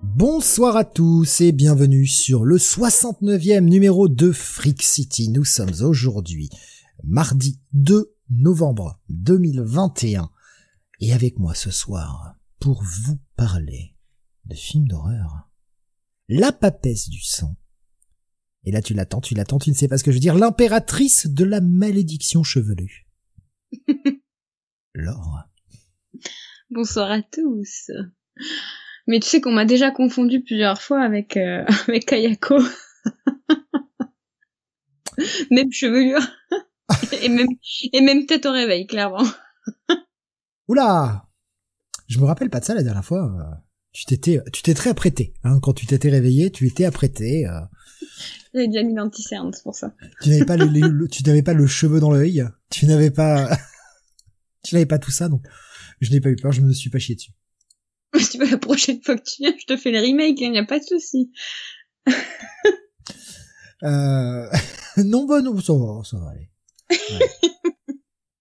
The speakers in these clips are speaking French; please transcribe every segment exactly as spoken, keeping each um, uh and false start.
Bonsoir à tous et bienvenue sur le soixante-neuvième numéro de Freak City. Nous sommes aujourd'hui mardi deux novembre deux mille vingt et un et avec moi ce soir pour vous parler de films d'horreur. La papesse du sang. Et là tu l'attends, tu l'attends, tu ne sais pas ce que je veux dire. L'impératrice de la malédiction chevelue. Laure. Bonsoir à tous. Mais tu sais qu'on m'a déjà confondu plusieurs fois avec euh, avec Kayako. Même chevelure et même et même tête au réveil, clairement. Oula, je me rappelle pas de ça la dernière fois. Euh, tu t'étais tu t'es très apprêté. Hein, quand tu t'étais réveillé, tu étais apprêté. Euh... J'avais déjà mis l'anticerne, c'est pour ça. Tu n'avais pas le, le, le tu n'avais pas le cheveu dans l'œil. Tu n'avais pas tu n'avais pas tout ça, donc je n'ai pas eu peur. Je me suis pas chié dessus. Si tu veux, la prochaine fois que tu viens, je te fais le remake, il n'y a pas de souci. euh... Non, bah non, ça va, ça va aller. Ouais.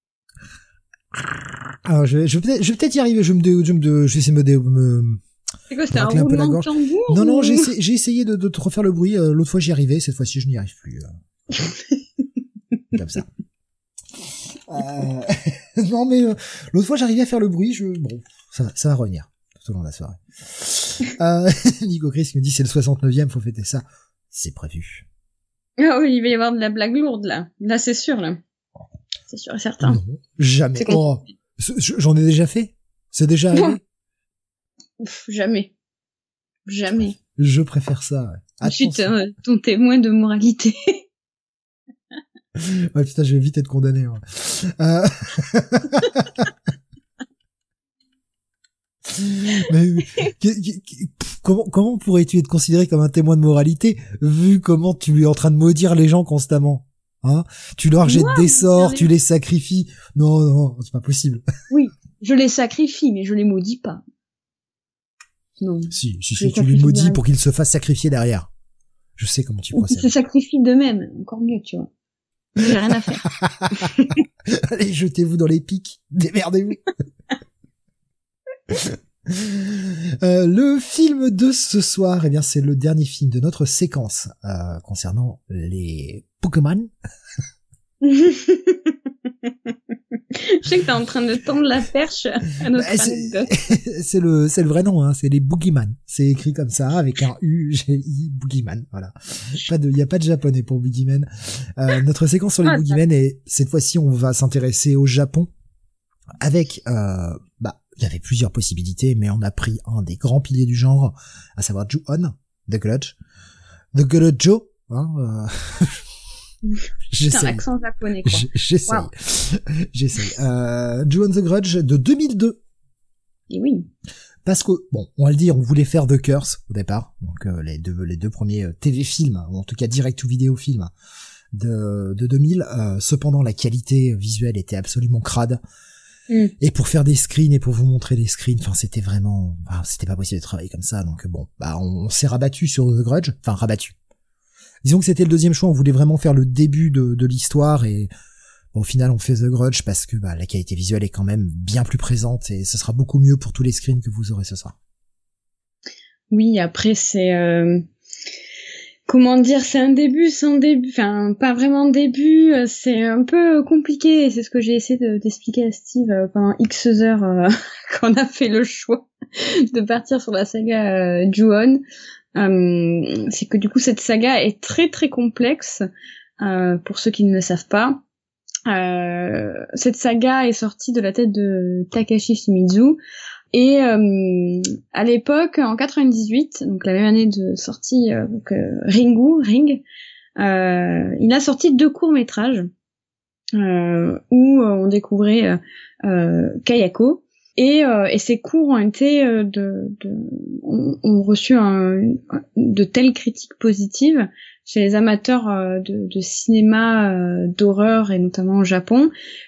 Alors, je vais, je vais peut-être, je vais peut-être y arriver. Je vais me, dé, je vais me, je vais essayer de me, dé, me. C'est quoi, c'était un roulement de tambour? Non, non, ou... j'ai essayé, j'ai essayé de, de te refaire le bruit. Euh, l'autre fois, j'y arrivais. Cette fois-ci, je n'y arrive plus. Euh. Comme ça. Euh... non, mais euh, l'autre fois, j'arrivais à faire le bruit. Je, bon, ça va, ça va revenir tout au long de la soirée. euh, Nico Chris me dit c'est le soixante-neuvième, faut fêter ça. C'est prévu. Ah oui, il va y avoir de la blague lourde, là. Là, c'est sûr, là. C'est sûr et certain. Non, jamais. Oh, j'en ai déjà fait. C'est déjà arrivé. Ouf, jamais. Jamais. Je préfère ça. Je suis ton, ton témoin de moralité. Ouais, putain, je vais vite être condamné. Ouais. Euh... Mais comment comment pourrais-tu être considéré comme un témoin de moralité vu comment tu es en train de maudire les gens constamment, hein? Tu leur jettes des sorts, tu les sacrifies. Non non, c'est pas possible. Oui, je les sacrifie, mais je les maudis pas. Non. Si si si, tu les maudis pour qu'ils se fassent sacrifier derrière. Je sais comment tu procèdes. Ils se sacrifient d'eux-mêmes, encore mieux, tu vois. J'ai rien à faire. Allez, jetez-vous dans les pics, démerdez-vous. Euh, le film de ce soir, eh bien, c'est le dernier film de notre séquence euh, concernant les Pokémon. Je sais que t'es en train de tendre la perche à notre bah, c'est, c'est le c'est le vrai nom, hein, c'est les Boogeyman. C'est écrit comme ça avec un U G I Boogeyman. Voilà. Pas de, il y a pas de japonais pour Boogeyman. Euh, notre séquence sur les ah, Boogeyman et cette fois-ci on va s'intéresser au Japon avec euh, bah il y avait plusieurs possibilités, mais on a pris un des grands piliers du genre, à savoir Ju-On, The Grudge. The Grudge Joe, hein, euh... J'essaye. C'est un accent japonais, quoi. J'essaye. Wow. J'essaye. Euh, Ju-On The Grudge de deux mille deux. Et oui. Parce que, bon, on va le dire, on voulait faire The Curse au départ. Donc, euh, les deux, les deux premiers euh, T V films, ou en tout cas direct to vidéo films de, de deux mille. Euh, cependant, la qualité visuelle était absolument crade. Mm. Et pour faire des screens et pour vous montrer des screens, enfin c'était vraiment, enfin, c'était pas possible de travailler comme ça, donc bon, bah on, on s'est rabattu sur The Grudge, enfin rabattu. Disons que c'était le deuxième choix, on voulait vraiment faire le début de, de l'histoire et bon, au final on fait The Grudge parce que bah la qualité visuelle est quand même bien plus présente et ce sera beaucoup mieux pour tous les screens que vous aurez ce soir. Oui, après c'est euh... comment dire, c'est un début, c'est un début, enfin pas vraiment un début, c'est un peu compliqué, c'est ce que j'ai essayé de, d'expliquer à Steve pendant X heures euh, quand on a fait le choix de partir sur la saga euh, Ju-On. Euh, c'est que du coup cette saga est très très complexe, euh, pour ceux qui ne le savent pas. Euh, cette saga est sortie de la tête de Takashi Shimizu. Et euh, à l'époque, en quatre-vingt-dix-huit, donc la même année de sortie, euh, donc, euh, Ringu, Ring, euh, il a sorti deux courts-métrages euh, où euh, on découvrait euh, euh, Kayako. Et, euh, et ces cours ont été euh, de, de ont, ont reçu un, de telles critiques positives chez les amateurs euh, de, de cinéma euh, d'horreur et notamment au Japon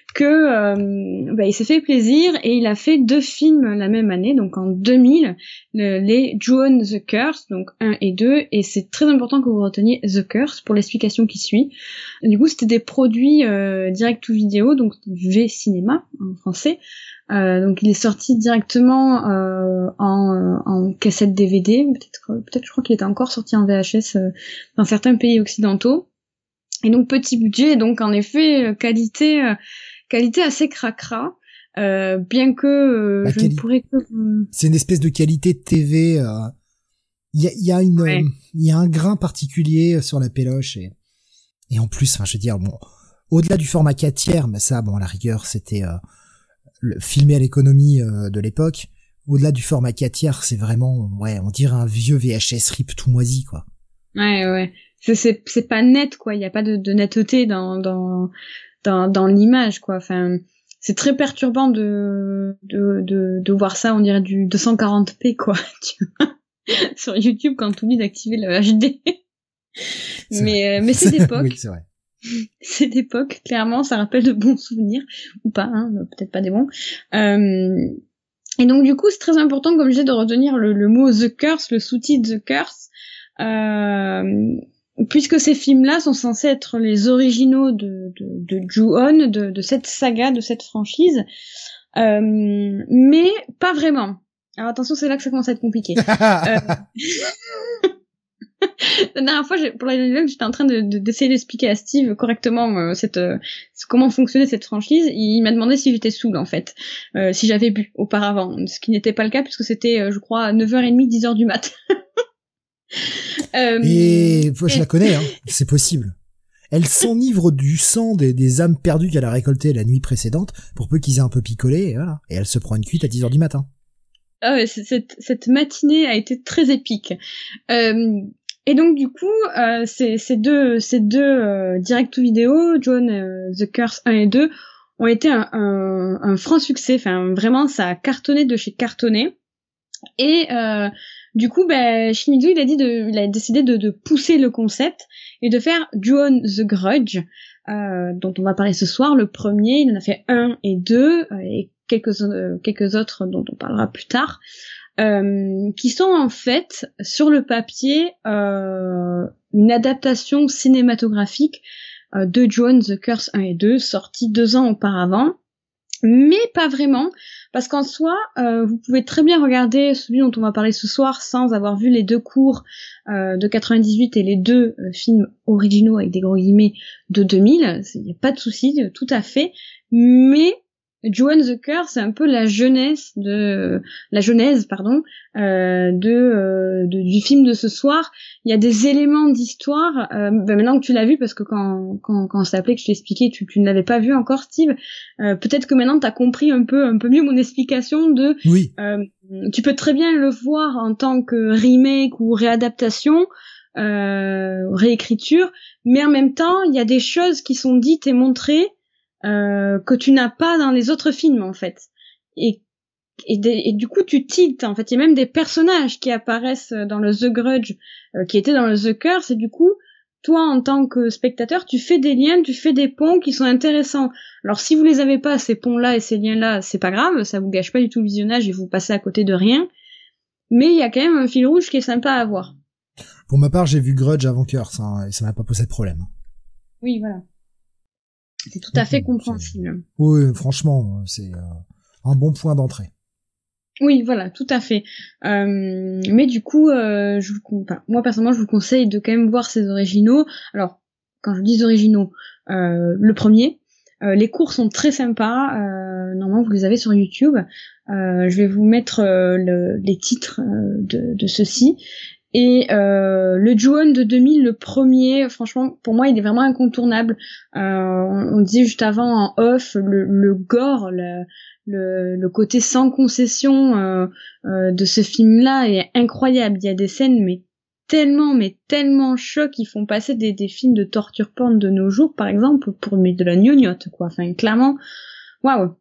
que euh, bah, il s'est fait plaisir et il a fait deux films la même année, donc en deux mille, le, les Ju-on the Curse, donc un et deux, et c'est très important que vous reteniez The Curse pour l'explication qui suit. Du coup, c'était des produits euh, direct to vidéo, donc V cinéma en français. Euh, donc il est sorti directement euh, en, en cassette D V D, peut-être, peut-être je crois qu'il était encore sorti en V H S euh, dans certains pays occidentaux. Et donc petit budget, donc en effet qualité euh, qualité assez cracra, euh, bien que euh, bah, je quali- ne pourrais que c'est une espèce de qualité de T V. Il euh, y a il y a une il ouais. euh, y a un grain particulier sur la péloche et et en plus, enfin je veux dire bon, au-delà du format quatre tiers, mais ça bon à la rigueur c'était euh, le, filmé à l'économie euh, de l'époque. Au-delà du format quatre tiers, c'est vraiment ouais on dirait un vieux V H S rip tout moisi quoi. Ouais ouais. C'est, c'est, c'est pas net, quoi. Il y a pas de, de netteté dans, dans, dans, dans l'image, quoi. Enfin, c'est très perturbant de, de, de, de voir ça, on dirait du deux cent quarante p, quoi, tu vois, sur YouTube quand tu oublies d'activer le H D. C'est mais, euh, mais c'est d'époque. Oui, c'est vrai. C'est d'époque, clairement, ça rappelle de bons souvenirs. Ou pas, hein, peut-être pas des bons. Euh, et donc, du coup, c'est très important, comme je disais, de retenir le, le mot The Curse, le sous-titre The Curse. Euh, puisque ces films-là sont censés être les originaux de, de, de Ju-on, de, de cette saga, de cette franchise, euh, mais pas vraiment. Alors attention, c'est là que ça commence à être compliqué. euh... La dernière fois, j'ai, pour la deuxième, j'étais en train de, de, d'essayer d'expliquer à Steve correctement euh, cette, euh, comment fonctionnait cette franchise. Il m'a demandé si j'étais saoule, en fait, euh, si j'avais bu auparavant, ce qui n'était pas le cas puisque c'était, euh, je crois, à neuf heures trente, dix heures du mat'. Euh, et je et... la connais, hein, c'est possible. Elle s'enivre du sang des, des âmes perdues qu'elle a récoltées la nuit précédente, pour peu qu'ils aient un peu picolé, et voilà. Et elle se prend une cuite à dix heures du matin. Ah ouais, cette, cette matinée a été très épique. Euh, et donc du coup, euh, ces, ces deux, ces deux euh, direct-to-vidéo, Ju-on euh, the Curse un et deux, ont été un, un, un franc succès. Enfin, vraiment, ça a cartonné de chez cartonné. Et euh, du coup, ben, Shimizu, il a dit de, il a décidé de, de pousser le concept et de faire Ju-on the Grudge, euh, dont on va parler ce soir. Le premier, il en a fait un et deux, euh, et quelques euh, quelques autres dont on parlera plus tard, euh, qui sont en fait sur le papier euh, une adaptation cinématographique euh, de Ju-on the Curse un et deux, sorti deux ans auparavant. Mais pas vraiment, parce qu'en soi, euh, vous pouvez très bien regarder celui dont on va parler ce soir sans avoir vu les deux courts euh, de quatre-vingt-dix-huit et les deux euh, films originaux avec des gros guillemets de deux mille, il n'y a pas de souci, tout à fait. Mais Ju-on the Curse, c'est un peu la jeunesse de la genèse, pardon, euh, de, euh, de du film de ce soir. Il y a des éléments d'histoire. Euh, ben maintenant que tu l'as vu, parce que quand quand quand on s'est appelé, que je t'ai expliqué, tu tu ne l'avais pas vu encore, Steve. Euh, peut-être que maintenant t'as compris un peu un peu mieux mon explication de. Oui. Euh, tu peux très bien le voir en tant que remake ou réadaptation. Euh, réécriture, mais en même temps, il y a des choses qui sont dites et montrées Euh, que tu n'as pas dans les autres films en fait, et et, des, et du coup tu tiltes en fait. Il y a même des personnages qui apparaissent dans le The Grudge euh, qui étaient dans le The Curse, et du coup toi en tant que spectateur tu fais des liens, tu fais des ponts qui sont intéressants. Alors si vous les avez pas, ces ponts là et ces liens là, c'est pas grave, ça vous gâche pas du tout le visionnage et vous passez à côté de rien, mais il y a quand même un fil rouge qui est sympa à voir. Pour ma part, j'ai vu Grudge avant Curse, hein, et ça m'a pas posé de problème. Oui, voilà. C'est tout à fait compréhensible. Oui, franchement, c'est euh, un bon point d'entrée. Oui, voilà, tout à fait. Euh, mais du coup, euh, je vous, enfin, moi personnellement, je vous conseille de quand même voir ces originaux. Alors, quand je dis originaux, euh, le premier, euh, les cours sont très sympas. Euh, normalement, vous les avez sur YouTube. Euh, je vais vous mettre euh, le, les titres euh, de, de ceux-ci. Et euh, le Ju-on de deux mille, le premier, franchement, pour moi, il est vraiment incontournable. Euh, on, on disait juste avant en off, le, le gore, le, le, le côté sans concession euh, euh, de ce film-là est incroyable. Il y a des scènes, mais tellement, mais tellement chocs, qui font passer des, des films de torture porn de nos jours, par exemple, pour mettre de la gnognotte, quoi. Enfin, clairement, waouh.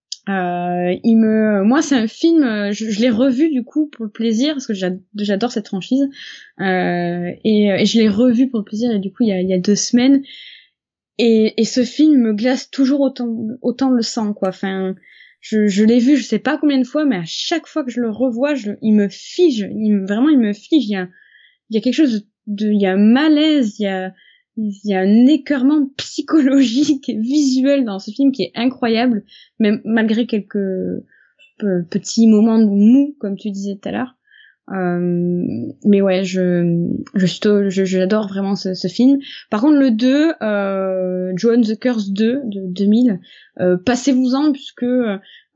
Euh, il me, moi c'est un film, je, je l'ai revu du coup pour le plaisir parce que j'adore, j'adore cette franchise, euh, et, et je l'ai revu pour le plaisir et du coup il y a, il y a deux semaines, et et ce film me glace toujours autant autant le sang, quoi. Enfin, je je l'ai vu, je sais pas combien de fois, mais à chaque fois que je le revois, je il me fige, il me, vraiment il me fige. Il y a il y a quelque chose de, il y a un malaise, il y a il y a un écœurement psychologique et visuel dans ce film qui est incroyable, même malgré quelques p- petits moments de mou, comme tu disais tout à l'heure. Euh, mais ouais, je, je suis, tôt- je, j'adore vraiment ce, ce film. Par contre, le deux, euh, Ju-On the Curse deux de deux mille, euh, passez-vous-en puisque euh,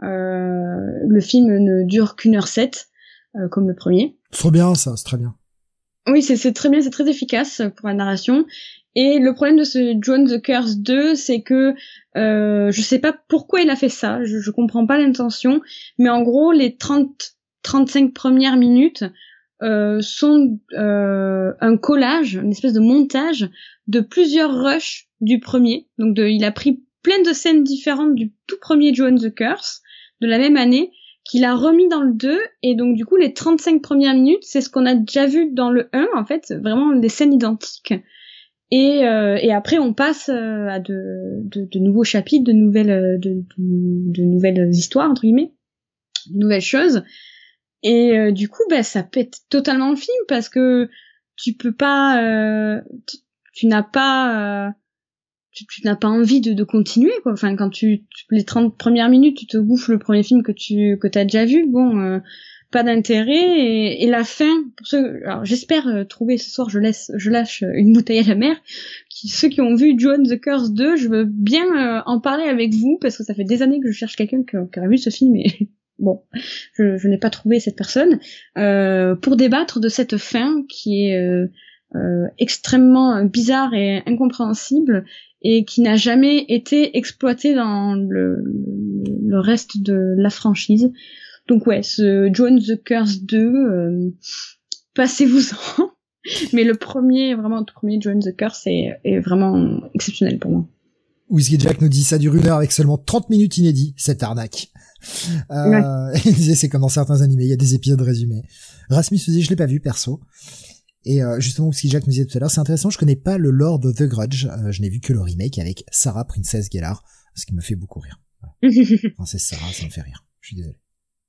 le film ne dure qu'une heure sept, euh, comme le premier. C'est trop bien, ça, c'est très bien. Oui, c'est, c'est très bien, c'est très efficace pour la narration. Et le problème de ce Ju-On the Curse deux, c'est que euh, je sais pas pourquoi il a fait ça, je, je comprends pas l'intention, mais en gros, les trente trente-cinq premières minutes euh, sont euh, un collage, une espèce de montage de plusieurs rushs du premier. Donc de, il a pris plein de scènes différentes du tout premier Ju-On the Curse de la même année, qu'il a remis dans le deux, et donc du coup les trente-cinq premières minutes, c'est ce qu'on a déjà vu dans le un, en fait, vraiment des scènes identiques. Et, euh, et après on passe euh, à de, de, de nouveaux chapitres, de nouvelles, de, de, de nouvelles histoires, entre guillemets, de nouvelles choses. Et euh, du coup, bah, ça pète totalement le film parce que tu peux pas, euh, tu, tu n'as pas, euh, tu, tu n'as pas envie de, de continuer, quoi. Enfin, quand tu, tu les trente premières minutes, tu te bouffes le premier film que tu que t'as déjà vu, bon, euh, pas d'intérêt. Et, et la fin, pour ceux, alors j'espère euh, trouver ce soir, je laisse, je lâche une bouteille à la mer. Qui, ceux qui ont vu Ju-On the Curse deux, je veux bien euh, en parler avec vous parce que ça fait des années que je cherche quelqu'un qui, qui a vu ce film et bon, je, je n'ai pas trouvé cette personne, euh, pour débattre de cette fin qui est euh, euh, extrêmement bizarre et incompréhensible et qui n'a jamais été exploitée dans le, le reste de la franchise. Donc ouais, ce Ju-On the Curse deux, euh, passez-vous-en. Mais le premier, vraiment le premier Ju-On the Curse est, est vraiment exceptionnel pour moi. Whiskey Jack nous dit ça dure une heure avec seulement trente minutes inédits, cette arnaque. Euh, ouais. Il disait c'est comme dans certains animés, il y a des épisodes résumés. Rasmus nous dit je l'ai pas vu perso. Et euh, justement, Whiskey Jack nous disait tout à l'heure, c'est intéressant, je connais pas le lore de The Grudge, euh, je n'ai vu que le remake avec Sarah Princess Gellar, ce qui me fait beaucoup rire. Ouais. Princesse Sarah, ça me fait rire. Je suis désolé.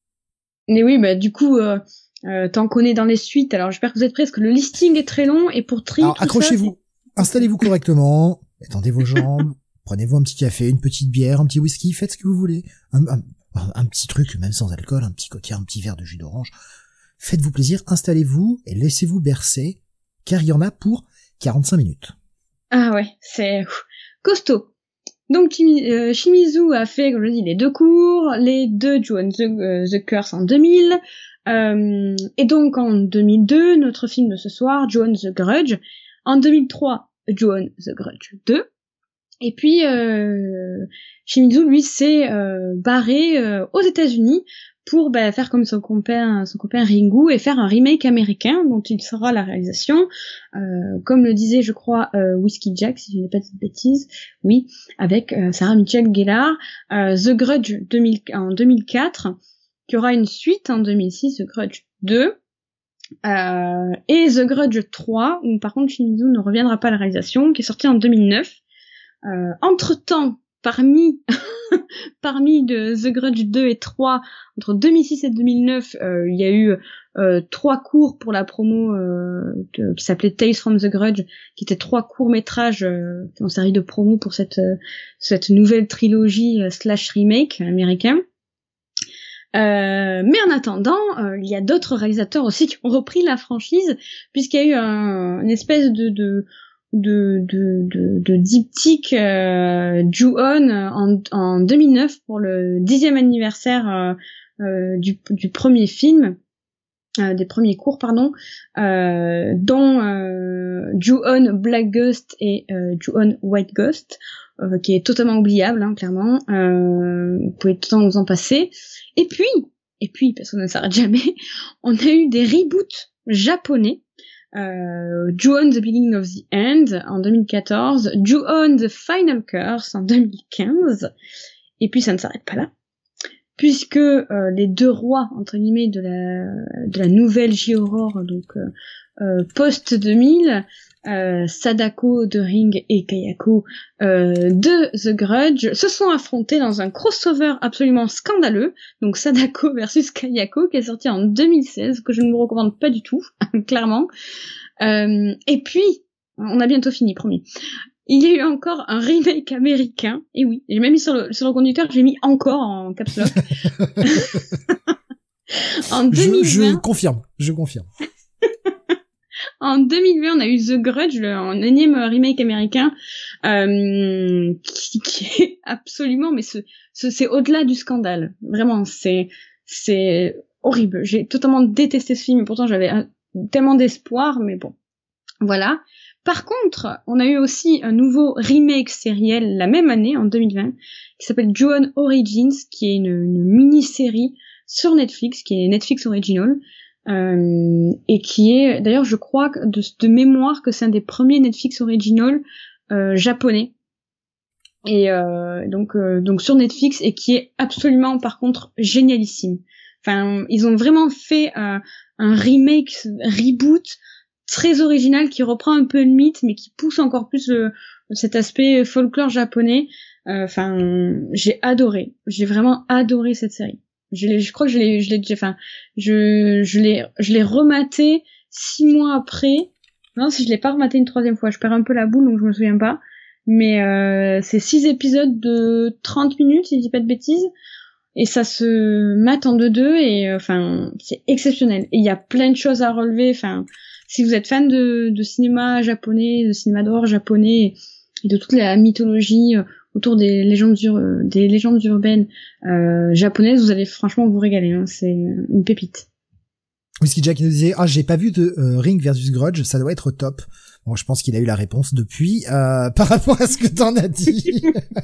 Mais oui, bah du coup, euh, euh, t'en connais dans les suites. Alors j'espère que vous êtes prêts parce que le listing est très long et pour trier. Alors accrochez-vous, ça, installez-vous correctement, étendez vos jambes. Prenez-vous un petit café, une petite bière, un petit whisky, faites ce que vous voulez. Un, un, un petit truc, même sans alcool, un petit cocktail, un petit verre de jus d'orange. Faites-vous plaisir, installez-vous et laissez-vous bercer, car il y en a pour quarante-cinq minutes. Ah ouais, c'est ouf, costaud. Donc euh, Shimizu a fait, comme je dis, les deux cours, les deux Ju-On the, uh, the Curse en deux mille, euh, et donc en deux mille deux, notre film de ce soir, Ju-On the Grudge. En deux mille trois, Ju-On the Grudge deux. Et puis euh, Shimizu lui s'est euh, barré euh, aux États-Unis pour bah, faire comme son copain son copain Ringu et faire un remake américain dont il sera la réalisation, euh, comme le disait je crois euh, Whiskey Jack si je n'ai pas de bêtises, oui, avec euh, Sarah Michelle Gellar, euh, The Grudge deux mille, en deux mille quatre, qui aura une suite en deux mille six, The Grudge deux. Euh, et The Grudge trois, où par contre Shimizu ne reviendra pas à la réalisation, qui est sorti en deux mille neuf. Euh, entre-temps, parmi parmi de The Grudge deux et trois, entre deux mille six et deux mille neuf, euh, il y a eu euh, trois courts pour la promo euh, de, qui s'appelait Tales from the Grudge, qui étaient trois courts-métrages euh, qui ont servi de promo pour cette euh, cette nouvelle trilogie euh, slash remake américain. Euh, mais en attendant, euh, il y a d'autres réalisateurs aussi qui ont repris la franchise, puisqu'il y a eu un, une espèce de, de de de de, de diptyque euh, Ju-On en, en deux mille neuf pour le dixième anniversaire euh, euh, du, du premier film, euh, des premiers cours pardon, euh, dont euh, Ju-On Black Ghost et euh, Ju-On White Ghost, euh, qui est totalement oubliable hein, clairement. Euh, vous pouvez tout le temps vous en passer. Et puis et puis parce qu'on ne s'arrête jamais, on a eu des reboots japonais. Euh, Ju-On the Beginning of the End en deux mille quatorze, Ju-On the Final Curse en deux mille quinze, et puis ça ne s'arrête pas là, puisque euh, les deux rois entre guillemets de la de la nouvelle J-horror, donc euh, euh, post deux mille, euh, Sadako de Ring et Kayako euh, de The Grudge se sont affrontés dans un crossover absolument scandaleux. Donc Sadako versus Kayako qui est sorti en deux mille seize, que je ne vous recommande pas du tout, clairement. Euh, et puis, on a bientôt fini, promis. Il y a eu encore un remake américain, et oui, j'ai même mis sur le, sur le conducteur, j'ai mis encore en caps lock. En deux mille vingt. Je, je confirme, je confirme. En deux mille vingt, on a eu The Grudge, le, un énième remake américain, euh, qui, qui est absolument, mais ce, ce, c'est au-delà du scandale. Vraiment, c'est, c'est horrible. J'ai totalement détesté ce film, et pourtant j'avais un, tellement d'espoir, mais bon. Voilà. Par contre, on a eu aussi un nouveau remake sériel la même année, en deux mille vingt, qui s'appelle Ju-On Origins, qui est une, une mini-série sur Netflix, qui est Netflix Original, euh, et qui est, d'ailleurs, je crois de, de mémoire que c'est un des premiers Netflix Original euh, japonais, et euh, donc euh, donc sur Netflix, et qui est absolument, par contre, génialissime. Enfin, ils ont vraiment fait euh, un remake, reboot très original qui reprend un peu le mythe, mais qui pousse encore plus le, cet aspect folklore japonais. Enfin, euh, j'ai adoré, j'ai vraiment adoré cette série. Je, l'ai, je crois que je l'ai, je l'ai, enfin, je, je l'ai, je l'ai rematé six mois après. Non, si je l'ai pas rematé une troisième fois, je perds un peu la boule, donc je me souviens pas. Mais euh, c'est six épisodes de trente minutes, si je dis pas de bêtises, et ça se mate en deux deux, et enfin, euh, c'est exceptionnel. Et il y a plein de choses à relever. Enfin, si vous êtes fan de, de cinéma japonais, de cinéma d'horreur japonais, et de toute la mythologie autour des légendes, ur- des légendes urbaines euh, japonaises, vous allez franchement vous régaler, hein. C'est une pépite. Whisky Jack nous disait, ah, j'ai pas vu de euh, Ring versus Grudge, ça doit être top. Bon, je pense qu'il a eu la réponse depuis, euh, par rapport à ce que t'en as dit.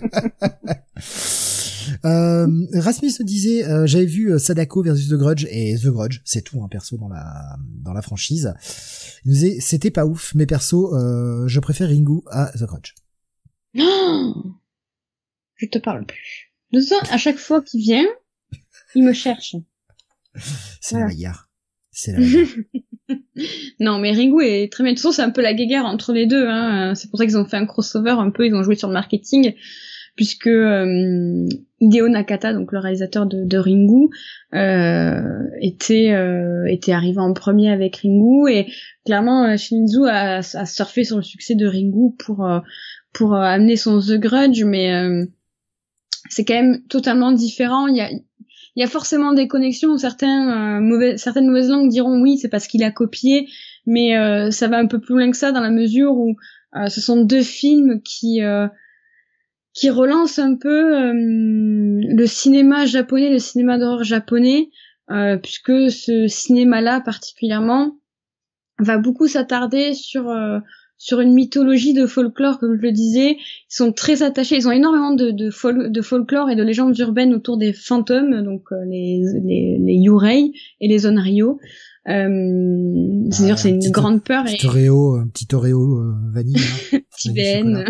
euh, Rasmus me disait, euh, j'avais vu Sadako versus The Grudge, et The Grudge, c'est tout, un hein, perso dans la dans la franchise. Il nous disait, c'était pas ouf, mais perso, euh, je préfère Ringu à The Grudge. Oh, je te parle plus. De ça, à chaque fois qu'il vient, il me cherche. C'est voilà. La bagarre. C'est la bagarre. Non, mais Ringu est très bien. De toute façon, c'est un peu la guéguerre entre les deux, hein. C'est pour ça qu'ils ont fait un crossover un peu, ils ont joué sur le marketing, puisque euh, Hideo Nakata, donc le réalisateur de, de Ringu, euh, était euh, était arrivé en premier avec Ringu, et clairement Shimizu a, a surfé sur le succès de Ringu pour euh, pour euh, amener son The Grudge, mais euh, c'est quand même totalement différent. Il y a il y a forcément des connexions. Certains euh, mauvais, certaines mauvaises langues diront oui, c'est parce qu'il a copié, mais euh, ça va un peu plus loin que ça, dans la mesure où euh, ce sont deux films qui euh, qui relance un peu euh, le cinéma japonais, le cinéma d'horreur japonais, euh, puisque ce cinéma-là particulièrement va beaucoup s'attarder sur euh, sur une mythologie de folklore, comme je le disais. Ils sont très attachés, ils ont énormément de de, fol- de folklore et de légendes urbaines autour des fantômes, donc euh, les les les yurei et les onryo. Euh, ah, c'est-à-dire c'est une grande peur. Petit et... Oreo, un petit Oreo euh, vanille. Petit V N.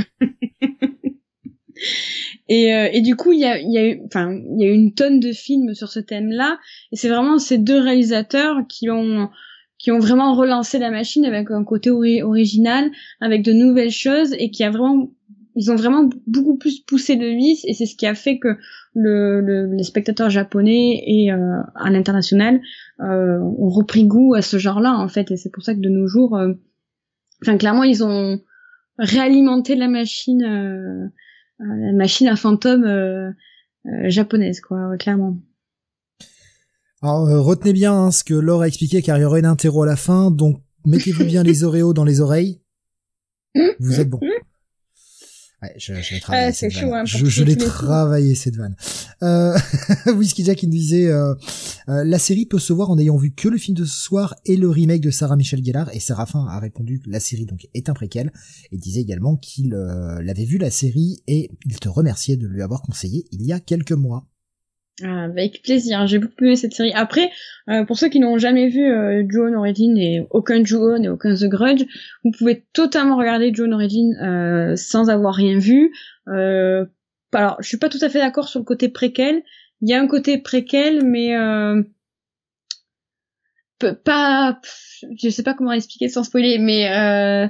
Et, euh, et du coup, il y a, il y a eu, enfin, il y a eu une tonne de films sur ce thème-là, et c'est vraiment ces deux réalisateurs qui ont, qui ont vraiment relancé la machine avec un côté ori- original, avec de nouvelles choses, et qui a vraiment, ils ont vraiment beaucoup plus poussé le vice, et c'est ce qui a fait que le, le les spectateurs japonais et euh, à l'international euh, ont repris goût à ce genre-là, en fait, et c'est pour ça que de nos jours, euh, enfin, clairement, ils ont réalimenté la machine. Euh, la machine à fantômes euh, euh, japonaise, quoi, clairement. Alors, euh, retenez bien hein, ce que Laure a expliqué, car il y aura une interro à la fin, donc mettez-vous bien les Oreos dans les oreilles. Vous êtes bon. Ouais, je, je l'ai travaillé euh, cette vanne. Hein, je, je l'ai travaillé cette vanne. Euh, Whisky Jack il nous disait euh, euh, la série peut se voir en ayant vu que le film de ce soir et le remake de Sarah Michelle Gellar, et Séraphin a répondu que la série donc est un préquel, et disait également qu'il euh, l'avait vu la série et il te remerciait de lui avoir conseillé il y a quelques mois. Ah, avec plaisir, j'ai beaucoup aimé cette série. Après, euh, pour ceux qui n'ont jamais vu euh, Ju-On Origin et aucun Ju-On et aucun The Grudge, vous pouvez totalement regarder Ju-On Origin euh, sans avoir rien vu. Euh, alors, je suis pas tout à fait d'accord sur le côté préquel. Il y a un côté préquel, mais euh, pas, je sais pas comment expliquer sans spoiler, mais euh,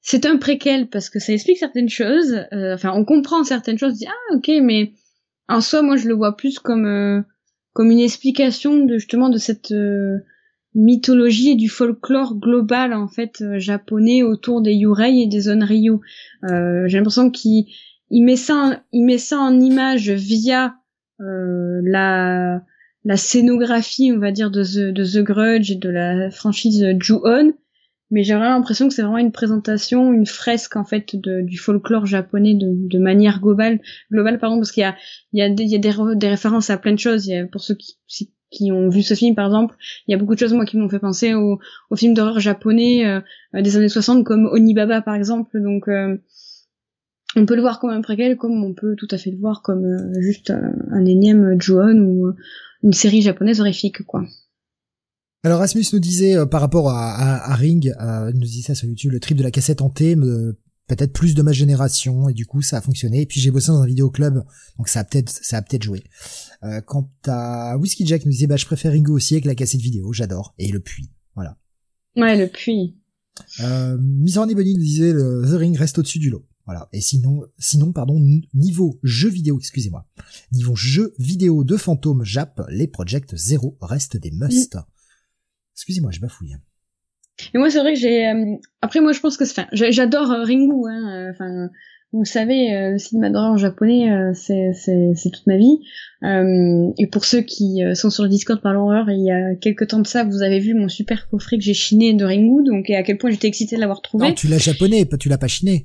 c'est un préquel parce que ça explique certaines choses. Euh, enfin, on comprend certaines choses. On se dit ah ok, mais en soi, moi, je le vois plus comme euh, comme une explication de justement de cette euh, mythologie et du folklore global en fait euh, japonais autour des Yurei et des Onryo. Euh, j'ai l'impression qu'il il met ça, en, il met ça en image via euh, la la scénographie, on va dire, de The, de The Grudge et de la franchise Ju-On. Mais j'ai vraiment l'impression que c'est vraiment une présentation, une fresque en fait de, du folklore japonais de, de manière globale, globale pardon, parce qu'il y a il y a des il y a des, des références à plein de choses. Il y a, pour ceux qui qui ont vu ce film par exemple, il y a beaucoup de choses moi qui m'ont fait penser aux aux films d'horreur japonais euh, des années soixante comme Onibaba par exemple. Donc euh, on peut le voir comme un préquel, comme on peut tout à fait le voir comme euh, juste un, un énième Ju-On ou euh, une série japonaise horrifique quoi. Alors Rasmus nous disait euh, par rapport à, à, à Ring, euh, il nous disait ça sur YouTube, le trip de la cassette hantée, me, peut-être plus de ma génération, et du coup ça a fonctionné. Et puis j'ai bossé dans un vidéoclub, donc ça a peut-être ça a peut-être joué. Euh, quant à Whiskey Jack nous disait bah je préfère Ringo aussi avec la cassette vidéo, j'adore. Et le puits, voilà. Ouais, le puits. Euh, Miserani Bunny nous disait le, The Ring reste au-dessus du lot. Voilà. Et sinon, sinon, pardon, niveau jeu vidéo, excusez-moi, niveau jeu vidéo de fantômes Jap, les Project Zero restent des must. Mm. Excusez-moi, je bafouille. Et moi, c'est vrai que j'ai. Euh... Après, moi, je pense que, enfin, j'adore euh, Ringu. Hein. Enfin, vous le savez, euh, le cinéma d'horreur japonais, euh, c'est, c'est, c'est toute ma vie. Euh, et pour ceux qui euh, sont sur le Discord par l'horreur, il y a quelques temps de ça, vous avez vu mon super coffret que j'ai chiné de Ringu, donc et à quel point j'étais excitée de l'avoir trouvé. Non, tu l'as japonais, pas tu l'as pas chiné.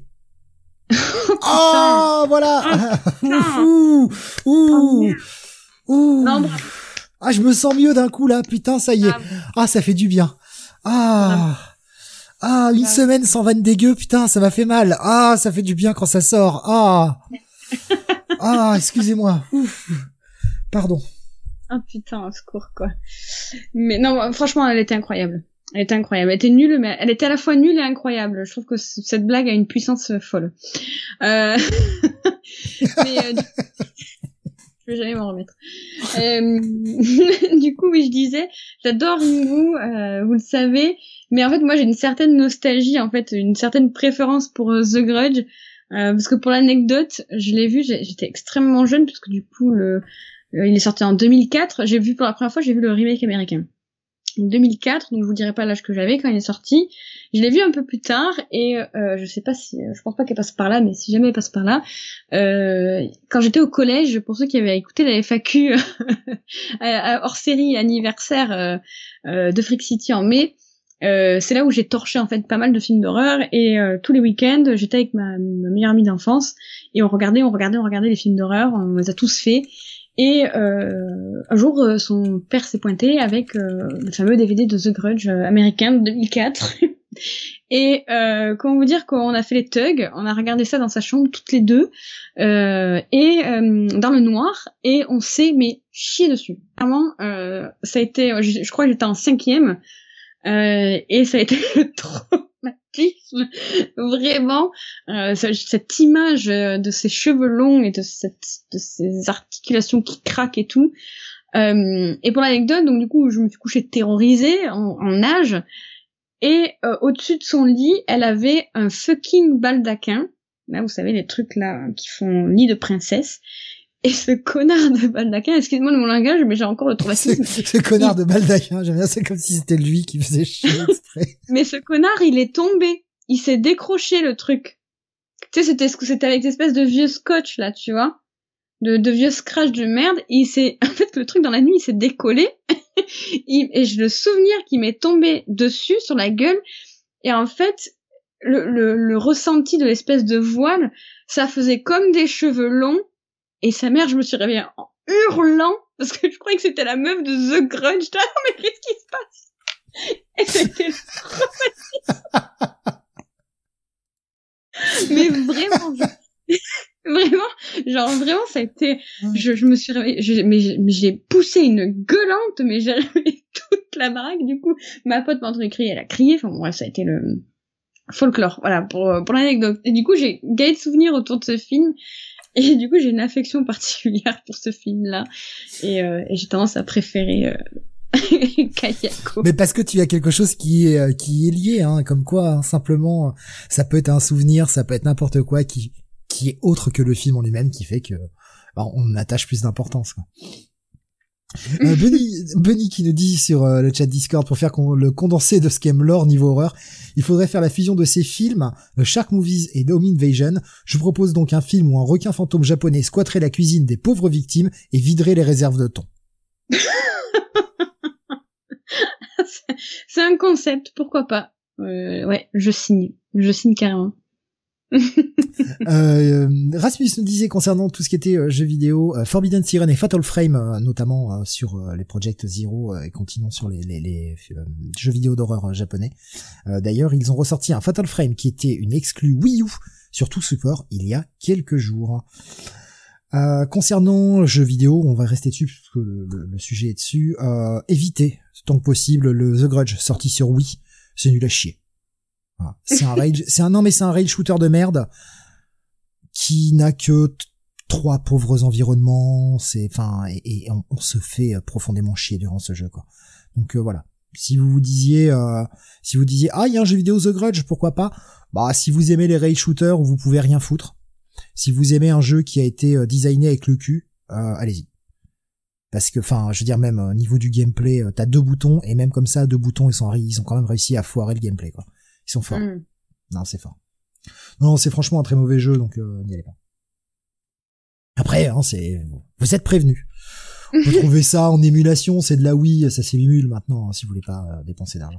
Oh, voilà. Ouh, ouh, ouh. Non, ah, je me sens mieux d'un coup là, putain, ça y est. Ah, ça fait du bien. Ah, ah, une semaine sans vanne dégueu, putain, ça m'a fait mal. Ah, ça fait du bien quand ça sort. Ah, ah, excusez-moi. Ouf. Pardon. Ah putain, au secours quoi. Mais non, franchement, elle était incroyable. Elle était incroyable. Elle était nulle, mais elle était à la fois nulle et incroyable. Je trouve que c- cette blague a une puissance folle. Euh... mais euh, je vais jamais m'en remettre. Euh... du coup, oui, je disais, j'adore Ringu, euh, vous le savez, mais en fait, moi, j'ai une certaine nostalgie, en fait, une certaine préférence pour euh, The Grudge, euh, parce que pour l'anecdote, je l'ai vu, j'ai, j'étais extrêmement jeune, parce que du coup, le, euh, il est sorti en deux mille quatre. J'ai vu pour la première fois, j'ai vu le remake américain. deux mille quatre, donc je vous dirai pas l'âge que j'avais quand il est sorti. Je l'ai vu un peu plus tard et euh, je sais pas si, je pense pas qu'elle passe par là, mais si jamais elle passe par là, euh, quand j'étais au collège, pour ceux qui avaient écouté la F A Q hors série anniversaire euh, euh, de Freak City en mai, euh, c'est là où j'ai torché en fait pas mal de films d'horreur et euh, tous les week-ends j'étais avec ma, ma meilleure amie d'enfance et on regardait, on regardait, on regardait les films d'horreur, on les a tous faits. Et euh, un jour, euh, son père s'est pointé avec euh, le fameux D V D de The Grudge euh, américain de deux mille quatre. Et euh, comment vous dire qu'on a fait les tugs, on a regardé ça dans sa chambre toutes les deux, euh, et euh, dans le noir, et on s'est mais chié dessus. Vraiment, euh, ça a été, je, je crois que j'étais en cinquième, euh, et ça a été le traumatisme, vraiment, euh, cette image de ses cheveux longs et de cette, de ses articulations qui craquent et tout. Euh, et pour l'anecdote, donc du coup, je me suis couchée terrorisée en, en nage, et euh, au-dessus de son lit, elle avait un fucking baldaquin. Là, vous savez, les trucs là qui font lit de princesse. Et ce connard de baldaquin, excusez-moi de mon langage, mais j'ai encore le traumatisme. Ce connard il... de baldaquin, j'aime bien, c'est comme si c'était lui qui faisait chier exprès. Mais ce connard, il est tombé. Il s'est décroché le truc. Tu sais, c'était, c'était avec cette espèce de vieux scotch là, tu vois. De, de vieux scratch de merde. Et il s'est, en fait, le truc dans la nuit, il s'est décollé. il... Et j'ai le souvenir qu'il m'est tombé dessus, sur la gueule. Et en fait, le, le, le ressenti de l'espèce de voile, ça faisait comme des cheveux longs. Et sa mère, je me suis réveillée en hurlant, parce que je croyais que c'était la meuf de The Grudge. Ah non, mais qu'est-ce qui se passe? Et c'était mais vraiment, je... vraiment, genre vraiment, ça a été, je, je me suis réveillée, je, mais, mais j'ai poussé une gueulante, mais j'ai réveillé toute la baraque, du coup, ma pote m'a entendu crier, elle a crié, enfin bon, bref, ça a été le folklore, voilà, pour, pour l'anecdote. Et du coup, j'ai gagné de souvenirs autour de ce film, et du coup, j'ai une affection particulière pour ce film-là, et, euh, et j'ai tendance à préférer euh, Kayako. Mais parce que tu as quelque chose qui est, qui est lié, hein, comme quoi, hein, simplement, ça peut être un souvenir, ça peut être n'importe quoi qui, qui est autre que le film en lui-même, qui fait que, bah, on attache plus d'importance, quoi. Euh, Bunny, Bunny qui nous dit sur euh, le chat Discord, pour faire con- le condensé de ce qu'aime Lore niveau horreur, il faudrait faire la fusion de ces films, euh, Shark Movies et Home Invasion. Je vous propose donc un film où un requin fantôme japonais squatterait la cuisine des pauvres victimes et viderait les réserves de thon. C'est un concept, pourquoi pas. Euh, ouais, je signe. Je signe carrément. euh, Rasmus nous disait concernant tout ce qui était euh, jeux vidéo, euh, Forbidden Siren et Fatal Frame, euh, notamment euh, sur euh, les Project Zero, euh, et continuons sur les, les, les euh, jeux vidéo d'horreur euh, japonais. Euh, d'ailleurs, ils ont ressorti un Fatal Frame qui était une exclue Wii U sur tout support il y a quelques jours. Euh, concernant le jeu vidéo, on va rester dessus parce que le, le, le sujet est dessus. Euh, évitez, tant que possible, le The Grudge sorti sur Wii, c'est nul à chier. Voilà. C'est un rail, c'est un non mais c'est un rail shooter de merde qui n'a que t- trois pauvres environnements. C'est enfin et, et on, on se fait profondément chier durant ce jeu, quoi. Donc euh, voilà. Si vous vous disiez, euh, si vous disiez ah il y a un jeu vidéo The Grudge, pourquoi pas? Bah si vous aimez les rail shooters où vous pouvez rien foutre. Si vous aimez un jeu qui a été euh, designé avec le cul, euh, allez-y. Parce que, enfin, je veux dire, même au niveau du gameplay, euh, t'as deux boutons, et même comme ça, deux boutons, ils sont, ils ont quand même réussi à foirer le gameplay, quoi. Ils sont forts. Mm. Non, c'est fort. Non, c'est franchement un très mauvais jeu, donc euh, n'y allez pas. Après, hein, c'est, vous êtes prévenus. Vous trouvez ça en émulation, c'est de la Wii, ça s'émule maintenant, hein, si vous voulez pas euh, dépenser d'argent.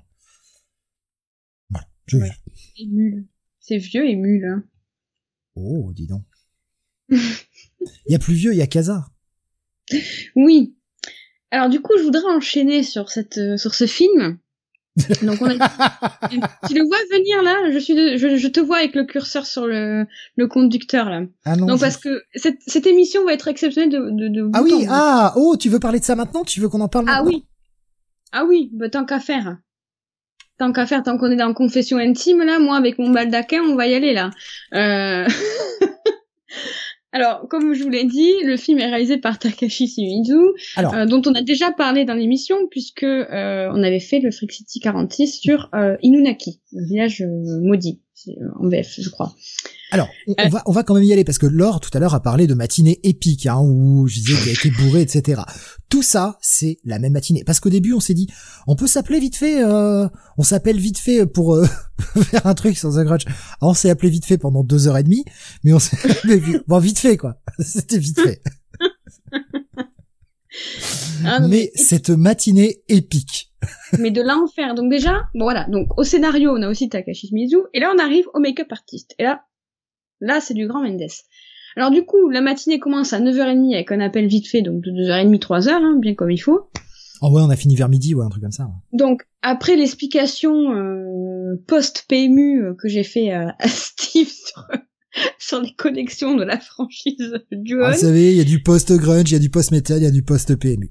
Voilà. Je... Ouais. Émule. C'est vieux, émule, hein. Oh, dis donc. Il y a plus vieux, il y a Casa. Oui. Alors du coup, je voudrais enchaîner sur cette euh, sur ce film. Donc on a tu le vois venir là, je suis de... je, je te vois avec le curseur sur le le conducteur là. Ah non. Donc je... parce que cette cette émission va être exceptionnelle de de, de Ah oui, ah oh, tu veux parler de ça maintenant? Tu veux qu'on en parle maintenant? Ah oui. Ah oui, bah tant qu'à faire. Tant qu'à faire, tant qu'on est dans confession intime là, moi avec mon baldaquin, on va y aller là. Euh... Alors, comme je vous l'ai dit, le film est réalisé par Takashi Shimizu, euh, dont on a déjà parlé dans l'émission, puisque euh, on avait fait le Freak City quarante-six sur euh, Inunaki, le village euh, maudit, en V F, je crois. Alors, on, euh, on va on va quand même y aller, parce que Laure, tout à l'heure, a parlé de matinée épique, hein, où je disais qu'il a été bourré, et cetera. Tout ça, c'est la même matinée. Parce qu'au début, on s'est dit, on peut s'appeler vite fait, euh, on s'appelle vite fait pour euh, faire un truc sur The Grudge. Alors, on s'est appelé vite fait pendant deux heures et demie, mais on s'est appelé vite, bon, vite fait, quoi. C'était vite fait. Ah, mais, mais cette matinée épique. Mais de l'enfer. Donc déjà, bon voilà. Donc au scénario, on a aussi Takashi Shimizu, et là on arrive au make-up artist. Et là, là c'est du grand Mendes. Alors du coup, la matinée commence à neuf heures trente avec un appel vite fait, donc de deux heures trente, trois heures, hein, bien comme il faut. Oh ouais, on a fini vers midi, ouais, un truc comme ça. Ouais. Donc après l'explication euh, post-P M U euh, que j'ai fait à, à Steve sur, sur les connexions de la franchise Ju-On. Ah, vous savez, il y a du post-grunge, il y a du post-metal, il y a du post-P M U.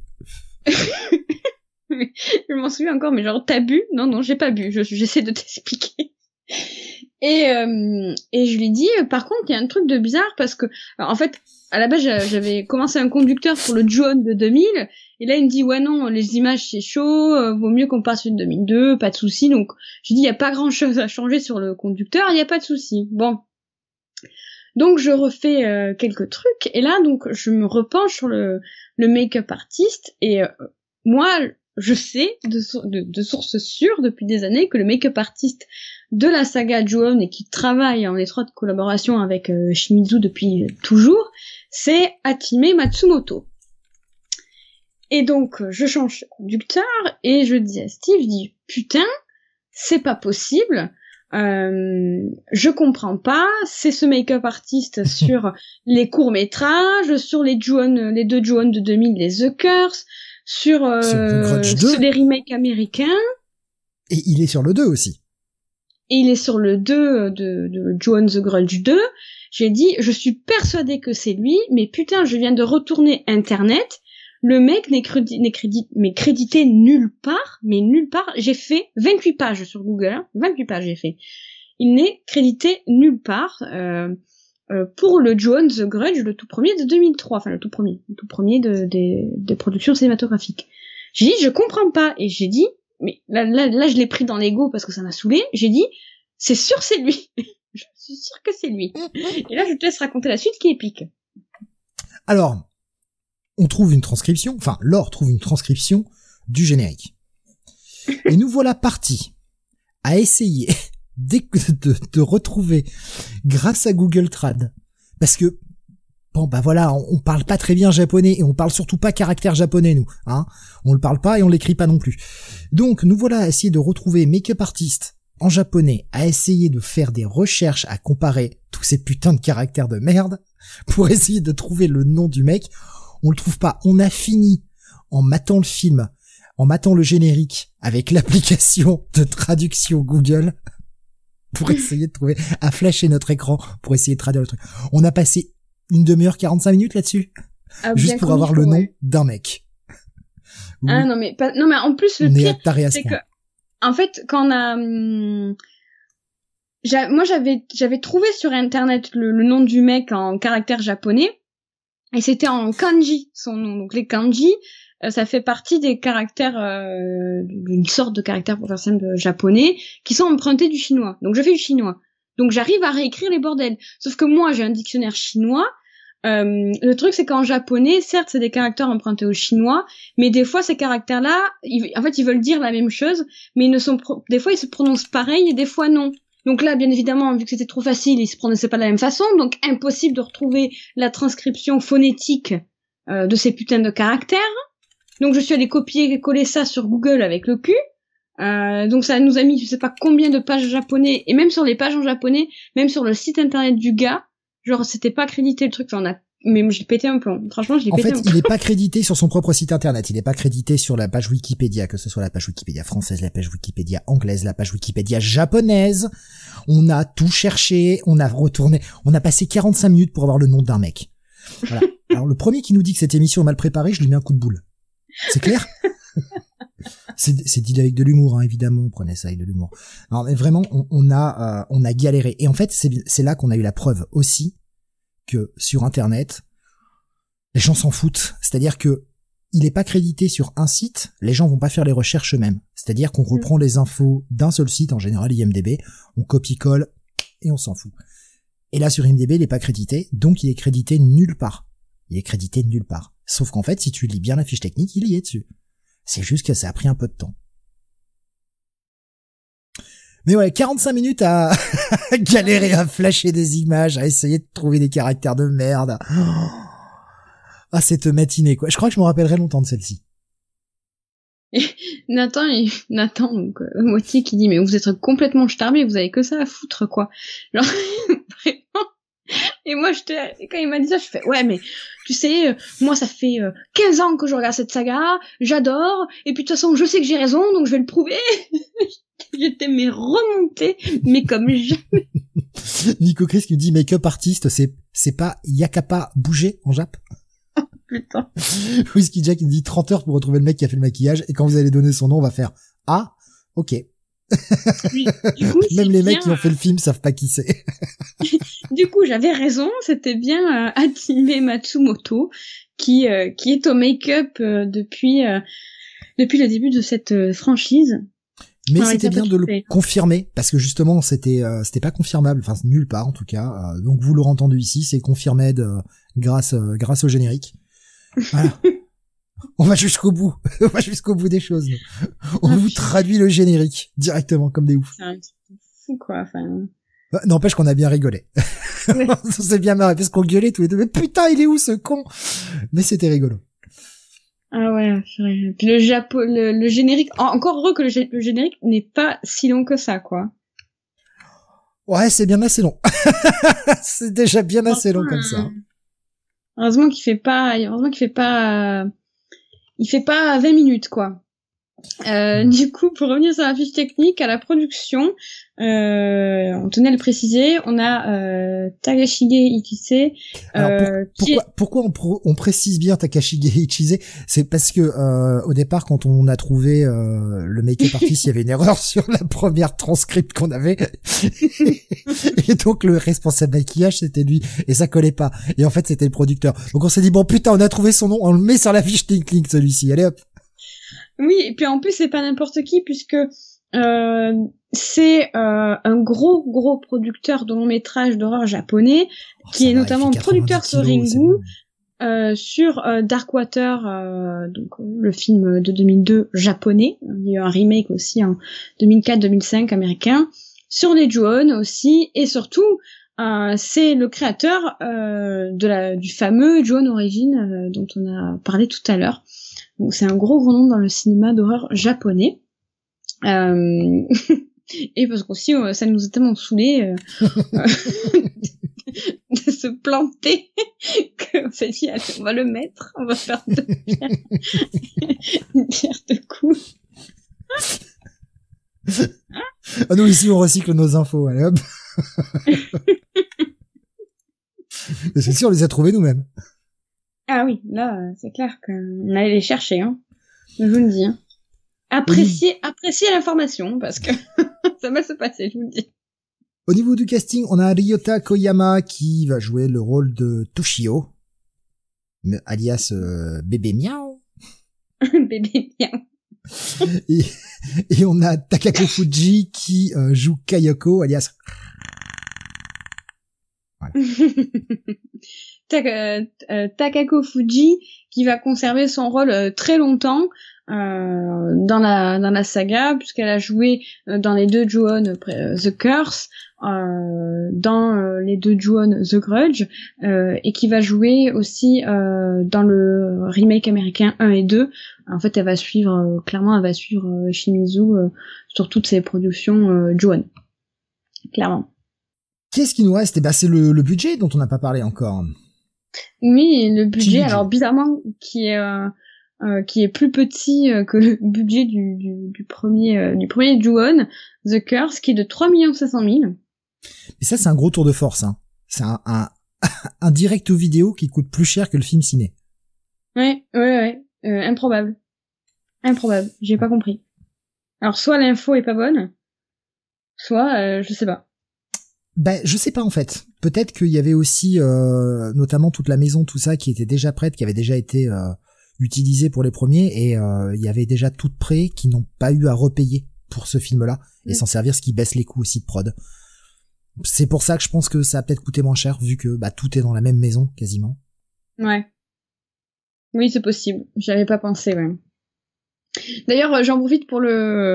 Je m'en souviens encore, mais genre t'as bu? Non, non, j'ai pas bu. Je, j'essaie de t'expliquer. Et euh, et je lui dis, par contre, il y a un truc de bizarre parce que, alors, en fait, à la base, j'avais commencé un conducteur pour le Ju-On de deux mille, et là il me dit ouais non, les images c'est chaud, euh, vaut mieux qu'on passe une deux mille deux, pas de souci. Donc j'ai dit il y a pas grand chose à changer sur le conducteur, il y a pas de souci. Bon. Donc je refais euh, quelques trucs et là donc je me repenche sur le le make-up artiste et euh, moi je sais de, de, de sources sûres depuis des années que le make-up artiste de la saga Ju-On et qui travaille en étroite collaboration avec euh, Shimizu depuis toujours, c'est Hajime Matsumoto. Et donc je change de conducteur et je dis à Steve, je dis putain, c'est pas possible. Euh, je comprends pas, c'est ce make-up artiste sur les courts-métrages, sur les Ju-On, les deux Ju-On de deux mille, les The Curse, sur, euh, sur les remakes américains. Et il est sur le deux aussi. Et il est sur le deux de, de Ju-On The Grudge deux. J'ai dit, je suis persuadée que c'est lui, mais putain, je viens de retourner Internet. Le mec n'est crédité, n'est crédité, mais crédité nulle part, mais nulle part. J'ai fait vingt-huit pages sur Google, hein, vingt-huit pages j'ai fait. Il n'est crédité nulle part euh, euh, pour le Ju-On The Grudge, le tout premier de deux mille trois, enfin le tout premier, le tout premier de, des, des productions cinématographiques. J'ai dit, je comprends pas. Et j'ai dit, mais là, là, là, je l'ai pris dans l'ego parce que ça m'a saoulé. J'ai dit, c'est sûr, c'est lui. Je suis sûre que c'est lui. Et là, je te laisse raconter la suite qui est épique. Alors, on trouve une transcription, enfin, Laure trouve une transcription du générique. Et nous voilà partis à essayer de, de, de retrouver, grâce à Google Trad, parce que, bon, bah voilà, on, on parle pas très bien japonais, et on parle surtout pas caractère japonais, nous, hein. On le parle pas et on l'écrit pas non plus. Donc, nous voilà à essayer de retrouver make-up artist en japonais, à essayer de faire des recherches, à comparer tous ces putains de caractères de merde, pour essayer de trouver le nom du mec. On le trouve pas. On a fini en matant le film, en matant le générique avec l'application de traduction Google pour essayer de trouver, à flasher notre écran pour essayer de traduire le truc. On a passé une demi-heure, quarante-cinq minutes là-dessus, ah, juste pour avoir le nom ouais. d'un mec. Oui. Ah non mais pas, non mais en plus le on pire c'est que en fait quand on a hum, j'a, moi j'avais j'avais trouvé sur internet le, le nom du mec en caractère japonais. Et c'était en kanji, son nom. Donc les kanji, euh, ça fait partie des caractères, euh, d'une sorte de caractères pour faire simple japonais, qui sont empruntés du chinois. Donc je fais du chinois. Donc j'arrive à réécrire les bordels. Sauf que moi, j'ai un dictionnaire chinois. Euh, le truc, c'est qu'en japonais, certes, c'est des caractères empruntés au chinois, mais des fois, ces caractères-là, ils, en fait, ils veulent dire la même chose, mais ils ne sont, pro- des fois, ils se prononcent pareil et des fois, non. Donc là, bien évidemment, vu que c'était trop facile, ils se prononçaient pas de la même façon, donc impossible de retrouver la transcription phonétique euh, de ces putains de caractères. Donc je suis allée copier et coller ça sur Google avec le cul. Euh, donc ça nous a mis je sais pas combien de pages japonais, et même sur les pages en japonais, même sur le site internet du gars, genre c'était pas crédité le truc, enfin on a mais j'ai pété un plomb. Franchement, j'ai pété un plomb. En fait, il n'est pas crédité sur son propre site internet. Il n'est pas crédité sur la page Wikipédia, que ce soit la page Wikipédia française, la page Wikipédia anglaise, la page Wikipédia japonaise. On a tout cherché, on a retourné, on a passé quarante-cinq minutes pour avoir le nom d'un mec. Voilà. Alors, le premier qui nous dit que cette émission est mal préparée, je lui mets un coup de boule. C'est clair? c'est, c'est dit avec de l'humour, hein, évidemment. Prenez ça avec de l'humour. Non, mais vraiment, on, on a, euh, on a galéré. Et en fait, c'est, c'est là qu'on a eu la preuve aussi que sur Internet, les gens s'en foutent. C'est-à-dire que il est pas crédité sur un site, les gens vont pas faire les recherches eux-mêmes. C'est-à-dire qu'on reprend mmh. les infos d'un seul site, en général I M D B, on copie-colle et on s'en fout. Et là, sur I M D B, il est pas crédité, donc il est crédité nulle part. Il est crédité nulle part. Sauf qu'en fait, si tu lis bien la fiche technique, il y est dessus. C'est juste que ça a pris un peu de temps. Mais ouais, quarante-cinq minutes à galérer à flasher des images, à essayer de trouver des caractères de merde. Ah, cette matinée, quoi. Je crois que je me rappellerai longtemps de celle-ci. Et Nathan, il... Nathan, donc, euh, moitié qui dit, mais vous êtes complètement starbé, vous avez que ça à foutre, quoi. Genre, vraiment. Et moi, je te... Et quand il m'a dit ça, je fais, ouais, mais, tu sais, euh, moi, ça fait euh, quinze ans que je regarde cette saga, j'adore, et puis de toute façon, je sais que j'ai raison, donc je vais le prouver. J'étais, mais remontée, mais comme jamais. Nico Chris qui me dit, make-up artiste, c'est, c'est pas Yakapa bouger en Jap? Putain. Whisky Jack il me dit trente heures pour retrouver le mec qui a fait le maquillage, et quand vous allez donner son nom, on va faire ah, ok. Oui, du coup, même les bien... mecs qui ont fait le film savent pas qui c'est. Du coup, j'avais raison, c'était bien euh, Hajime Matsumoto qui euh, qui est au make-up euh, depuis euh, depuis le début de cette euh, franchise. Mais enfin, c'était bien de le confirmer, parce que justement c'était euh, c'était pas confirmable, enfin nulle part en tout cas. Euh, donc vous l'aurez entendu ici, c'est confirmé de, grâce euh, grâce au générique. Voilà. On va jusqu'au bout, on va jusqu'au bout des choses. Nous. On ah, vous traduit le générique directement comme des oufs. C'est fou quoi. Enfin. N'empêche qu'on a bien rigolé. Ouais. On s'est bien marré parce qu'on gueulait tous les deux. Mais putain, il est où ce con? Mais c'était rigolo. Ah ouais, puis le Japon, le, le générique, encore heureux que le, le générique n'est pas si long que ça, quoi. Ouais, c'est bien assez long. C'est déjà bien assez long comme ça. Heureusement qu'il fait pas, heureusement qu'il fait pas, euh, il fait pas vingt minutes, quoi. Euh, mmh. Du coup, pour revenir sur la fiche technique, à la production, euh, on tenait à le préciser, on a euh, Takashige Ichise. Euh, pour, pourquoi, est... pourquoi on, pro, on précise bien Takashige Ichise? C'est parce que euh, au départ, quand on a trouvé euh, le make-up artist, il y avait une erreur sur la première transcript qu'on avait, et donc le responsable maquillage c'était lui, et ça collait pas. Et en fait, c'était le producteur. Donc on s'est dit bon putain, on a trouvé son nom, on le met sur la fiche technique celui-ci. Allez hop. Oui, et puis en plus c'est pas n'importe qui puisque euh, c'est euh, un gros gros producteur de long métrage d'horreur japonais Oh, qui est va, notamment producteur sur Ringu, bon. euh, sur euh, Darkwater, euh, donc le film de deux mille deux japonais. Il y a eu un remake aussi en deux mille quatre deux mille cinq américain. Sur les Ju-On aussi, et surtout euh, c'est le créateur euh, de la du fameux Ju-On Origin euh, dont on a parlé tout à l'heure. Donc c'est un gros gros nom dans le cinéma d'horreur japonais. Euh... et parce qu'aussi euh, ça nous a tellement saoulés euh, de se planter qu'on s'est dit allez, on va le mettre, on va faire deux pierres, une pierre de coups. Ah, nous ici on recycle nos infos, allez hop. Mais c'est sûr, on les a trouvés nous-mêmes. Ah oui, là c'est clair qu'on allait les chercher, hein. Je vous le dis. Hein. Appréciez, oui. appréciez l'information parce que ça va se passer, je vous le dis. Au niveau du casting, on a Ryota Koyama qui va jouer le rôle de Toshio, alias euh, Bébé Miao. Bébé Miao. et, et on a Takako Fuji qui euh, joue Kayoko, alias... Voilà. Tak- euh, Takako Fuji qui va conserver son rôle euh, très longtemps euh, dans la dans la saga puisqu'elle a joué euh, dans les deux Ju-On euh, The Curse, euh, dans euh, les deux Ju-On The Grudge euh, et qui va jouer aussi euh, dans le remake américain un et deux. En fait, elle va suivre euh, clairement elle va suivre euh, Shimizu euh, sur toutes ses productions euh, Ju-On. Clairement. Qu'est-ce qui nous reste? Eh ben, c'est le, le budget dont on n'a pas parlé encore. Oui, le budget, budget. alors bizarrement, qui est euh, euh, qui est plus petit euh, que le budget du du, du premier euh, du premier Ju-On, The Curse, qui est de trois millions cinq cent mille. Et ça, c'est un gros tour de force. Hein. C'est un, un un direct ou vidéo qui coûte plus cher que le film ciné. Ouais, ouais, ouais, euh, improbable, improbable. J'ai pas compris. Alors soit l'info est pas bonne, soit euh, je sais pas. Ben, je sais pas en fait. Peut-être qu'il y avait aussi, euh, notamment toute la maison, tout ça, qui était déjà prête, qui avait déjà été euh, utilisée pour les premiers, et euh, il y avait déjà toutes prêts qui n'ont pas eu à repayer pour ce film-là, et mmh. s'en servir, ce qui baisse les coûts aussi de prod. C'est pour ça que je pense que ça a peut-être coûté moins cher, vu que bah tout est dans la même maison, quasiment. Ouais. Oui, c'est possible. J'avais pas pensé, ouais. D'ailleurs, j'en profite pour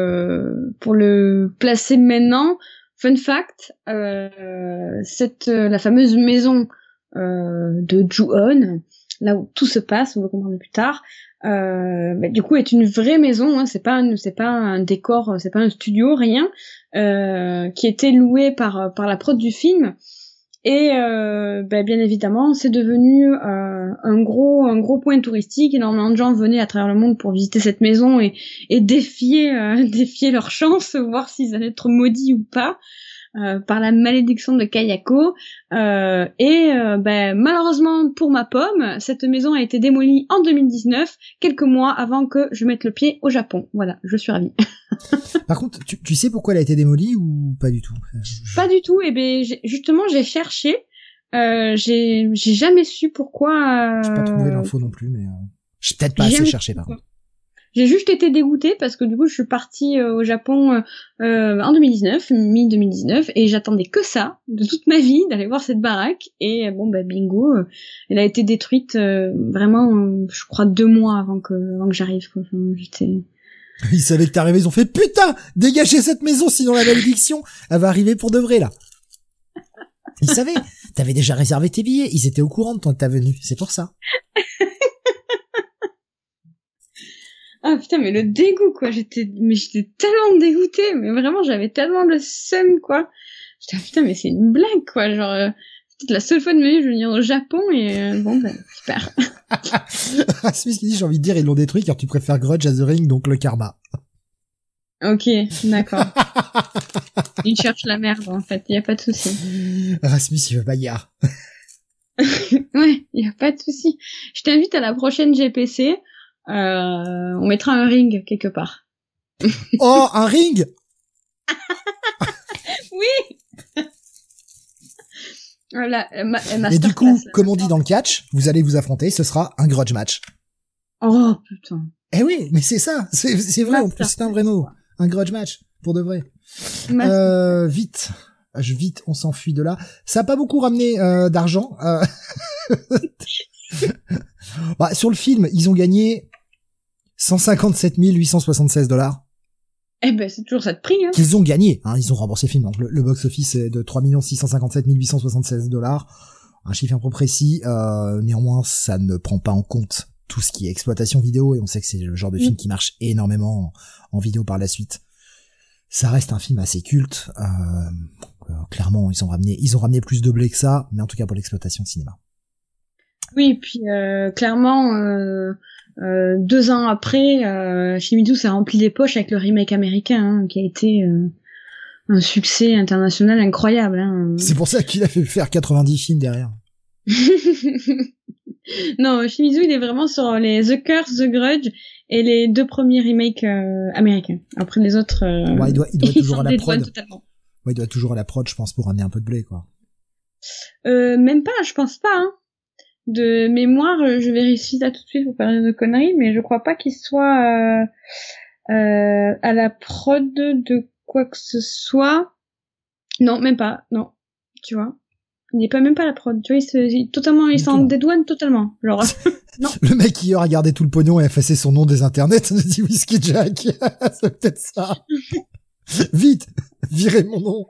le pour le placer maintenant. Fun fact, euh, cette la fameuse maison euh, de Ju-On, là où tout se passe, on va comprendre plus tard, euh, bah, du coup est une vraie maison, hein, c'est pas un, c'est pas un décor, c'est pas un studio, rien, euh, qui était loué par par la prod du film. Et euh, bah, bien évidemment, c'est devenu euh, un gros un gros point touristique. Énormément de gens venaient à travers le monde pour visiter cette maison et, et défier euh, défier leur chance, voir s'ils allaient être maudits ou pas euh, par la malédiction de Kayako. Euh, et euh, bah, malheureusement pour ma pomme, cette maison a été démolie en deux mille dix-neuf, quelques mois avant que je mette le pied au Japon. Voilà, je suis ravie. Par contre, tu, tu sais pourquoi elle a été démolie ou pas du tout? Pas du tout. Et ben j'ai, justement, j'ai cherché. Euh, j'ai, j'ai jamais su pourquoi. Euh... J'ai pas trouvé l'info non plus, mais euh... j'ai peut-être pas assez cherché par contre. J'ai juste été dégoûtée parce que du coup, je suis partie euh, au Japon euh, euh, en deux mille dix-neuf, mi deux mille dix-neuf, et j'attendais que ça de toute ma vie, d'aller voir cette baraque. Et bon, bah bingo, euh, elle a été détruite euh, vraiment, euh, je crois, deux mois avant que, avant que j'arrive. Quoi. Enfin, j'étais. Ils savaient que t'arrivais, ils ont fait putain, dégagez cette maison, sinon la malédiction, elle va arriver pour de vrai là. Ils savaient, t'avais déjà réservé tes billets, ils étaient au courant de ton ta venue, c'est pour ça. Ah putain, mais le dégoût quoi, j'étais, mais j'étais tellement dégoûtée, mais vraiment j'avais tellement le seum quoi. J'étais ah, putain mais c'est une blague quoi, genre euh, c'était la seule fois de ma vie que je vais venir au Japon et euh, bon ben super. Rasmus qui dit j'ai envie de dire ils l'ont détruit car tu préfères Grudge à The Ring donc le karma. Ok, d'accord. Il cherche la merde en fait, y a pas de souci. Rasmus il veut bagarre. Ouais, y a pas de souci. Je t'invite à la prochaine G P C. Euh, on mettra un ring quelque part. Oh, un ring. Oui. Voilà, ma, ma et du coup, class, comme on dit dans le catch, vous allez vous affronter, ce sera un grudge match. Oh putain. Eh oui, mais c'est ça, c'est, c'est vrai, en plus, c'est un vrai mot. Un grudge match, pour de vrai. Euh, vite, je, vite, on s'enfuit de là. Ça a pas beaucoup ramené euh, d'argent. Euh... bah, sur le film, ils ont gagné cent cinquante-sept mille huit cent soixante-seize dollars. Eh ben, c'est toujours ça de prix, hein. Qu'ils ont gagné, hein, ils ont remboursé le film. Donc, le, le box-office est de trois millions six cent cinquante-sept mille huit cent soixante-seize dollars. Un chiffre un peu précis. Euh, néanmoins, ça ne prend pas en compte tout ce qui est exploitation vidéo, et on sait que c'est le genre de film mmh. qui marche énormément en, en vidéo par la suite. Ça reste un film assez culte. Euh, euh, clairement, ils ont ramené, ils ont ramené plus de blé que ça, mais en tout cas pour l'exploitation de cinéma. Oui, puis euh, clairement, euh, euh, deux ans après, euh, Shimizu s'est rempli les poches avec le remake américain, hein, qui a été euh, un succès international incroyable. Hein. C'est pour ça qu'il a fait faire quatre-vingt-dix films derrière. Non, Shimizu, il est vraiment sur les The Curse, The Grudge et les deux premiers remakes euh, américains. Après les autres, euh, ouais, il doit, il doit toujours à la prod. Totalement. Ouais, il doit toujours à la prod, je pense, pour ramener un peu de blé, quoi. Euh, même pas, je pense pas. Hein. De mémoire, je vérifie ça tout de suite pour parler de conneries, mais je crois pas qu'il soit euh, euh, à la prod de quoi que ce soit. Non, même pas. Non, tu vois. Il n'est pas même pas à la prod, tu vois, il se, il, totalement, il s'en dédouane totalement, genre, non. Le mec qui a regardé tout le pognon et a effacé son nom des internets, on a dit Whiskey Jack. C'est peut-être ça. Vite, virez mon nom.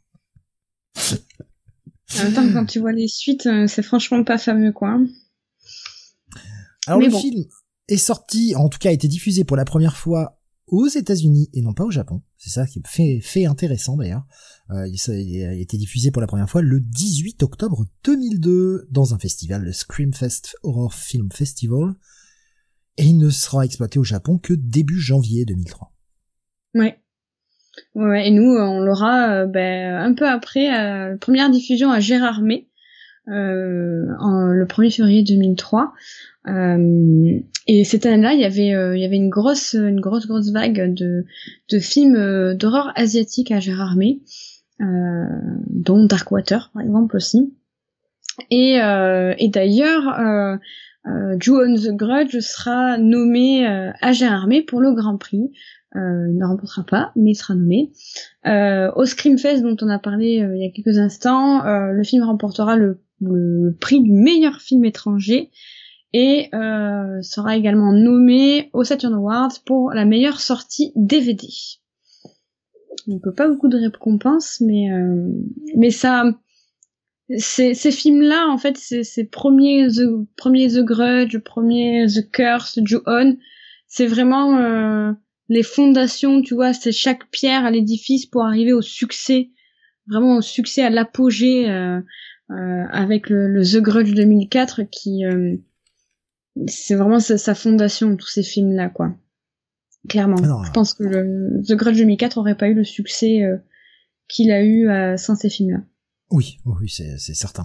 En même temps, quand tu vois les suites, c'est franchement pas fameux, quoi. Alors, Mais le bon. film est sorti, en tout cas, a été diffusé pour la première fois aux États-Unis et non pas au Japon. C'est ça qui fait, fait intéressant d'ailleurs. Euh, il, il a été diffusé pour la première fois le dix-huit octobre deux mille deux dans un festival, le Screamfest Horror Film Festival, et il ne sera exploité au Japon que début janvier deux mille trois. Ouais. Ouais, et nous, on l'aura euh, ben, un peu après, euh, première diffusion à Gérardmer, euh, en, le premier février deux mille trois. Euh, et cette année-là, il y avait, euh, il y avait une grosse, une grosse, grosse vague de, de films euh, d'horreur asiatique à Gérardmer, euh, dont Darkwater, par exemple, aussi. Et, euh, et d'ailleurs, euh, euh, Ju-On the Grudge sera nommé euh, à Gérardmer pour le Grand Prix. Euh, il ne remportera pas, mais il sera nommé. Euh, au Screamfest, dont on a parlé euh, il y a quelques instants, euh, le film remportera le, le prix du meilleur film étranger et euh, sera également nommé au Saturn Awards pour la meilleure sortie D V D. Donc pas beaucoup de récompenses, mais euh, mais ça, ces, ces films-là, en fait, ces, ces premiers The, premiers The Grudge, premiers The Curse, Ju-On, c'est vraiment euh, les fondations, tu vois, c'est chaque pierre à l'édifice pour arriver au succès, vraiment au succès, à l'apogée euh, euh, avec le, le The Grudge deux mille quatre qui euh, c'est vraiment sa, sa fondation, tous ces films-là, quoi. Clairement. Alors, je pense que le The Grudge deux mille quatre aurait pas eu le succès euh, qu'il a eu euh, sans ces films-là. Oui, oui, c'est, c'est certain.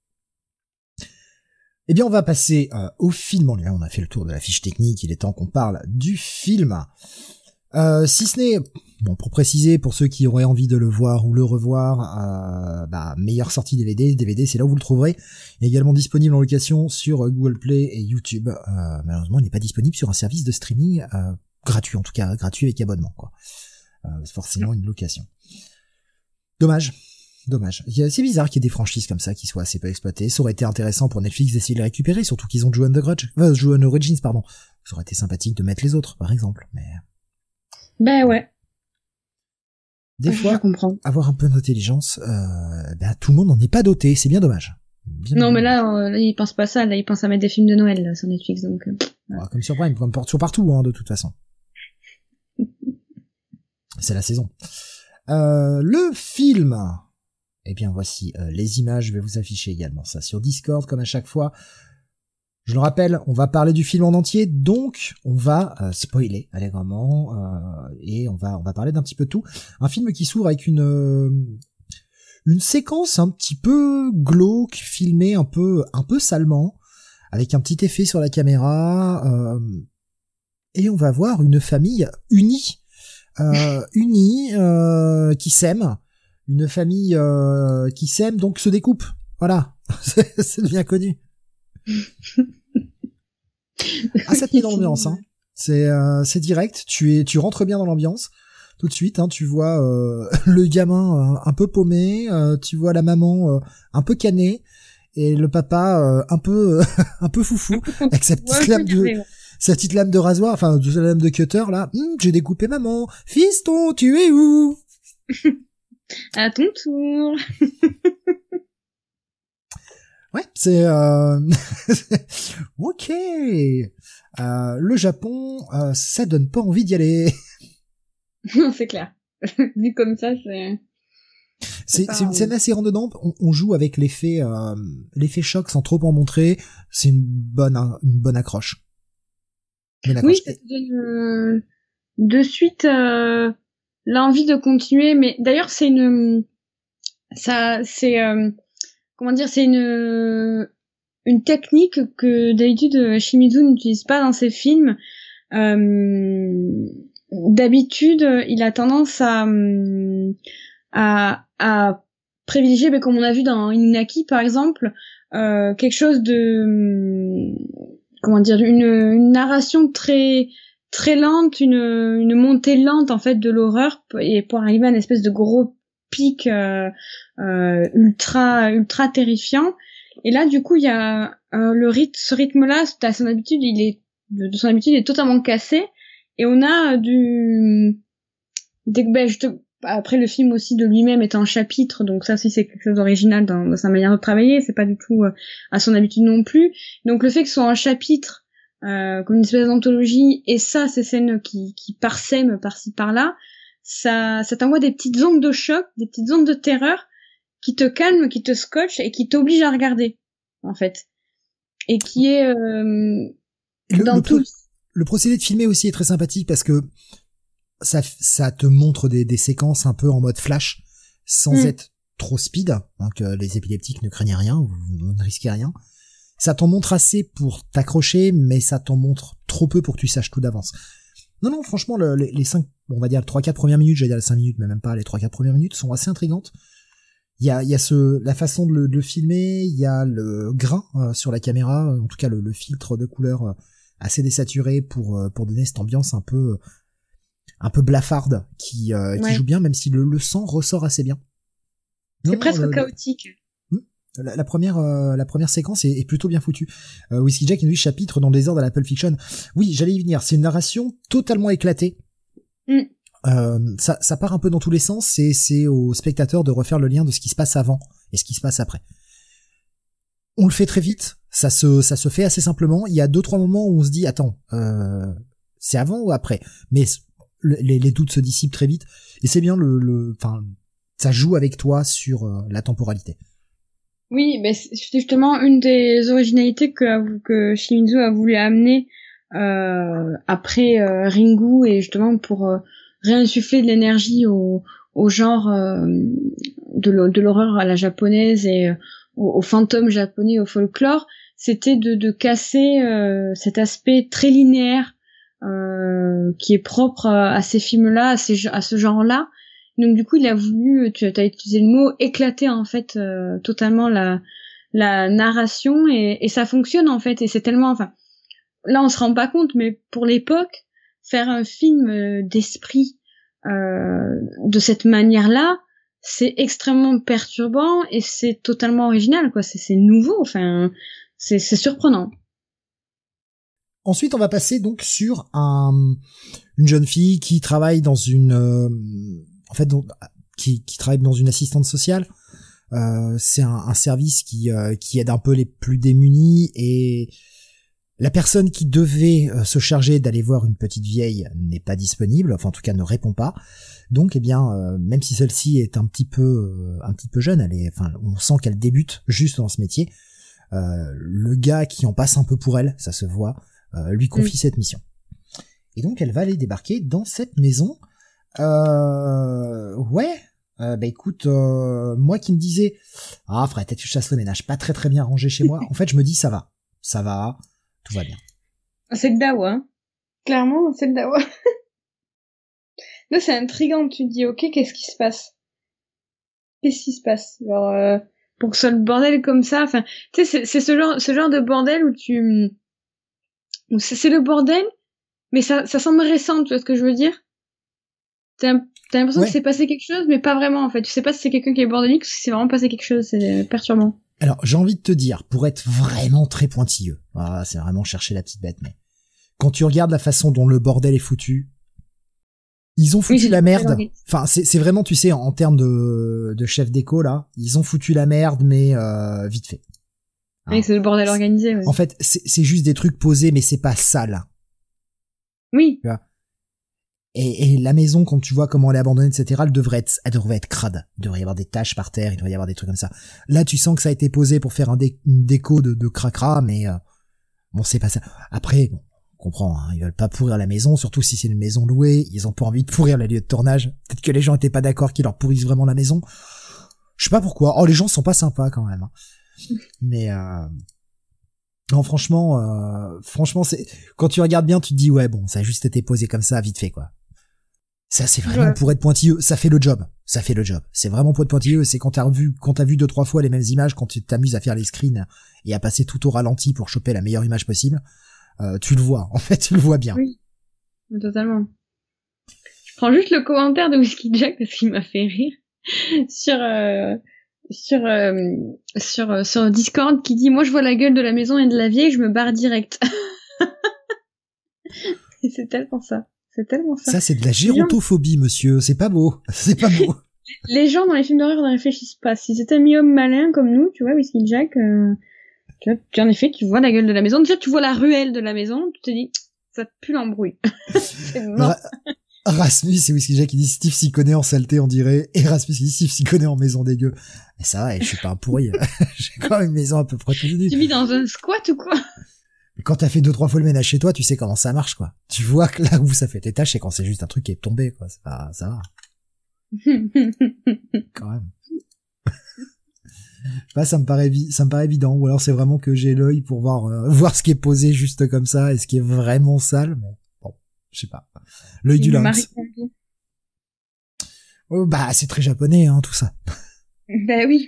Eh bien, on va passer euh, au film. Bon, là, on a fait le tour de la fiche technique. Il est temps qu'on parle du film. Euh, si ce n'est, bon, pour préciser, pour ceux qui auraient envie de le voir ou le revoir, euh, bah, meilleure sortie D V D. D V D, c'est là où vous le trouverez. Il est également disponible en location sur Google Play et YouTube. Euh, malheureusement, il n'est pas disponible sur un service de streaming euh, gratuit, en tout cas gratuit avec abonnement, quoi. Euh, c'est forcément une location. Dommage. Dommage. C'est bizarre qu'il y ait des franchises comme ça qui soient assez peu exploitées. Ça aurait été intéressant pour Netflix d'essayer de les récupérer, surtout qu'ils ont Ju-On the Grudge, euh, Ju-On Origins, pardon. Ça aurait été sympathique de mettre les autres, par exemple, mais... Ben ouais. Des ouais, fois, avoir un peu d'intelligence, euh, ben tout le monde n'en est pas doté, c'est bien dommage. Bien non, mais là, euh, là, ils pensent pas ça, là, ils pensent à mettre des films de Noël, là, sur Netflix, donc... Euh, ouais, comme sur Prime, comme sur partout, hein, de toute façon. C'est la saison. Euh, le film... Eh bien, voici euh, les images, je vais vous afficher également ça sur Discord, comme à chaque fois. Je le rappelle, on va parler du film en entier, donc on va euh, spoiler allègrement, euh, et on va on va parler d'un petit peu de tout. Un film qui s'ouvre avec une euh, une séquence un petit peu glauque, filmée un peu un peu salement, avec un petit effet sur la caméra, euh, et on va voir une famille unie, euh, unie, euh, qui s'aime. Une famille euh, qui s'aime, donc se découpe. Voilà, c'est, c'est bien connu. Ah, ça te met dans l'ambiance, hein. C'est euh, c'est direct. Tu es, tu rentres bien dans l'ambiance tout de suite. Hein, tu vois euh, le gamin euh, un peu paumé, euh, tu vois la maman euh, un peu canée et le papa euh, un peu un peu foufou avec sa petite lame de sa petite lame de rasoir, enfin de sa lame de cutter là. Hm, j'ai découpé maman. Fiston, tu es où? À ton tour. Ouais, c'est euh... ok. Euh, le Japon, euh, ça donne pas envie d'y aller. Non, c'est clair. Vu comme ça, c'est. C'est, c'est une scène assez rentre-dedans. On, on joue avec l'effet, euh, l'effet choc sans trop en montrer. C'est une bonne, une bonne accroche. Bonne accroche. Oui, ça te donne euh, de suite euh, l'envie de continuer. Mais d'ailleurs, c'est une, ça, c'est euh, comment dire, c'est une une technique que d'habitude Shimizu n'utilise pas dans ses films. Euh, d'habitude, il a tendance à à, à privilégier, mais comme on a vu dans Inunaki par exemple, euh, quelque chose de comment dire, une, une narration très très lente, une, une montée lente en fait de l'horreur, et pour arriver à une espèce de gros pic euh, euh, ultra ultra terrifiant. Et là, du coup, il y a euh, le rythme, ce rythme-là, à son habitude, il est de son habitude, il est totalement cassé. Et on a du, des, ben, je te, après le film aussi de lui-même est un chapitre, donc ça aussi c'est quelque chose d'original dans, dans sa manière de travailler. C'est pas du tout euh, à son habitude non plus. Donc le fait que ce soit un chapitre, euh, comme une espèce d'anthologie, et ça, ces scènes qui, qui parsèment par-ci par-là, ça, ça t'envoie des petites ondes de choc, des petites ondes de terreur, qui te calme, qui te scotche et qui t'oblige à regarder, en fait. Et qui est euh, le, dans le tout. Pro- le procédé de filmer aussi est très sympathique parce que ça, ça te montre des, des séquences un peu en mode flash, sans mmh. être trop speed. Donc euh, les épileptiques ne craignez rien, vous, vous ne risquez rien. Ça t'en montre assez pour t'accrocher, mais ça t'en montre trop peu pour que tu saches tout d'avance. Non, non, franchement, le, les, les cinq, on va dire les trois quatre premières minutes, j'allais dire les cinq minutes, mais même pas, les trois quatre premières minutes sont assez intrigantes. Il y a, il y a ce, la façon de le, de le filmer, il y a le grain euh, sur la caméra, en tout cas le, le filtre de couleur euh, assez désaturé pour euh, pour donner cette ambiance un peu un peu blafarde qui euh, ouais. qui joue bien, même si le, le sang ressort assez bien. C'est non, presque le, chaotique. Le, la, la première euh, la première séquence est, est plutôt bien foutue. Euh, Whiskey Jack nous dit chapitre dans le désordre à la Pulp Fiction. Oui, j'allais y venir. C'est une narration totalement éclatée. Mm. Euh, ça, ça part un peu dans tous les sens, c'est, c'est au spectateur de refaire le lien de ce qui se passe avant et ce qui se passe après. On le fait très vite, ça se, ça se fait assez simplement. Il y a deux trois moments où on se dit attends, euh, c'est avant ou après, mais le, les, les doutes se dissipent très vite et c'est bien le, le, enfin, ça joue avec toi sur euh, la temporalité. Oui, mais c'est justement une des originalités que que Shimizu a voulu amener euh, après euh, Ringu et justement pour euh, réinsuffler de l'énergie au, au genre euh, de l'horreur à la japonaise et euh, au, au fantôme japonais, au folklore, c'était de, de casser euh, cet aspect très linéaire euh, qui est propre à, à ces films-là, à, ces, à ce genre-là. Donc du coup, il a voulu, tu as utilisé le mot, éclater en fait euh, totalement la, la narration et, et ça fonctionne en fait. Et c'est tellement, enfin, là on se rend pas compte, mais pour l'époque, faire un film d'esprit euh, de cette manière-là, c'est extrêmement perturbant et c'est totalement original, quoi. C'est, c'est nouveau, enfin, c'est, c'est surprenant. Ensuite, on va passer donc sur un, une jeune fille qui travaille dans une, euh, en fait, donc, qui, qui travaille dans une assistante sociale. Euh, c'est un, un service qui, euh, qui aide un peu les plus démunis et la personne qui devait euh, se charger d'aller voir une petite vieille n'est pas disponible, enfin en tout cas ne répond pas. Donc eh bien euh, même si celle-ci est un petit peu euh, un petit peu jeune, elle est enfin on sent qu'elle débute juste dans ce métier. Euh, le gars qui en passe un peu pour elle, ça se voit, euh, lui confie mmh. cette mission. Et donc elle va aller débarquer dans cette maison. Euh ouais, euh, bah écoute, euh, moi qui me disais ah frère, peut-être que je chasse le ménage pas très très bien rangé chez moi. En fait, je me dis ça va. Ça va. Tout va bien. C'est le dawa, hein. Clairement, c'est le dawa. Là, c'est intriguant. Tu te dis, ok, qu'est-ce qui se passe? Qu'est-ce qui se passe? Genre, euh, pour que ce soit le bordel comme ça, enfin, tu sais, c'est, c'est ce genre, ce genre de bordel où tu, où c'est, c'est le bordel, mais ça, ça semble récent, tu vois ce que je veux dire? T'as, t'as l'impression Ouais. que c'est passé quelque chose, mais pas vraiment, en fait. Tu sais pas si c'est quelqu'un qui est bordélique ou si c'est vraiment passé quelque chose, c'est perturbant. Alors, j'ai envie de te dire, pour être vraiment très pointilleux, ah, c'est vraiment chercher la petite bête, mais quand tu regardes la façon dont le bordel est foutu, ils ont foutu Oui, la merde. organisé. Enfin, c'est, c'est vraiment, tu sais, en, en termes de, de chef d'éco, là, ils ont foutu la merde, mais euh, vite fait. Hein. Oui, c'est le bordel organisé, ouais. En fait, c'est, c'est juste des trucs posés, mais c'est pas sale. Oui. Tu vois. Et, et la maison, quand tu vois comment elle est abandonnée, et cetera, elle devrait être, elle devrait être crade. Il devrait y avoir des taches par terre, il devrait y avoir des trucs comme ça. Là, tu sens que ça a été posé pour faire un dé, une déco de, de cracra, mais euh, bon, c'est pas ça. Après, bon, on comprend, hein, ils veulent pas pourrir la maison, surtout si c'est une maison louée, ils ont pas envie de pourrir les lieux de tournage. Peut-être que les gens étaient pas d'accord qu'ils leur pourrissent vraiment la maison. Je sais pas pourquoi. Oh, les gens sont pas sympas quand même. Hein. Mais euh... non, franchement, euh... franchement, c'est quand tu regardes bien, tu te dis ouais, bon, ça a juste été posé comme ça, vite fait quoi. Ça, c'est vraiment Ouais. pour être pointilleux. Ça fait le job. Ça fait le job. C'est vraiment pour être pointilleux. C'est quand t'as vu, quand t'as vu deux, trois fois les mêmes images, quand tu t'amuses à faire les screens et à passer tout au ralenti pour choper la meilleure image possible, euh, tu le vois. En fait, tu le vois bien. Oui. Totalement. Je prends juste le commentaire de Whiskey Jack parce qu'il m'a fait rire sur, euh, sur, euh, sur, euh, sur Discord qui dit, moi, je vois la gueule de la maison et de la vieille, je me barre direct. Et c'est tellement ça. C'est tellement ça. Ça, c'est de la gérontophobie, monsieur. C'est pas beau. C'est pas beau. Les gens dans les films d'horreur ne réfléchissent pas. S'ils étaient mi-hommes malins comme nous, tu vois, Whiskey Jack, euh, tu vois, tu, en effet, tu vois la gueule de la maison. Déjà, tu vois la ruelle de la maison, tu te dis, ça pue l'embrouille. C'est mort. Ra- Rasmus et Whiskey Jack qui dit Steve s'y connaît en saleté, on dirait. Et Rasmus qui dit Steve s'y connaît en maison dégueu. Mais ça va, et je suis pas un pourri. J'ai quand même une maison à peu près tout Tu vis dans un squat ou quoi? Mais quand t'as fait deux, trois fois le ménage chez toi, tu sais comment ça marche, quoi. Tu vois que là où ça fait tes tâches, c'est quand c'est juste un truc qui est tombé, quoi. C'est pas, ça va. Quand même. Bah, ça me paraît évi- ça me paraît évident. Ou alors c'est vraiment que j'ai l'œil pour voir, euh, voir ce qui est posé juste comme ça et ce qui est vraiment sale. Mais bon, je sais pas. L'œil du lynx. Oh, bah, c'est très japonais, hein, tout ça. Bah oui.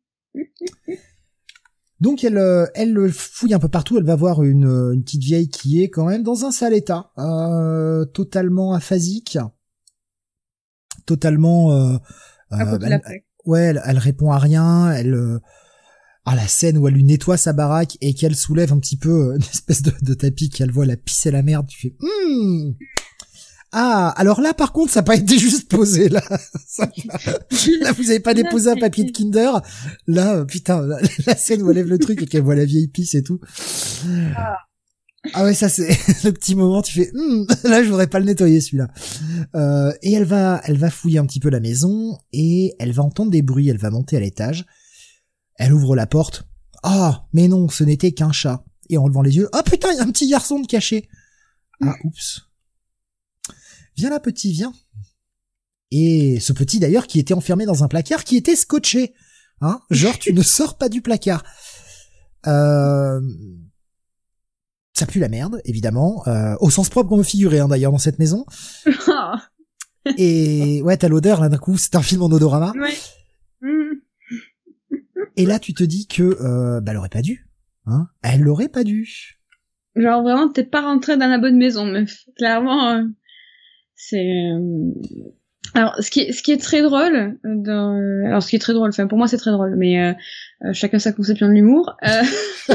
Donc elle, euh, elle fouille un peu partout. Elle va voir une, une petite vieille qui est quand même dans un sale état, euh, totalement aphasique, totalement. Euh, À côté euh, de la elle, plaque. ouais, elle, elle répond à rien. Elle, euh, ah, la scène où elle lui nettoie sa baraque et qu'elle soulève un petit peu euh, une espèce de, de tapis, qu'elle voit la pisse et la merde. Tu fais. Hmm. Ah, alors là, par contre, ça n'a pas été juste posé, là. Ça, là, vous avez pas déposé un papier de Kinder. Là, euh, putain, la, la scène où elle lève le truc et qu'elle voit la vieille pisse et tout. Ah, ah ouais, ça, c'est le petit moment, tu fais, hm, là, je voudrais pas le nettoyer, celui-là. Euh, et elle va, elle va fouiller un petit peu la maison et elle va entendre des bruits, elle va monter à l'étage. Elle ouvre la porte. Ah, mais non, ce n'était qu'un chat. Et en levant les yeux, ah putain, il y a un petit garçon de caché. Ah, oups. Viens là, petit, viens. Et ce petit, d'ailleurs, qui était enfermé dans un placard, qui était scotché. Hein, genre, tu ne sors pas du placard. Euh... Ça pue la merde, évidemment. Euh, au sens propre comme au figuré, hein, d'ailleurs, dans cette maison. Et ouais, t'as l'odeur, là, d'un coup, c'est un film en odorama. Ouais. Mmh. Et là, tu te dis que, euh, bah, elle aurait pas dû. Hein, elle l'aurait pas dû. Genre vraiment, t'es pas rentré dans la bonne maison, meuf. Clairement, euh, c'est... euh, Alors, ce qui est, ce qui est très drôle, dans... alors ce qui est très drôle, enfin pour moi c'est très drôle, mais euh, euh, chacun sa conception de l'humour. Euh...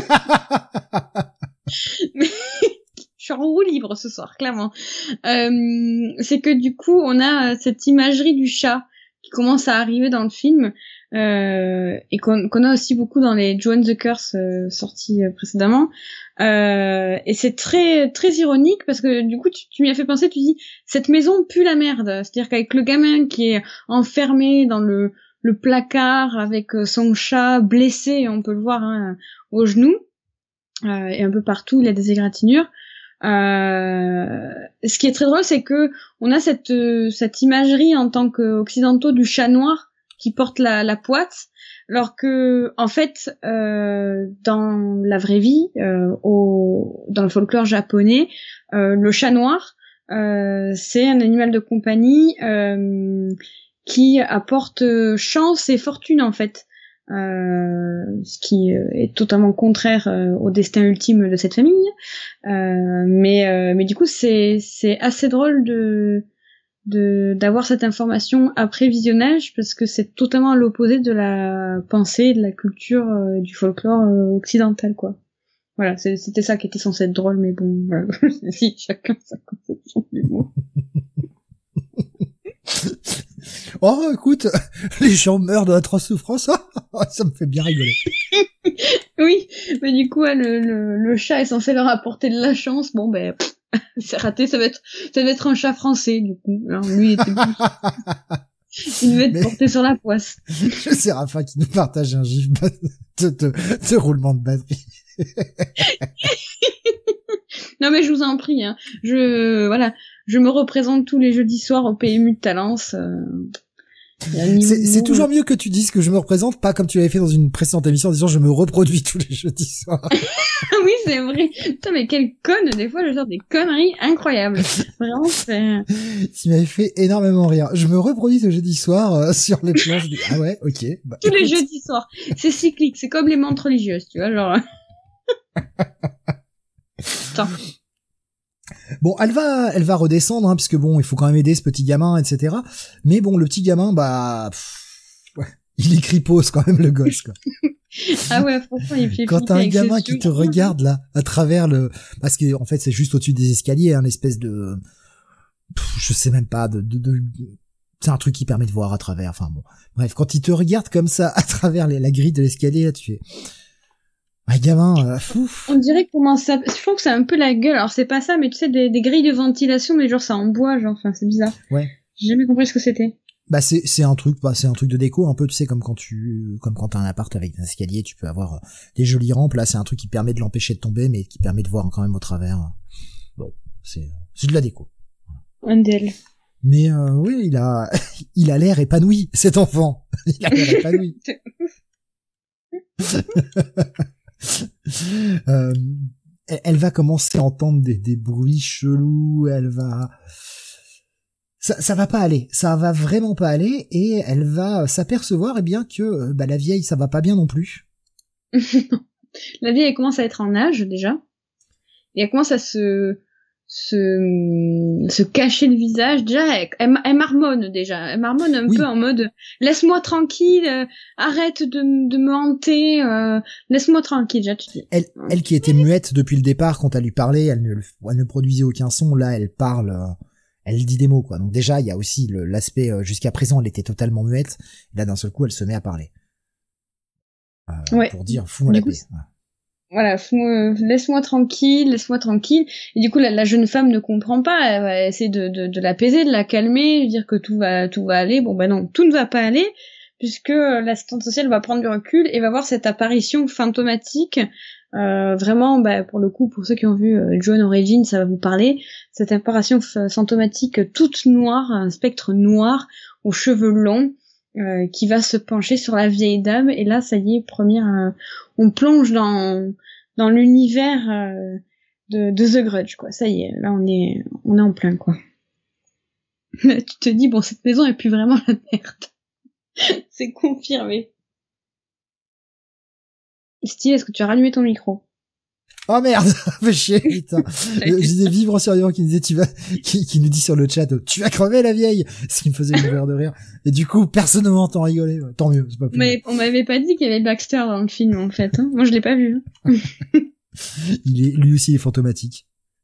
mais... Je suis en roue libre ce soir, clairement. Euh, c'est que du coup, on a cette imagerie du chat qui commence à arriver dans le film. Euh, et qu'on, qu'on a aussi beaucoup dans les Joan the Curse euh, sortis euh, précédemment. Euh, et c'est très très ironique parce que du coup tu, tu m'y as fait penser, tu dis cette maison pue la merde. C'est-à-dire qu'avec le gamin qui est enfermé dans le, le placard avec son chat blessé, on peut le voir hein, au genou, euh, et un peu partout il a des égratignures. Euh, ce qui est très drôle, c'est que on a cette cette imagerie en tant qu'occidentaux du chat noir qui porte la, la poite, alors que en fait euh, dans la vraie vie, euh, au, dans le folklore japonais, euh, le chat noir euh, c'est un animal de compagnie euh, qui apporte chance et fortune en fait. euh, ce qui est totalement contraire euh, au destin ultime de cette famille. Euh, mais euh, mais du coup, c'est c'est assez drôle de de d'avoir cette information après visionnage parce que c'est totalement à l'opposé de la pensée, de la culture, euh, du folklore euh, occidental, quoi. Voilà, c'était ça qui était censé être drôle, mais bon, voilà. Si, chacun sa conception du mot. Oh, écoute, les gens meurent de l'atroce souffrance, ça me fait bien rigoler. Oui, mais du coup, le, le, le chat est censé leur apporter de la chance, bon ben, pff, c'est raté, ça va être, ça va être un chat français, du coup. Alors, lui, il était il devait être mais... porté sur la poisse. C'est Rafa qui nous partage un gif de, de, de roulement de batterie. Non mais je vous en prie, hein. Je voilà, je me représente tous les jeudis soirs au P M U de Talence. Euh, c'est, c'est toujours mieux que tu dises que je me représente, pas comme tu avais fait dans une précédente émission en disant je me reproduis tous les jeudis soirs. Oui, c'est vrai. Putain, mais quelle conne, des fois je sors des conneries incroyables. Vraiment, c'est... Tu m'avais fait énormément rire. Je me reproduis ce jeudi soir euh, sur les planches. Du... Ah ouais, ok. Bah, tous écoute. les jeudis soirs. C'est cyclique, c'est comme les montres religieuses, tu vois, genre... Putain. Bon, elle va, elle va redescendre, hein, parce que bon, il faut quand même aider ce petit gamin, et cetera. Mais bon, le petit gamin, bah, pff, ouais, il est cripose quand même le gosse, quoi. Ah ouais, franchement, il fait quand t'as un gamin qui te regarde là, à travers le, parce que en fait, c'est juste au-dessus des escaliers, un espèce de, pff, je sais même pas, de, de, de, c'est un truc qui permet de voir à travers. Enfin bon, bref, quand il te regarde comme ça à travers les, la grille de l'escalier, là, tu fais. Un gamin, euh, fou. On dirait comment ça, je trouve que c'est un peu la gueule. Alors c'est pas ça, mais tu sais, des, des grilles de ventilation, mais genre ça en bois, genre, enfin, c'est bizarre. Ouais. J'ai jamais compris ce que c'était. Bah c'est c'est un truc, bah c'est un truc de déco un peu, tu sais, comme quand tu, comme quand t'as un appart avec des escaliers, tu peux avoir des jolies rampes. Là, c'est un truc qui permet de l'empêcher de tomber, mais qui permet de voir quand même au travers. Bon, c'est c'est de la déco. Un d'elle. Mais euh, oui, il a il a l'air épanoui, cet enfant. Il a l'air épanoui. euh, elle va commencer à entendre des, des bruits chelous, elle va... Ça, ça va pas aller, ça va vraiment pas aller, et elle va s'apercevoir eh bien que bah, la vieille, ça va pas bien non plus. La vieille, elle commence à être en âge, déjà, et elle commence à se... se, se cacher le visage. Déjà, elle, elle, elle marmonne déjà. Elle marmonne un oui. peu en mode laisse-moi tranquille, euh, arrête de, de me hanter, euh, laisse-moi tranquille. Déjà, tu dis. Elle, elle qui était muette depuis le départ, quand elle lui parlait, elle ne, elle ne produisait aucun son. Là, elle parle, euh, elle dit des mots, quoi. Donc déjà, il y a aussi le, l'aspect euh, jusqu'à présent, elle était totalement muette. Là, d'un seul coup, elle se met à parler euh, ouais. pour dire fous-moi la paix. Voilà, euh, laisse-moi tranquille, laisse-moi tranquille. Et du coup, la, la jeune femme ne comprend pas. Elle va essayer de, de, de l'apaiser, de la calmer, de dire que tout va, tout va aller. Bon, ben non, tout ne va pas aller, puisque l'assistante sociale va prendre du recul et va voir cette apparition fantomatique. Euh, vraiment, bah, pour le coup, pour ceux qui ont vu euh, Joan Origin, ça va vous parler. Cette apparition f- fantomatique toute noire, un spectre noir aux cheveux longs. Euh, qui va se pencher sur la vieille dame, et là ça y est, première euh, on plonge dans dans l'univers euh, de, de The Grudge, quoi. Ça y est, là on est on est en plein, quoi. Là, tu te dis bon, cette maison est plus vraiment la merde. C'est confirmé. Steve, est-ce que tu as rallumé ton micro? Oh merde, fais chier, putain. J'ai des vivres survivants qui nous disait, tu vas, qui, qui nous dit sur le chat, tu vas crever la vieille, ce qui me faisait mourir de rire. Et du coup, personne ne m'entend rigoler. Tant mieux, c'est pas plus. Mais on m'avait pas dit qu'il y avait Baxter dans le film, en fait. Hein. Moi, je l'ai pas vu. Hein. Il est, lui aussi, il est fantomatique.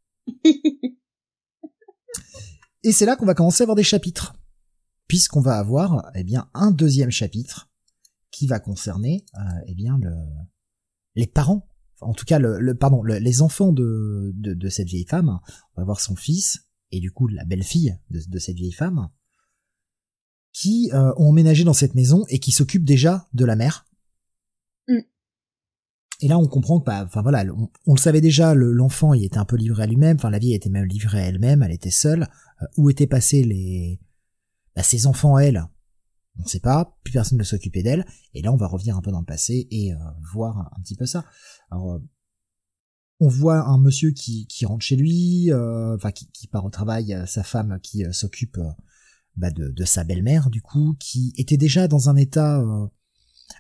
Et c'est là qu'on va commencer à avoir des chapitres. Puisqu'on va avoir, eh bien, un deuxième chapitre qui va concerner, euh, eh bien, le, les parents. En tout cas, le, le pardon, le, les enfants de, de de cette vieille femme. On va voir son fils et du coup la belle-fille de, de cette vieille femme qui euh, ont emménagé dans cette maison et qui s'occupent déjà de la mère. Mm. Et là, on comprend que, bah, enfin voilà, on, on le savait déjà, le, l'enfant, il était un peu livré à lui-même. Enfin, la vieille était même livrée à elle-même. Elle était seule. Euh, où étaient passés les, bah, ses enfants, elle? On ne sait pas, plus personne ne s'occupait d'elle, et là on va revenir un peu dans le passé et euh, voir un, un petit peu ça. Alors, euh, on voit un monsieur qui, qui rentre chez lui, euh, enfin qui, qui part au travail, euh, sa femme qui euh, s'occupe euh, bah, de, de sa belle-mère du coup, qui était déjà dans un état... Euh...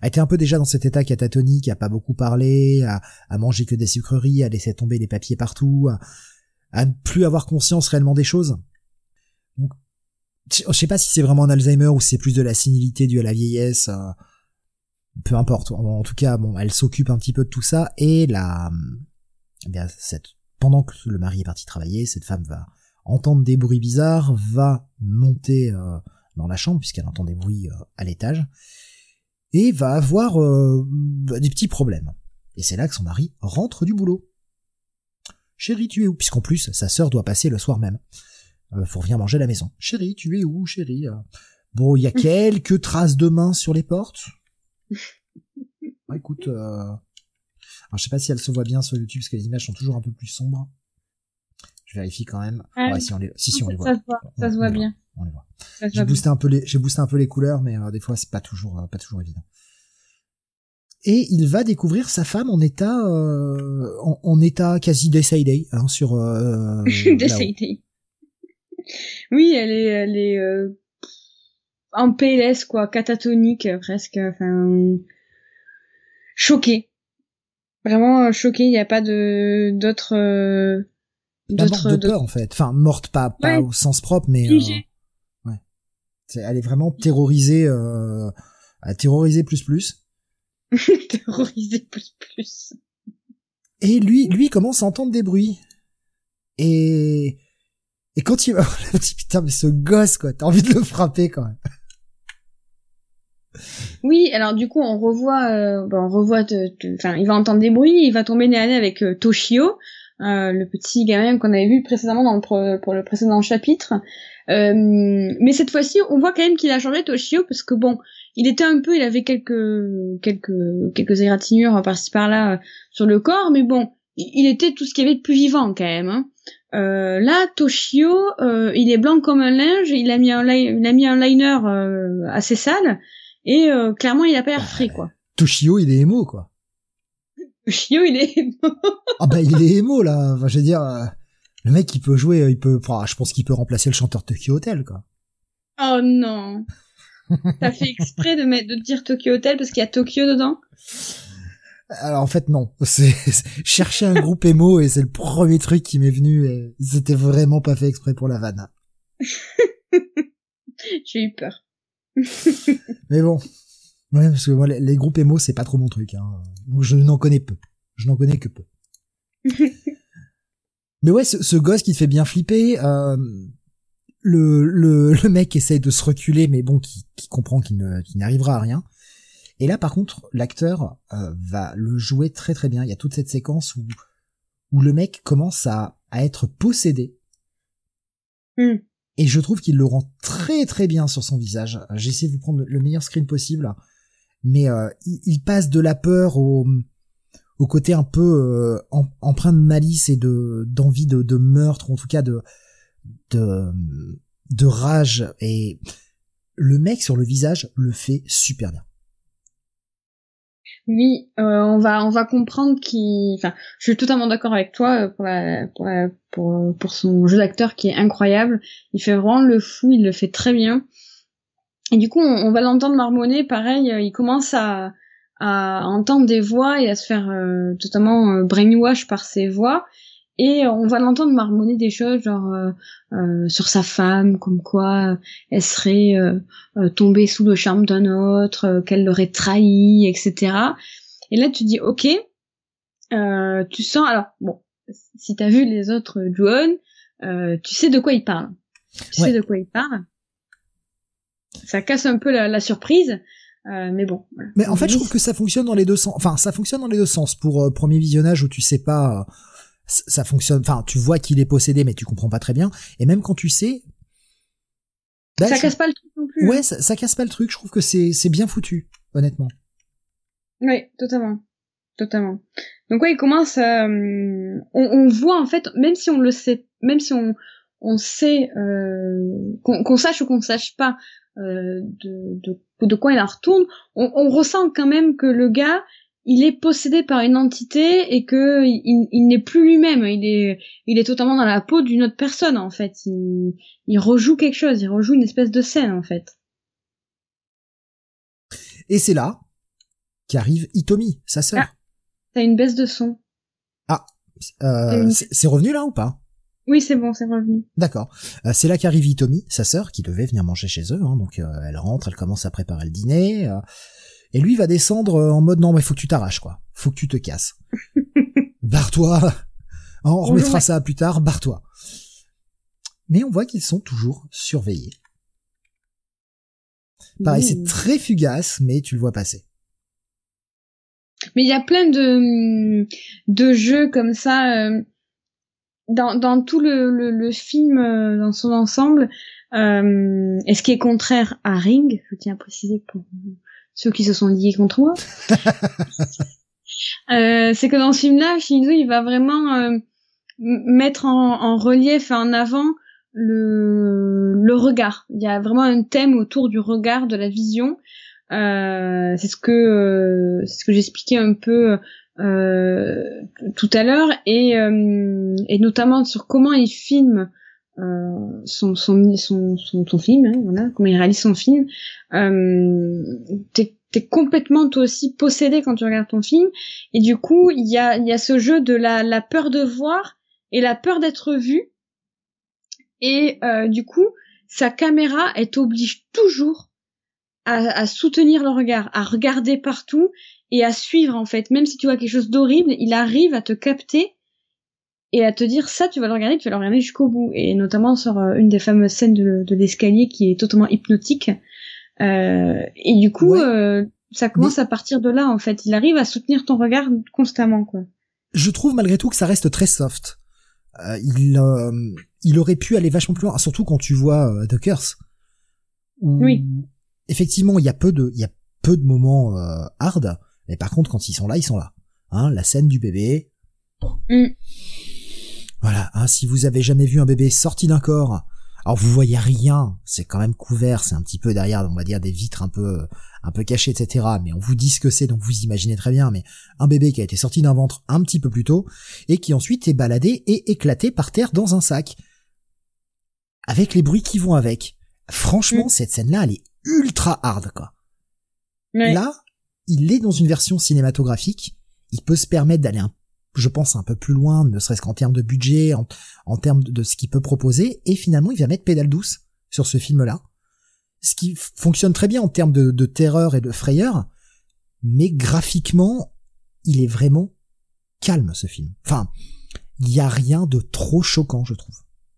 elle était un peu déjà dans cet état catatonique, à pas beaucoup parler, à, à manger que des sucreries, à laisser tomber les papiers partout, à, à ne plus avoir conscience réellement des choses. Donc, je sais pas si c'est vraiment un Alzheimer ou si c'est plus de la sénilité due à la vieillesse, euh, peu importe. En tout cas, bon, elle s'occupe un petit peu de tout ça, et la, eh bien, cette, pendant que le mari est parti travailler, cette femme va entendre des bruits bizarres, va monter euh, dans la chambre, puisqu'elle entend des bruits euh, à l'étage, et va avoir euh, des petits problèmes. Et c'est là que son mari rentre du boulot. Chérie, tu es où? Puisqu'en plus, sa sœur doit passer le soir même. Euh, faut venir manger à la maison. Chérie, tu es où, chérie? Bon, il y a quelques traces de mains sur les portes. Ah, écoute, euh... alors, je sais pas si elle se voit bien sur YouTube, parce que les images sont toujours un peu plus sombres. Je vérifie quand même. Ah, ouais, si on les, si, si, on les voit. Ça se voit, ça se voit bien. On les voit. J'ai boosté un peu les, j'ai boosté un peu les couleurs, mais euh, des fois c'est pas toujours, euh, pas toujours évident. Et il va découvrir sa femme en état, euh, en, en état quasi décédé, hein, sur. Euh, décédé. Oui, elle est, elle est euh, en P L S quoi, catatonique presque, enfin choquée. Vraiment choquée. Il n'y a pas de d'autres. Euh, La morte de peur en fait, enfin morte pas pas ouais. au sens propre, mais euh, ouais, c'est, elle est vraiment terrorisée, euh, à terroriser plus plus. terrorisée plus plus. Et lui, lui commence à entendre des bruits. Et et quand il va, le petit putain mais ce gosse quoi, t'as envie de le frapper quand même. Oui, alors du coup on revoit, euh, bon, on revoit, enfin il va entendre des bruits, il va tomber nez à nez avec euh, Toshio. Euh, le petit gamin qu'on avait vu précédemment dans le pro- pour le précédent chapitre, euh, mais cette fois-ci on voit quand même qu'il a changé Toshio parce que bon, il était un peu, il avait quelques quelques quelques égratignures par-ci par-là sur le corps, mais bon, il était tout ce qu'il y avait de plus vivant quand même. Hein. Euh, là, Toshio, euh, il est blanc comme un linge, il a mis un li- il a mis un liner euh, assez sale et euh, clairement il a pas l'air bah, frais quoi. Toshio, il est émo quoi. Toshio, il est émo. Ah bah il est émo là, enfin, je veux dire, euh, le mec il peut jouer, il peut, enfin, je pense qu'il peut remplacer le chanteur Tokyo Hotel quoi. Oh non. T'as fait exprès de mettre, de dire Tokyo Hotel parce qu'il y a Tokyo dedans? Alors en fait non, c'est, c'est chercher un groupe émo et c'est le premier truc qui m'est venu et c'était vraiment pas fait exprès pour la vanne. J'ai eu peur. Mais bon, ouais, parce que moi les, les groupes émo c'est pas trop mon truc, hein. Donc je n'en connais peu, je n'en connais que peu. Mais ouais, ce, ce gosse qui te fait bien flipper, euh, le, le, le mec essaye de se reculer, mais bon, qui, qui comprend qu'il ne, qu'il n'arrivera à rien. Et là, par contre, l'acteur euh, va le jouer très très bien. Il y a toute cette séquence où, où le mec commence à, à être possédé. Mm. Et je trouve qu'il le rend très très bien sur son visage. J'ai essayé de vous prendre le meilleur screen possible, mais euh, il, il passe de la peur au, au côté un peu euh, em, empreint de malice et de d'envie de, de meurtre, ou en tout cas de de de rage. Et le mec sur le visage le fait super bien. Oui, euh, on va on va comprendre qu'il, enfin, je suis totalement d'accord avec toi pour la, pour la, pour pour son jeu d'acteur qui est incroyable. Il fait vraiment le fou, il le fait très bien. Et du coup, on, on va l'entendre marmonner. Pareil, il commence à à entendre des voix et à se faire euh, totalement euh, brainwash par ses voix. Et on va l'entendre marmonner des choses genre euh, euh, sur sa femme, comme quoi euh, elle serait euh, euh, tombée sous le charme d'un autre, euh, qu'elle l'aurait trahi, et cetera. Et là tu dis ok, euh, tu sens, alors bon, si t'as vu les autres Ju-On, euh, tu sais de quoi il parle. Tu ouais. sais de quoi il parle. Ça casse un peu la, la surprise. Euh, mais bon. Voilà. Mais en fait, je trouve que ça fonctionne dans les deux sens. Enfin, ça fonctionne dans les deux sens. Pour euh, premier visionnage où tu sais pas, euh, ça fonctionne. Enfin, tu vois qu'il est possédé, mais tu comprends pas très bien. Et même quand tu sais, bah, ça je... casse pas le truc non plus. Ouais, hein. ça, ça casse pas le truc. Je trouve que c'est c'est bien foutu, honnêtement. Oui, totalement, totalement. Donc ouais, il commence. À, euh, on, on voit en fait, même si on le sait, même si on on sait euh, qu'on, qu'on sache ou qu'on sache pas. Euh, de, de, de quoi il en retourne, on, on ressent quand même que le gars, il est possédé par une entité et que il, il n'est plus lui-même, il est, il est totalement dans la peau d'une autre personne en fait. Il, il rejoue quelque chose, il rejoue une espèce de scène en fait. Et c'est là qu'arrive Hitomi, sa sœur. Ah, t'as une baisse de son. Ah, euh, c'est, c'est revenu là ou pas? Oui, c'est bon, c'est revenu. D'accord. Euh, c'est là qu'arrive Hitomi, sa sœur, qui devait venir manger chez eux. Hein, donc euh, elle rentre, elle commence à préparer le dîner. Euh, et lui va descendre en mode non, mais faut que tu t'arraches, quoi. Faut que tu te casses. Barre-toi. On remettra Bonjour. ça plus tard. Barre-toi. Mais on voit qu'ils sont toujours surveillés. Pareil, mmh. c'est très fugace, mais tu le vois passer. Mais il y a plein de de jeux comme ça. Euh... Dans, dans tout le, le, le film, euh, dans son ensemble, euh, et ce qui est contraire à Ring, je tiens à préciser pour ceux qui se sont liés contre moi, euh, c'est que dans ce film-là, Shimizu, il va vraiment euh, mettre en, en relief et en avant le, le regard. Il y a vraiment un thème autour du regard, de la vision. Euh, c'est ce que euh, c'est ce que j'expliquais un peu euh, tout à l'heure et euh, et notamment sur comment il filme euh, son, son son son son film, hein, voilà, comment il réalise son film. Euh, t'es t'es complètement toi aussi possédé quand tu regardes ton film et du coup il y a il y a ce jeu de la la peur de voir et la peur d'être vu et euh, du coup sa caméra elle t'oblige toujours À, à soutenir le regard, à regarder partout et à suivre en fait. Même si tu vois quelque chose d'horrible, il arrive à te capter et à te dire ça, tu vas le regarder, tu vas le regarder jusqu'au bout. Et notamment sur euh, une des fameuses scènes de, de l'escalier qui est totalement hypnotique. Euh, et du coup, ouais. euh, ça commence Mais... à partir de là en fait. Il arrive à soutenir ton regard constamment, quoi. Je trouve malgré tout que ça reste très soft. Euh, il, euh, il aurait pu aller vachement plus loin, surtout quand tu vois euh, The Curse. Où... Oui. Effectivement, il y a peu de, il y a peu de moments euh, hard, mais par contre, quand ils sont là, ils sont là. Hein, la scène du bébé. Mm. Voilà. Hein, si vous avez jamais vu un bébé sorti d'un corps, alors vous voyez rien, c'est quand même couvert, c'est un petit peu derrière, on va dire des vitres un peu, un peu cachées, et cetera. Mais on vous dit ce que c'est, donc vous imaginez très bien. Mais un bébé qui a été sorti d'un ventre un petit peu plus tôt et qui ensuite est baladé et éclaté par terre dans un sac, avec les bruits qui vont avec. Franchement, mm. cette scène-là, elle est ultra hard, quoi. Ouais. Là, il est dans une version cinématographique, il peut se permettre d'aller, un, je pense, un peu plus loin, ne serait-ce qu'en termes de budget, en, en termes de, de ce qu'il peut proposer, et finalement, il va mettre pédale douce sur ce film-là, ce qui f- fonctionne très bien en termes de, de terreur et de frayeur, mais graphiquement, il est vraiment calme, ce film. Enfin, il y a rien de trop choquant, je trouve.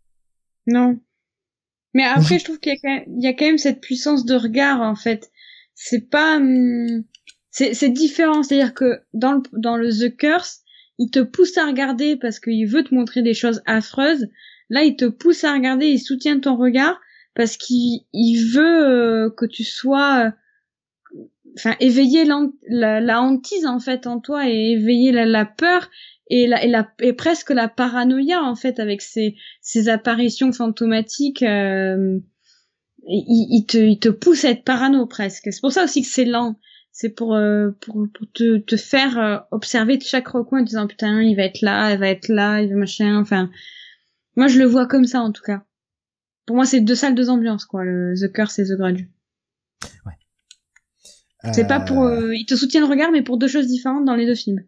Non. Mais après, je trouve qu'il y a, quand même, il y a quand même cette puissance de regard, en fait. C'est pas, hum, c'est, c'est différent. C'est-à-dire que dans le, dans le The Curse, il te pousse à regarder parce qu'il veut te montrer des choses affreuses. Là, il te pousse à regarder, il soutient ton regard parce qu'il, il veut euh, que tu sois, euh, enfin, éveiller la, la, la hantise, en fait, en toi et éveiller la, la peur. Et la, et la, et presque la paranoïa, en fait, avec ces, ces apparitions fantomatiques, euh, il, il te, il te pousse à être parano, presque. C'est pour ça aussi que c'est lent. C'est pour, euh, pour, pour te, te faire euh, observer de chaque recoin en disant, putain, il va être là, elle va être là, il va machin, enfin. Moi, je le vois comme ça, en tout cas. Pour moi, c'est deux salles, deux ambiances, quoi, le The Curse et The Grudge. Ouais. Euh... C'est pas pour, euh, il te soutient le regard, mais pour deux choses différentes dans les deux films.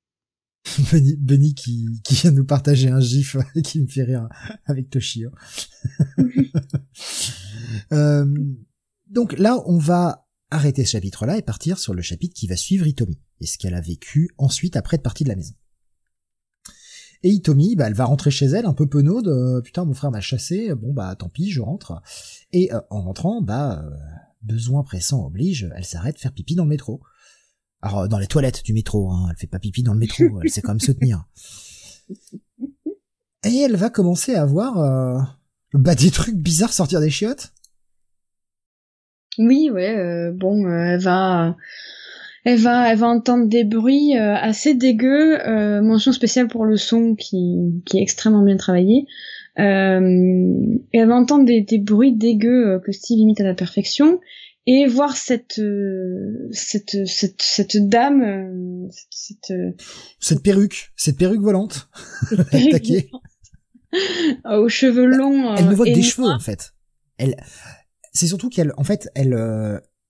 Benny, Benny qui, qui vient nous partager un gif qui me fait rire avec Toshio. euh, donc là, on va arrêter ce chapitre-là et partir sur le chapitre qui va suivre Hitomi et ce qu'elle a vécu ensuite après être partie de la maison. Et Hitomi, bah, elle va rentrer chez elle un peu penaude. Euh, putain, mon frère m'a chassé. Bon, bah, tant pis, je rentre. Et euh, en rentrant, bah, euh, besoin pressant oblige, elle s'arrête faire pipi dans le métro. Alors, dans les toilettes du métro, hein, elle fait pas pipi dans le métro, elle sait quand même se tenir. Et elle va commencer à voir euh, bah, des trucs bizarres sortir des chiottes. Oui, ouais, euh, bon, euh, elle va... Elle va, elle va entendre des bruits euh, assez dégueux, euh, mention spéciale pour le son qui, qui est extrêmement bien travaillé. Euh, et elle va entendre des, des bruits dégueux euh, que Steve imite à la perfection. Et voir cette euh, cette cette cette dame euh, cette cette, euh, cette perruque cette perruque volante attaquée aux cheveux longs. Elle ne voit que des noirs. cheveux en fait. Elle c'est surtout qu'elle en fait elle euh,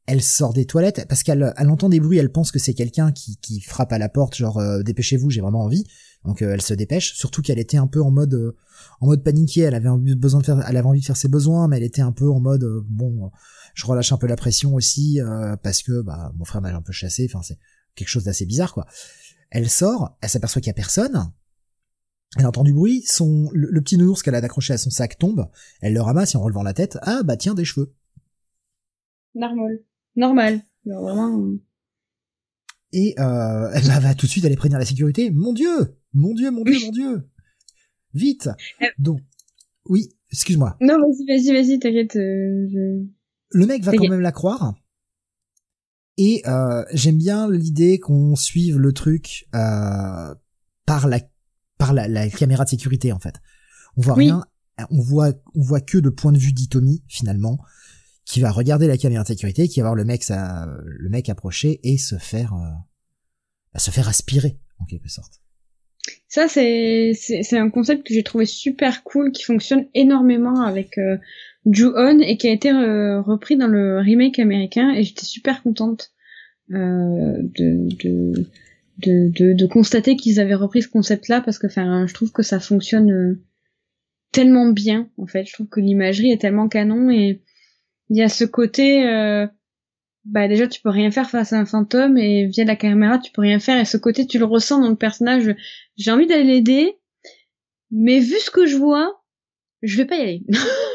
elle sort des toilettes parce qu'elle elle entend des bruits, elle pense que c'est quelqu'un qui qui frappe à la porte, genre euh, dépêchez-vous, j'ai vraiment envie. Donc euh, elle se dépêche, surtout qu'elle était un peu en mode euh, en mode paniqué, elle avait envie, besoin de faire elle avait envie de faire ses besoins, mais elle était un peu en mode euh, bon, euh, je relâche un peu la pression aussi euh, parce que bah mon frère m'a un peu chassé, enfin c'est quelque chose d'assez bizarre quoi. Elle sort, elle s'aperçoit qu'il y a personne. Elle entend du bruit, son le, le petit nounours qu'elle a accroché à son sac tombe, elle le ramasse et en relevant la tête, ah bah tiens des cheveux. Normal. Normal. Alors, vraiment. Et euh, elle va, va tout de suite aller prévenir la sécurité. Mon Dieu, mon Dieu, mon Dieu, mon Dieu, vite. Donc, oui, excuse-moi. Non, vas-y, vas-y, vas-y, t'inquiète. Euh, je... Le mec va quand même la croire. Et euh, j'aime bien l'idée qu'on suive le truc euh, par la par la, la caméra de sécurité en fait. On voit oui. rien, on voit on voit que de point de vue d'Hitomi finalement, qui va regarder la caméra de sécurité, qui va voir le mec ça, le mec approcher et se faire euh, se faire aspirer en quelque sorte. Ça c'est c'est, c'est un concept que j'ai trouvé super cool, qui fonctionne énormément avec euh, Ju-On et qui a été euh, repris dans le remake américain, et j'étais super contente euh, de, de de de de constater qu'ils avaient repris ce concept-là, parce que enfin je trouve que ça fonctionne euh, tellement bien en fait. Je trouve que l'imagerie est tellement canon, et il y a ce côté, euh, bah déjà tu peux rien faire face à un fantôme, et via la caméra tu peux rien faire, et ce côté tu le ressens dans le personnage. J'ai envie d'aller l'aider, mais vu ce que je vois, je vais pas y aller.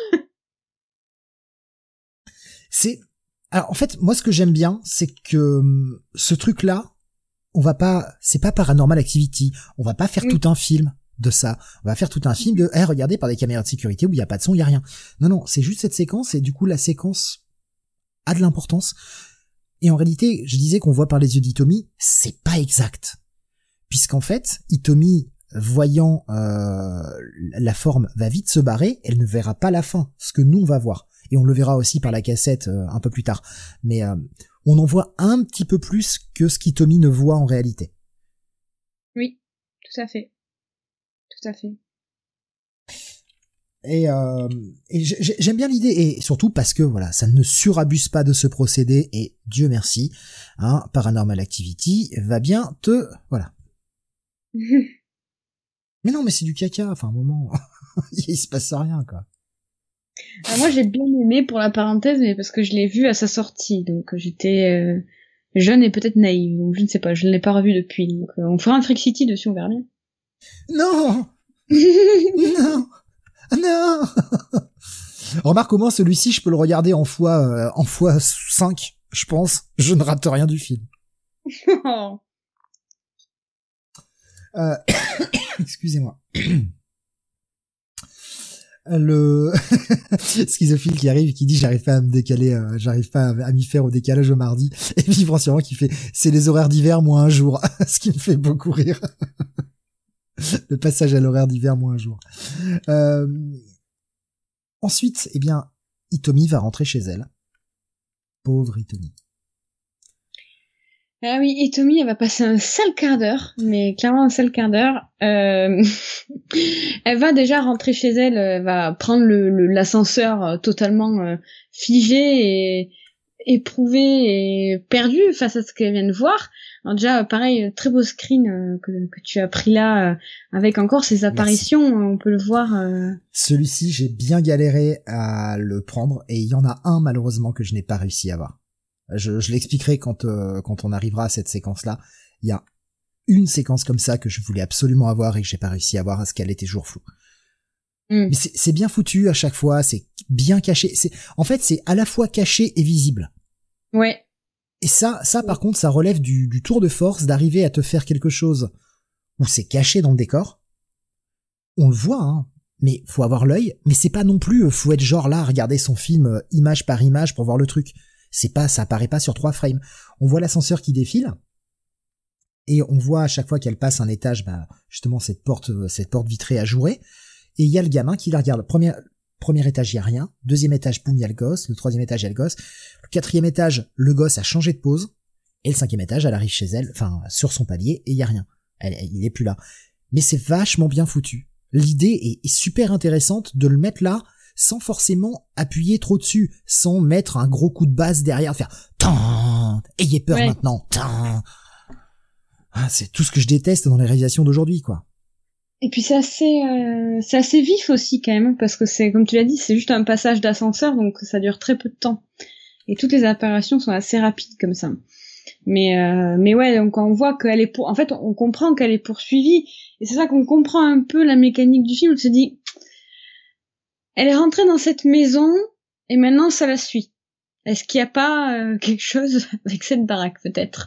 C'est, alors en fait moi ce que j'aime bien, c'est que ce truc-là, on va pas, c'est pas Paranormal Activity, on va pas faire oui. tout un film de ça. On va faire tout un film de, eh, regardez par des caméras de sécurité où il y a pas de son, il y a rien. Non, non, c'est juste cette séquence, et du coup, la séquence a de l'importance. Et en réalité, je disais qu'on voit par les yeux d'Hitomi, c'est pas exact. Puisqu'en fait, Hitomi, voyant, euh, la forme va vite se barrer, elle ne verra pas la fin, ce que nous on va voir. Et on le verra aussi par la cassette, euh, un peu plus tard. Mais, euh, on en voit un petit peu plus que ce qu'Hitomi ne voit en réalité. Oui, tout à fait. Tout à fait. Et, euh, et j'aime bien l'idée, et surtout parce que voilà, ça ne surabuse pas de ce procédé, et Dieu merci, hein, Paranormal Activity va bien te, voilà. Mais non, mais c'est du caca, enfin un moment, il se passe rien quoi. Alors moi j'ai bien aimé, pour la parenthèse, mais parce que je l'ai vu à sa sortie, donc j'étais euh, jeune et peut-être naïve, donc je ne sais pas, je ne l'ai pas revu depuis, donc euh, on fera un Freak City dessus, on verra bien. Non. Non. Non. Remarque au moins celui-ci je peux le regarder en fois euh, en fois cinq, je pense. Je ne rate rien du film. euh... Excusez-moi. Le schizophile qui arrive, qui dit j'arrive pas à me décaler, euh, j'arrive pas à, à m'y faire au décalage au mardi, et Vivre sûrement qui fait c'est les horaires d'hiver moins un jour, ce qui me fait beaucoup rire. Le passage à l'horaire d'hiver moins un jour. Euh... Ensuite, eh bien, Hitomi va rentrer chez elle. Pauvre Hitomi. Ah oui, Hitomi, elle va passer un sale quart d'heure, mais clairement un sale quart d'heure. Euh... elle va déjà rentrer chez elle, elle va prendre le, le l'ascenseur totalement euh, figé et éprouvée et perdue face à ce qu'elle vient de voir. Alors déjà, pareil, très beau screen euh, que, que tu as pris là, euh, avec encore ces apparitions. Merci. On peut le voir. Euh... Celui-ci, j'ai bien galéré à le prendre, et il y en a un malheureusement que je n'ai pas réussi à voir. Je, je l'expliquerai quand euh, quand on arrivera à cette séquence-là. Il y a une séquence comme ça que je voulais absolument avoir et que j'ai pas réussi à voir parce qu'elle était toujours floue. Mm. Mais c'est, c'est bien foutu à chaque fois, c'est bien caché. C'est, en fait, c'est à la fois caché et visible. Ouais. Et ça, ça par ouais. contre, ça relève du, du tour de force d'arriver à te faire quelque chose où c'est caché dans le décor. On le voit, hein. Mais faut avoir l'œil. Mais c'est pas non plus, faut être genre là, regarder son film euh, image par image pour voir le truc. C'est pas, ça apparaît pas sur trois frames. On voit l'ascenseur qui défile, et on voit à chaque fois qu'elle passe un étage, bah, justement cette porte, cette porte vitrée ajourée, et il y a le gamin qui la regarde. Premier, premier étage, il y a rien. Deuxième étage, boum, il y a le gosse. Le troisième étage, il y a le gosse. Le quatrième étage, le gosse a changé de pose. Et le cinquième étage, elle arrive chez elle, enfin, sur son palier, et il y a rien. Elle, elle, il est plus là. Mais c'est vachement bien foutu. L'idée est, est super intéressante de le mettre là, sans forcément appuyer trop dessus, sans mettre un gros coup de basse derrière, faire tant, ayez peur ouais. maintenant, tant. Ah, c'est tout ce que je déteste dans les réalisations d'aujourd'hui, quoi. Et puis c'est assez, euh, c'est assez vif aussi quand même, parce que c'est, comme tu l'as dit, c'est juste un passage d'ascenseur, donc ça dure très peu de temps. Et toutes les apparitions sont assez rapides comme ça. Mais euh, mais ouais, donc on voit qu'elle est pour, en fait, on comprend qu'elle est poursuivie, et c'est ça qu'on comprend un peu la mécanique du film. On se dit, elle est rentrée dans cette maison et maintenant ça la suit. Est-ce qu'il y a pas euh, quelque chose avec cette baraque peut-être?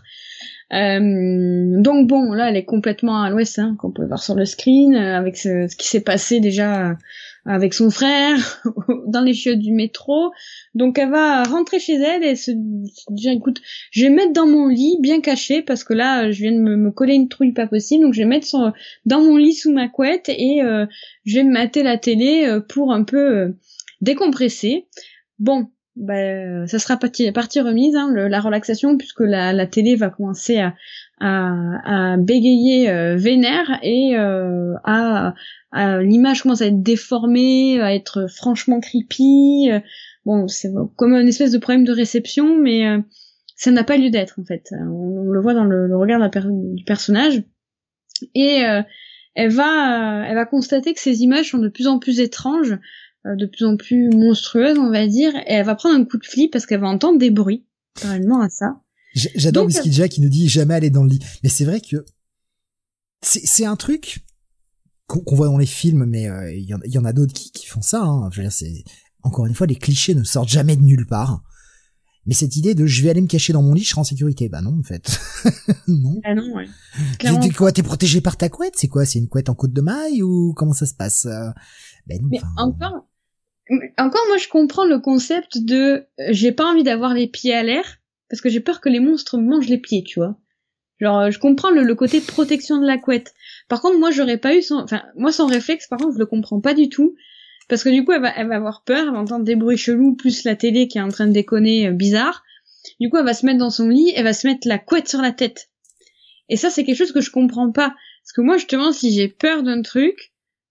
Euh, donc bon, là, elle est complètement à l'ouest, hein, qu'on peut voir sur le screen, euh, avec ce, ce qui s'est passé déjà euh, avec son frère dans les chiottes du métro. Donc elle va rentrer chez elle et se, se dire, écoute, je vais mettre dans mon lit bien caché parce que là, je viens de me, me coller une trouille pas possible, donc je vais mettre sur, dans mon lit sous ma couette et euh, je vais me mater la télé euh, pour un peu euh, décompresser. Bon. Bah, ça sera partie, partie remise, hein, le, la relaxation, puisque la, la télé va commencer à, à, à bégayer euh, vénère et euh, à, à l'image commence à être déformée, à être franchement creepy. Bon, c'est comme une espèce de problème de réception, mais euh, ça n'a pas lieu d'être en fait. On, on le voit dans le, le regard per, du personnage et euh, elle va, elle va constater que ces images sont de plus en plus étranges, de plus en plus monstrueuse, on va dire, et elle va prendre un coup de flip parce qu'elle va entendre des bruits, parallèlement à ça. J'adore Whisky Jack qui nous dit jamais aller dans le lit. Mais c'est vrai que c'est, c'est un truc qu'on, qu'on voit dans les films, mais il euh, y, y en a d'autres qui, qui font ça. Hein. Je veux dire, c'est encore une fois, les clichés ne sortent jamais de nulle part. Mais cette idée de je vais aller me cacher dans mon lit, je serai en sécurité. Bah non, en fait. non. Ah non, ouais. T'es quoi, t'es protégé par ta couette? C'est quoi? C'est une couette en côte de maille ou comment ça se passe? Ben non, mais encore, encore, moi, je comprends le concept de euh, j'ai pas envie d'avoir les pieds à l'air parce que j'ai peur que les monstres mangent les pieds, tu vois. Genre, je comprends le, le côté protection de la couette. Par contre, moi, j'aurais pas eu son, enfin, moi, son réflexe, par contre, je le comprends pas du tout. Parce que du coup, elle va, elle va avoir peur, elle va entendre des bruits chelous, plus la télé qui est en train de déconner, euh, bizarre. Du coup, elle va se mettre dans son lit, elle va se mettre la couette sur la tête. Et ça, c'est quelque chose que je comprends pas. Parce que moi, justement, si j'ai peur d'un truc,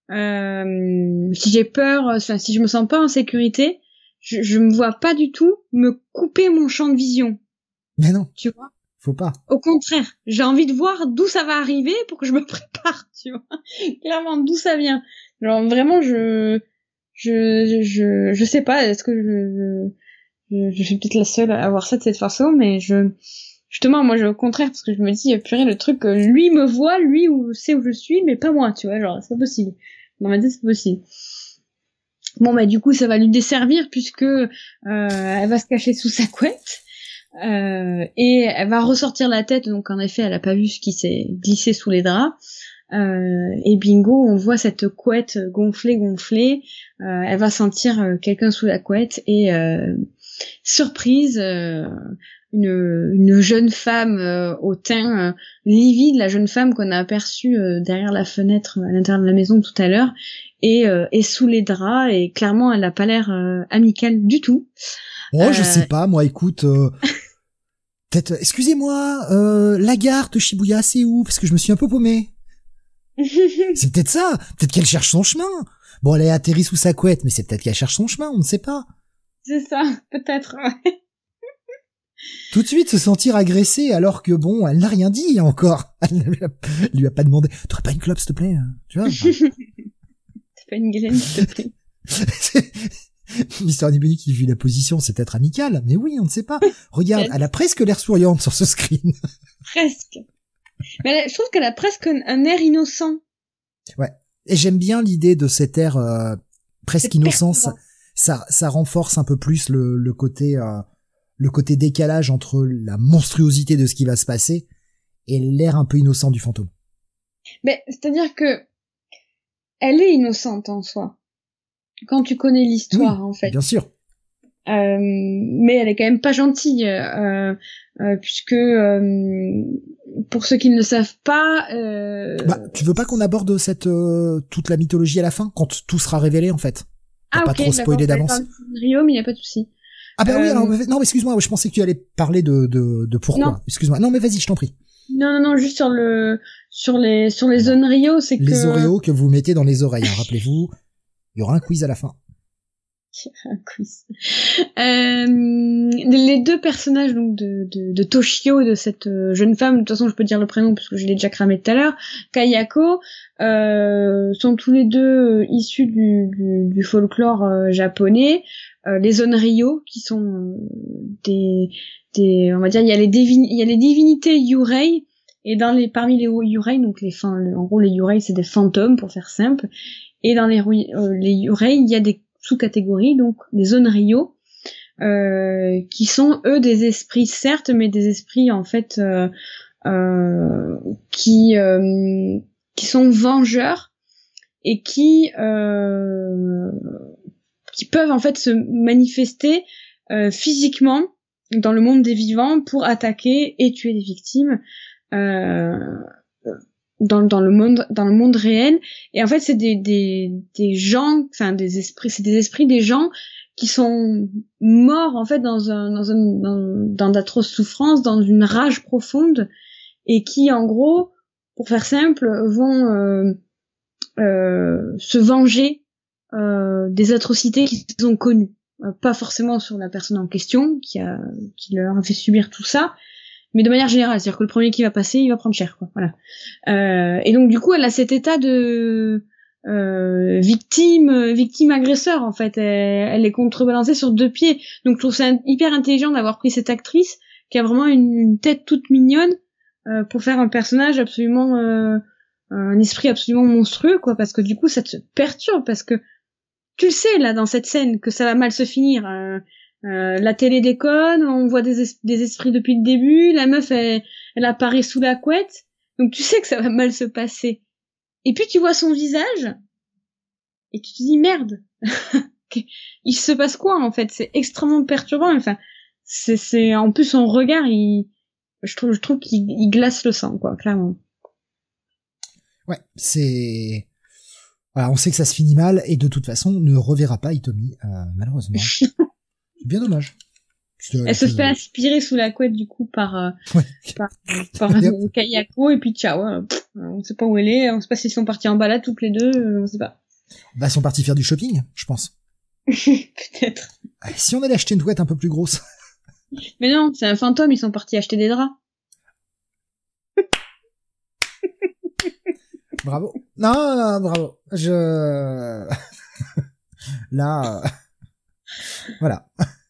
euh, si j'ai peur, enfin, si je me sens pas en sécurité, je, je me vois pas du tout me couper mon champ de vision. Mais non. Tu vois? Faut pas. Au contraire, j'ai envie de voir d'où ça va arriver pour que je me prépare, tu vois. Clairement, d'où ça vient. Genre, vraiment, je, je, je, je sais pas, est-ce que je, je, je suis peut-être la seule à avoir ça de cette façon, mais je, justement, moi, je, au contraire, parce que je me dis, purée, le truc, lui me voit, lui où, sait où je suis, mais pas moi, tu vois, genre, c'est pas possible. Dans ma tête, c'est possible. Bon, bah, du coup, ça va lui desservir puisque, euh, elle va se cacher sous sa couette. Euh, et elle va ressortir la tête, donc en effet elle a pas vu ce qui s'est glissé sous les draps, euh, et bingo, on voit cette couette gonflée gonflée, euh, elle va sentir euh, quelqu'un sous la couette et euh, surprise, euh, une, une jeune femme euh, au teint euh, livide, la jeune femme qu'on a aperçue euh, derrière la fenêtre à l'intérieur de la maison tout à l'heure, et, euh, et sous les draps, et clairement elle a pas l'air euh, amicale du tout. Oh, euh... je sais pas, moi, écoute, euh, peut-être, excusez-moi, euh, la gare de Shibuya, c'est où? Parce que je me suis un peu paumé. C'est peut-être ça. Peut-être qu'elle cherche son chemin. Bon, elle est atterrie sous sa couette, mais c'est peut-être qu'elle cherche son chemin, on ne sait pas. C'est ça, peut-être, ouais. Tout de suite se sentir agressée alors que bon, elle n'a rien dit encore. Elle lui a, lui a pas demandé. T'aurais pas une clope, s'il te plaît? Tu vois? Enfin... T'as pas une glaine, s'il te plaît? mister Nibuni qui vu la position, c'est peut-être amical, mais oui, on ne sait pas. Regarde, elle a presque l'air souriante sur ce screen. Presque. Mais elle, je trouve qu'elle a presque un, un air innocent. Ouais. Et j'aime bien l'idée de cet air euh, presque innocent. Ça, ça, ça renforce un peu plus le, le côté, euh, le côté décalage entre la monstruosité de ce qui va se passer et l'air un peu innocent du fantôme. Mais c'est-à-dire que elle est innocente en soi. Quand tu connais l'histoire, oui, en fait. Bien sûr. Euh, mais elle est quand même pas gentille, euh, euh, puisque euh, pour ceux qui ne le savent pas. Euh... Bah, tu veux pas qu'on aborde cette euh, toute la mythologie à la fin, quand tout sera révélé en fait? Pour ah pas ok, trop spoiler d'avance. Rio, mais y a pas de souci. Ah bah euh... oui, alors non, mais excuse-moi, je pensais que tu allais parler de de, de pourquoi. Non. Excuse-moi. Non, mais vas-y, je t'en prie. Non, non, non, juste sur le sur les sur les zones Rio, c'est que les Oreos que vous mettez dans les oreilles. Hein, rappelez-vous. Il y aura un quiz à la fin. un quiz. Euh, les deux personnages donc de, de, de Toshio, de cette jeune femme, de toute façon je peux dire le prénom parce que je l'ai déjà cramé tout à l'heure, Kayako, euh, sont tous les deux issus du, du, du folklore euh, japonais. Euh, les Onryo, qui sont euh, des, des, on va dire, il y a les divin, il y a les divinités Yurei, et dans les, parmi les Yurei, donc les, fin, en gros les Yurei c'est des fantômes pour faire simple, et dans les, euh, les Yurei il y a des sous-catégories, donc les Onryo, euh, qui sont eux des esprits certes, mais des esprits en fait euh, euh, qui euh, qui sont vengeurs et qui euh, qui peuvent en fait se manifester euh, physiquement dans le monde des vivants pour attaquer et tuer les victimes euh, dans dans le monde dans le monde réel. Et en fait c'est des des des gens, enfin des esprits, c'est des esprits des gens qui sont morts en fait dans un dans un dans, dans d'atroces souffrances, dans une rage profonde, et qui en gros, pour faire simple, vont euh, euh, se venger euh, des atrocités qu'ils ont connues, euh, pas forcément sur la personne en question qui a qui leur a fait subir tout ça, mais de manière générale, c'est-à-dire que le premier qui va passer, il va prendre cher, quoi. Voilà. Euh, et donc du coup, elle a cet état de euh, victime, victime agresseur en fait. Elle, elle est contrebalancée sur deux pieds. Donc je trouve ça hyper intelligent d'avoir pris cette actrice qui a vraiment une, une tête toute mignonne euh, pour faire un personnage absolument, euh, un esprit absolument monstrueux, quoi. Parce que du coup, ça te perturbe parce que tu le sais là dans cette scène que ça va mal se finir. Euh, Euh, la télé déconne, on voit des, es- des esprits depuis le début, la meuf elle, elle apparaît sous la couette, donc tu sais que ça va mal se passer. Et puis tu vois son visage, et tu te dis merde, il se passe quoi en fait? C'est extrêmement perturbant, enfin, c'est, c'est, en plus son regard, il, je trouve, je trouve qu'il il glace le sang, quoi, clairement. Ouais, c'est... Voilà, on sait que ça se finit mal, et de toute façon, on ne reverra pas Hitomi, euh, malheureusement. C'est bien dommage. Elle se fait aspirer sous la couette du coup par euh, ouais. par, par euh, Kayako, et puis ciao. Euh, pff, on sait pas où elle est, on sait pas s'ils sont partis en balade toutes les deux, euh, on sait pas. Bah, ils sont partis faire du shopping, je pense. Peut-être. Si on allait acheter une couette un peu plus grosse. Mais non, c'est un fantôme, ils sont partis acheter des draps. Bravo. Non, non, bravo. Je... Là... Euh... Voilà.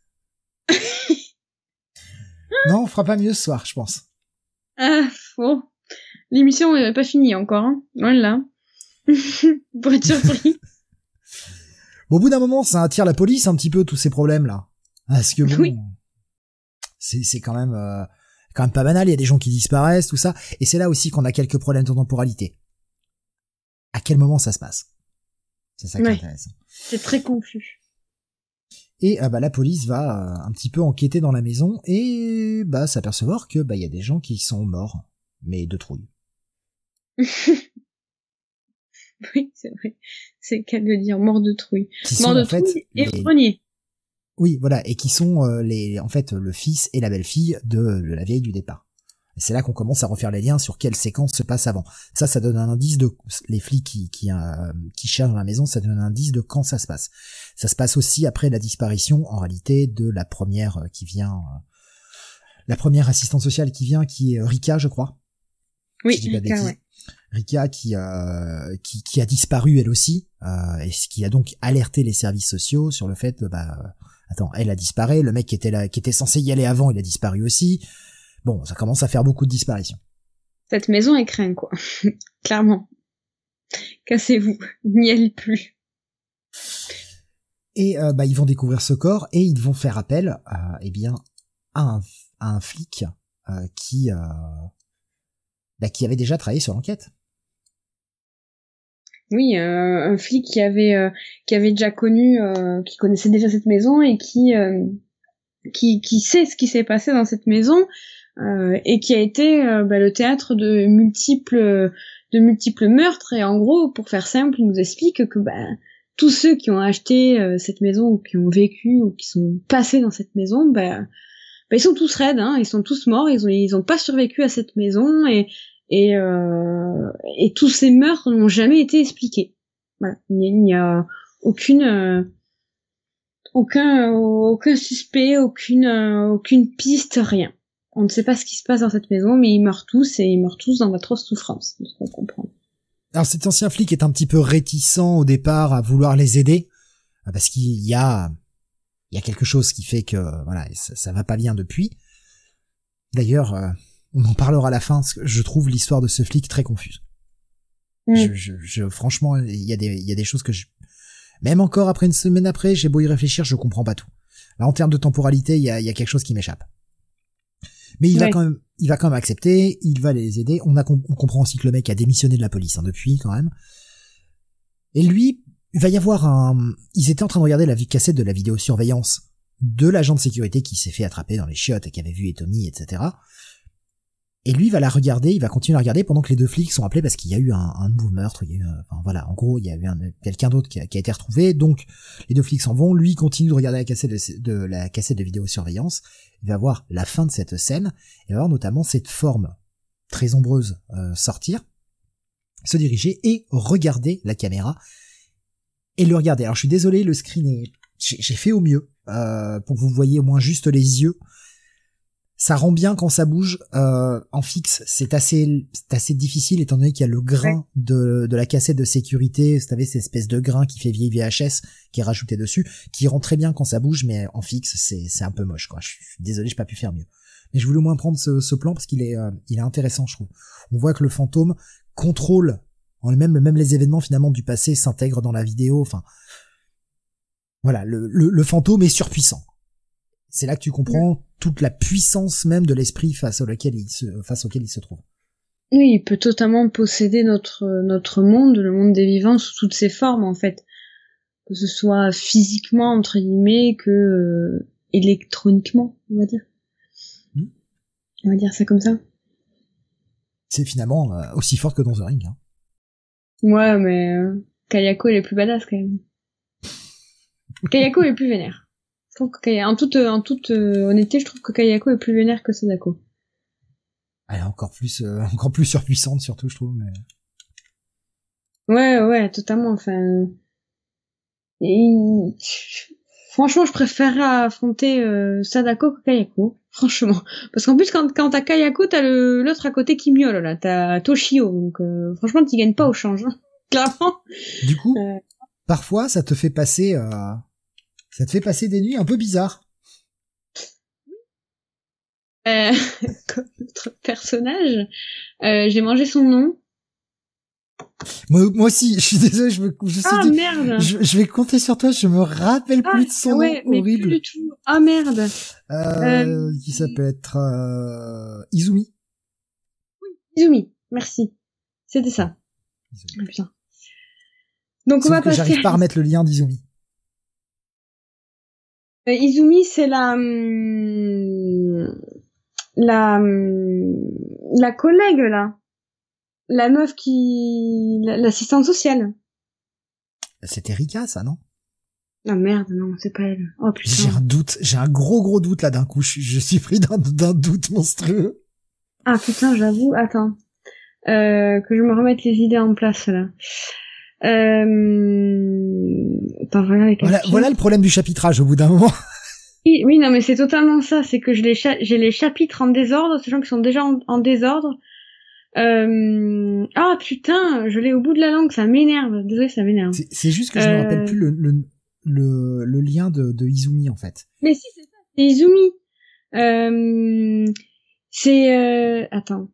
Non, on fera pas mieux ce soir, je pense. Ah, bon. L'émission n'est pas finie encore, hein. Voilà. Pour être surpris. Bon, au bout d'un moment, ça attire la police un petit peu, tous ces problèmes-là. Parce que bon... Oui. C'est, c'est quand même... Euh, quand même pas banal, il y a des gens qui disparaissent, tout ça. Et c'est là aussi qu'on a quelques problèmes de temporalité. À quel moment ça se passe? C'est ça qui est ouais. intéressant. C'est très confus. Et euh, bah la police va euh, un petit peu enquêter dans la maison et bah s'apercevoir que bah il y a des gens qui sont morts, mais de trouille. Oui, c'est vrai. C'est le cas de le dire, mort de trouille. Qui mort sont, de en fait, trouille et les... grenier. Oui, voilà, et qui sont euh, les en fait le fils et la belle-fille de, de la vieille du départ. Et c'est là qu'on commence à refaire les liens sur quelle séquence se passe avant. Ça, ça donne un indice de les flics qui qui, euh, qui cherchent dans la maison, ça donne un indice de quand ça se passe. Ça se passe aussi après la disparition, en réalité, de la première euh, qui vient, euh, la première assistante sociale qui vient, qui est Rika, je crois. Oui, si Rika, ouais. Rika qui, euh, qui qui a disparu elle aussi, euh, et ce qui a donc alerté les services sociaux sur le fait, de, bah, euh, attends, elle a disparu, le mec qui était là, qui était censé y aller avant, il a disparu aussi. Bon, ça commence à faire beaucoup de disparitions. Cette maison est crainte, quoi. Clairement. Cassez-vous. N'y allez plus. Et euh, bah ils vont découvrir ce corps et ils vont faire appel, euh, eh bien, à un, à un flic euh, qui, euh, bah, qui avait déjà travaillé sur l'enquête. Oui, euh, un flic qui avait euh, qui avait déjà connu, euh, qui connaissait déjà cette maison et qui euh, qui qui sait ce qui s'est passé dans cette maison. Euh, et qui a été euh, bah, le théâtre de multiples de multiples meurtres. Et en gros, pour faire simple, il nous explique que bah, tous ceux qui ont acheté euh, cette maison ou qui ont vécu ou qui sont passés dans cette maison, bah, bah ils sont tous raides, hein, ils sont tous morts, ils ont ils ont pas survécu à cette maison et et euh, et tous ces meurtres n'ont jamais été expliqués. Voilà, il n'y a, il n'y a aucune euh, aucun, aucun suspect, aucune, euh, aucune piste, rien. On ne sait pas ce qui se passe dans cette maison, mais ils meurent tous et ils meurent tous dans d'atroces souffrances, de ce qu'on comprend. Alors cet ancien flic est un petit peu réticent au départ à vouloir les aider, parce qu'il y a, il y a quelque chose qui fait que voilà, ça, ça va pas bien depuis. D'ailleurs, euh, on en parlera à la fin, parce que je trouve l'histoire de ce flic très confuse. Mm. Je, je, je, franchement, il y a des, il y a des choses que je, même encore après une semaine après, j'ai beau y réfléchir, je comprends pas tout. Là, en termes de temporalité, il y a, il y a quelque chose qui m'échappe. Mais il ouais. va quand même, il va quand même accepter, il va les aider. On a, on comprend aussi que le mec a démissionné de la police, hein, depuis, quand même. Et lui, il va y avoir un, ils étaient en train de regarder la cassette de la vidéosurveillance de l'agent de sécurité qui s'est fait attraper dans les chiottes et qui avait vu Tommy, et cetera. Et lui, il va la regarder, il va continuer à la regarder pendant que les deux flics sont appelés parce qu'il y a eu un, un nouveau meurtre, il y a eu, un, enfin voilà, en gros, il y avait un, quelqu'un d'autre qui a, qui a été retrouvé, donc les deux flics s'en vont, lui continue de regarder la cassette de, de la cassette de vidéosurveillance, il va voir la fin de cette scène, il va voir notamment cette forme très ombreuse euh, sortir, se diriger et regarder la caméra, et le regarder. Alors je suis désolé, le screen est, j'ai, j'ai fait au mieux, euh, pour que vous voyez au moins juste les yeux. Ça rend bien quand ça bouge. Euh, en fixe, c'est assez, c'est assez difficile étant donné qu'il y a le grain ouais. de, de la cassette de sécurité. Vous savez, cette espèce de grain qui fait vieille V H S qui est rajouté dessus, qui rend très bien quand ça bouge, mais en fixe, c'est, c'est un peu moche, quoi. Je suis désolé, j'ai pas pu faire mieux. Mais je voulais au moins prendre ce, ce plan parce qu'il est, euh, il est intéressant, je trouve. On voit que le fantôme contrôle, en même, même les événements finalement du passé s'intègrent dans la vidéo. Enfin, voilà, le, le, le fantôme est surpuissant. C'est là que tu comprends toute la puissance même de l'esprit face auquel il se, face auquel il se trouve. Oui, il peut totalement posséder notre, notre monde, le monde des vivants sous toutes ses formes, en fait. Que ce soit physiquement, entre guillemets, que euh, électroniquement, on va dire. Hmm. On va dire ça comme ça. C'est finalement euh, aussi fort que dans The Ring, hein. Ouais, mais euh, Kayako, elle est plus badass, quand même. Kayako est plus vénère. Je trouve que, en toute, en toute euh, honnêteté, je trouve que Kayako est plus vénère que Sadako. Elle est encore plus, euh, encore plus surpuissante, surtout, je trouve, mais. Ouais, ouais, totalement, enfin. Et... Franchement, je préférerais affronter euh, Sadako que Kayako. Franchement. Parce qu'en plus, quand, quand t'as Kayako, t'as le, l'autre à côté qui miaule, là. T'as Toshio. Donc, euh, franchement, tu gagnes pas au change, hein. Clairement. Du coup, euh... parfois, ça te fait passer, euh... ça te fait passer des nuits un peu bizarres. Euh, comme notre personnage, euh, j'ai mangé son nom. Moi, moi aussi, je suis désolé, je me, je ah dit, merde. Je, je vais compter sur toi, je me rappelle ah, plus de son ouais, nom mais horrible. Plus du tout. Ah merde. Euh, euh... Qui s'appelle être euh... Izumi. Oui, Izumi. Merci. C'était ça. Izumi. Ah putain. Donc Sauf on va que passer. J'arrive pas à remettre le lien d'Izumi. Euh, Izumi, c'est la hum, la hum, la collègue là, la meuf qui l'assistante sociale. C'était Rika, ça, non? Ah merde, non, c'est pas elle. Oh putain. J'ai un doute, j'ai un gros gros doute là d'un coup. Je, je suis pris d'un, d'un doute monstrueux. Ah putain, j'avoue. Attends, euh, que je me remette les idées en place là. Euh... Attends, voilà, voilà, voilà le problème du chapitrage au bout d'un moment. Oui, oui, non, mais c'est totalement ça. C'est que je les cha- j'ai les chapitres en désordre, sachant qu'ils sont déjà en, en désordre. Euh... Ah putain, je l'ai au bout de la langue, ça m'énerve. Désolé, ça m'énerve. C'est, c'est juste que je euh... me rappelle plus le le le, le lien de, de Izumi en fait. Mais si, c'est ça, c'est Izumi. Euh... C'est euh... attends.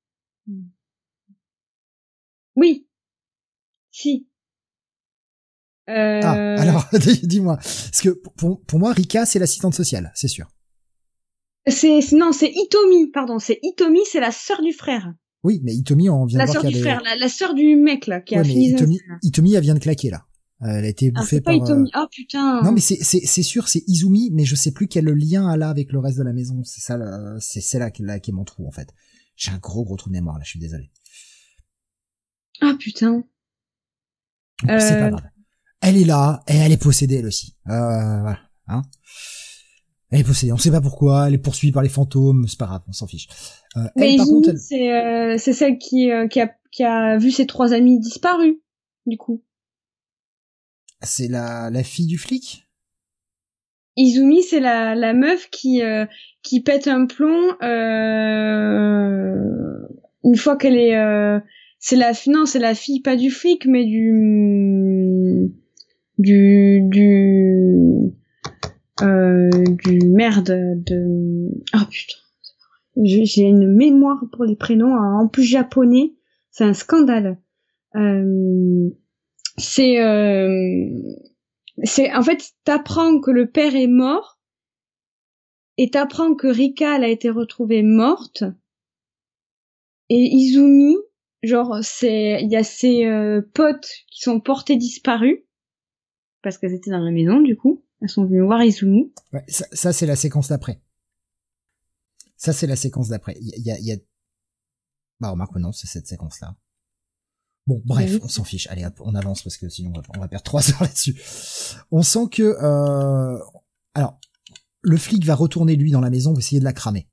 Oui. Si. Euh... Ah, alors, dis-moi. Parce que pour, pour moi, Rika, c'est l'assistante sociale, c'est sûr. C'est, non, c'est Hitomi, pardon. C'est Hitomi, c'est la sœur du frère. Oui, mais Hitomi, on vient la de voir sœur qu'elle du est... frère, la, la sœur du mec, là, qui ouais, a mais fini Hitomi, Hitomi, elle vient de claquer, là. Elle a été bouffée ah, par... C'est pas Hitomi. Euh... Oh, putain. Non, mais c'est, c'est, c'est sûr, c'est Izumi, mais je sais plus quel lien elle a avec le reste de la maison. C'est ça, là, c'est celle-là là, qui est mon trou, en fait. J'ai un gros, gros trou de mémoire, là, je suis désolé. Ah, putain. Donc, euh... c'est pas grave. Elle est là, et elle est possédée, elle aussi. Euh, voilà, hein. Elle est possédée, on sait pas pourquoi, elle est poursuivie par les fantômes, c'est pas grave, on s'en fiche. Euh, mais elle, par contre, elle... c'est, euh, c'est celle qui, euh, qui a, qui a vu ses trois amis disparus, du coup. C'est la, la fille du flic? Izumi, c'est la, la meuf qui, euh, qui pète un plomb, euh, une fois qu'elle est, euh, c'est la, non, c'est la fille, pas du flic, mais du, du, du, euh, du merde de, oh putain. J'ai une mémoire pour les prénoms, hein, en plus japonais, c'est un scandale. Euh, c'est, euh, c'est, en fait, t'apprends que le père est mort, et t'apprends que Rika, elle a été retrouvée morte, et Izumi, genre, c'est, il y a ses euh, potes qui sont portés disparus, parce qu'elles étaient dans la maison, du coup, elles sont venues voir Izumi. Ouais, ça, ça c'est la séquence d'après. Ça, c'est la séquence d'après. Il y a, il y a... Bah, remarque, non, c'est cette séquence-là. Bon, bref, oui. On s'en fiche. Allez, hop, on avance parce que sinon, on va, on va perdre trois heures là-dessus. On sent que... Euh... Alors, le flic va retourner, lui, dans la maison pour essayer de la cramer.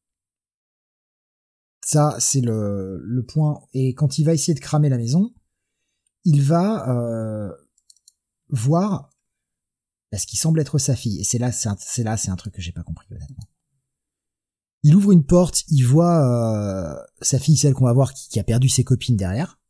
Ça, c'est le, le point. Et quand il va essayer de cramer la maison, il va euh, voir ce qui semble être sa fille. Et c'est là, c'est, un, c'est là, c'est un truc que j'ai pas compris, honnêtement. Il ouvre une porte, il voit euh, sa fille, celle qu'on va voir, qui, qui a perdu ses copines derrière.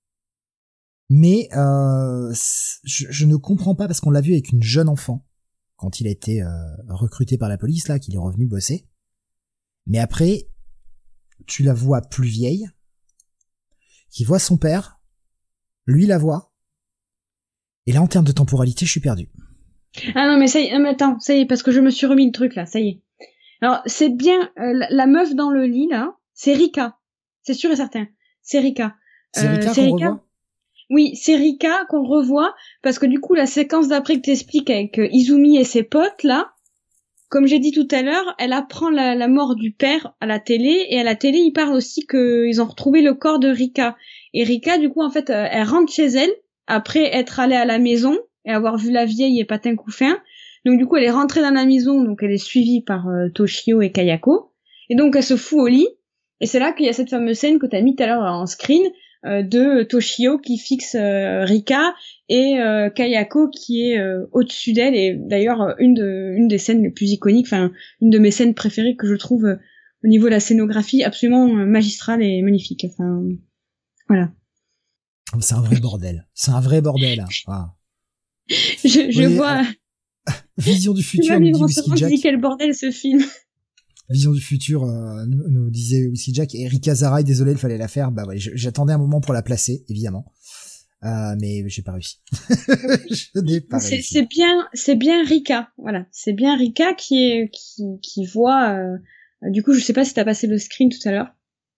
Mais euh, je, je ne comprends pas, parce qu'on l'a vu avec une jeune enfant, quand il a été euh, recruté par la police, là, qu'il est revenu bosser. Mais après, tu la vois plus vieille, qui voit son père, lui la voit, et là, en termes de temporalité, je suis perdu. Ah non, mais ça y est, non, mais attends, ça y est, parce que je me suis remis le truc, là, ça y est. Alors, c'est bien, euh, la, la meuf dans le lit, là, c'est Rika. C'est sûr et certain. C'est Rika. C'est euh, Rika qu'on Rika... revoit? Oui, c'est Rika qu'on revoit, parce que du coup, la séquence d'après que t'expliques avec euh, Izumi et ses potes, là, comme j'ai dit tout à l'heure, elle apprend la, la mort du père à la télé, et à la télé, il parle aussi qu'ils ont retrouvé le corps de Rika. Et Rika, du coup, en fait, euh, elle rentre chez elle, après être allée à la maison, et avoir vu la vieille et Patin Couffin. Donc du coup, elle est rentrée dans la maison, donc elle est suivie par euh, Toshio et Kayako. Et donc elle se fout au lit. Et c'est là qu'il y a cette fameuse scène que t'as mis tout à l'heure en screen euh, de Toshio qui fixe euh, Rika et euh, Kayako qui est euh, au-dessus d'elle. Et d'ailleurs une de une des scènes les plus iconiques, enfin une de mes scènes préférées que je trouve euh, au niveau de la scénographie absolument euh, magistrale et magnifique. Enfin voilà. C'est un vrai bordel. C'est un vrai bordel. Ah. je je oui, vois. Euh... Vision du futur, nous dit Whiskey Jack. Dit quel bordel ce film. Vision du futur, euh, nous, nous disait Whiskey Jack. Et Rika Zara, désolé, il fallait la faire. Bah ouais, j'attendais un moment pour la placer, évidemment. Euh, mais j'ai pas réussi. je n'ai pas c'est, réussi. C'est bien, c'est bien Rika. Voilà. C'est bien Rika qui est, qui, qui voit, euh, du coup, je sais pas si t'as passé le screen tout à l'heure.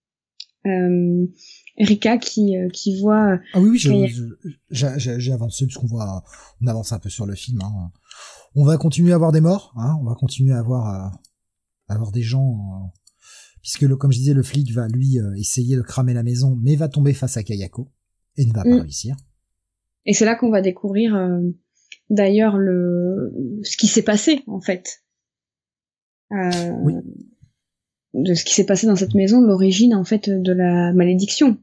Euh, Rika qui, euh, qui voit. Ah oui, oui, j'ai, j'ai, j'ai avancé puisqu'on voit, on avance un peu sur le film, hein. On va continuer à avoir des morts, hein, on va continuer à avoir, euh, à avoir des gens, euh, puisque le, comme je disais, le flic va lui euh, essayer de cramer la maison, mais va tomber face à Kayako et ne va mm. pas réussir. Et c'est là qu'on va découvrir, euh, d'ailleurs, le ce qui s'est passé en fait, euh, oui. de ce qui s'est passé dans cette maison, l'origine en fait de la malédiction.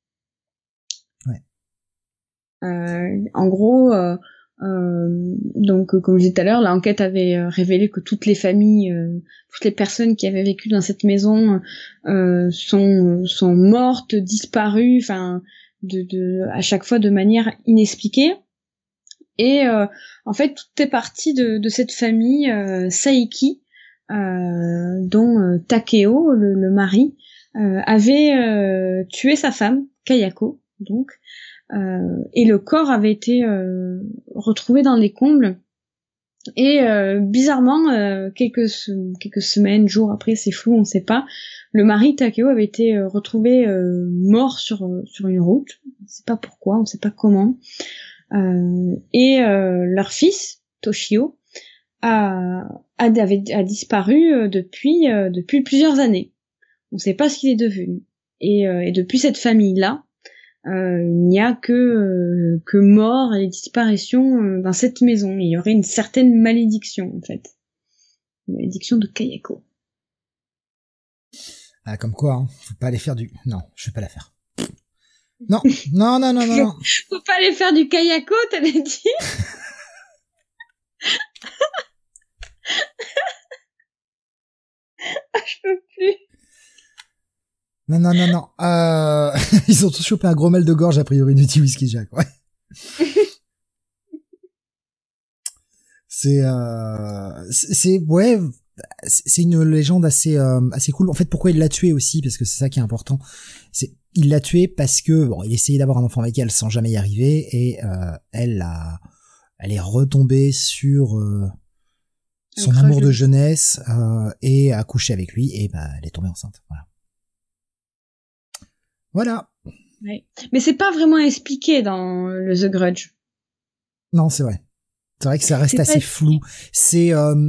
Ouais. Euh, en gros. Euh, Euh, donc, comme je disais tout à l'heure, l'enquête avait révélé que toutes les familles, euh, toutes les personnes qui avaient vécu dans cette maison euh, sont sont mortes, disparues, enfin, de, de à chaque fois de manière inexpliquée. Et euh, en fait, tout est parti de, de cette famille euh, Saiki, euh, dont euh, Takeo, le, le mari, euh, avait euh, tué sa femme, Kayako, donc. Euh, et le corps avait été euh, retrouvé dans les combles et euh, bizarrement euh, quelques quelques semaines, jours après, c'est flou, on sait pas, le mari Takeo avait été euh, retrouvé euh, mort sur sur une route, on sait pas pourquoi, on sait pas comment, euh, et euh, leur fils Toshio a a, avait, a disparu euh, depuis euh, depuis plusieurs années, on sait pas ce qu'il est devenu, et, euh, et depuis cette famille là Euh, il n'y a que euh, que mort et disparition euh, dans cette maison. Il y aurait une certaine malédiction en fait, une malédiction de Kayako. Ah, comme quoi, hein, faut pas aller faire du. Non, je vais pas la faire. Non, non, non, non, non. non. Faut pas aller faire du Kayako, t'allais dire. Non, non, non, non. Euh... Ils ont tous chopé un gros mal de gorge, a priori, du Whisky Jack, ouais. c'est, euh... c'est, c'est, ouais, c'est une légende assez, euh, assez cool. En fait, pourquoi il l'a tué aussi, parce que c'est ça qui est important. C'est, il l'a tué parce que, bon, il essayait d'avoir un enfant avec elle sans jamais y arriver, et, euh, elle a, elle est retombée sur, euh, son amour de jeunesse, euh, et a couché avec lui, et bah, elle est tombée enceinte. Voilà. Voilà. Ouais. Mais c'est pas vraiment expliqué dans le The Grudge. Non, c'est vrai. C'est vrai que ça reste c'est assez pas... flou. C'est, euh,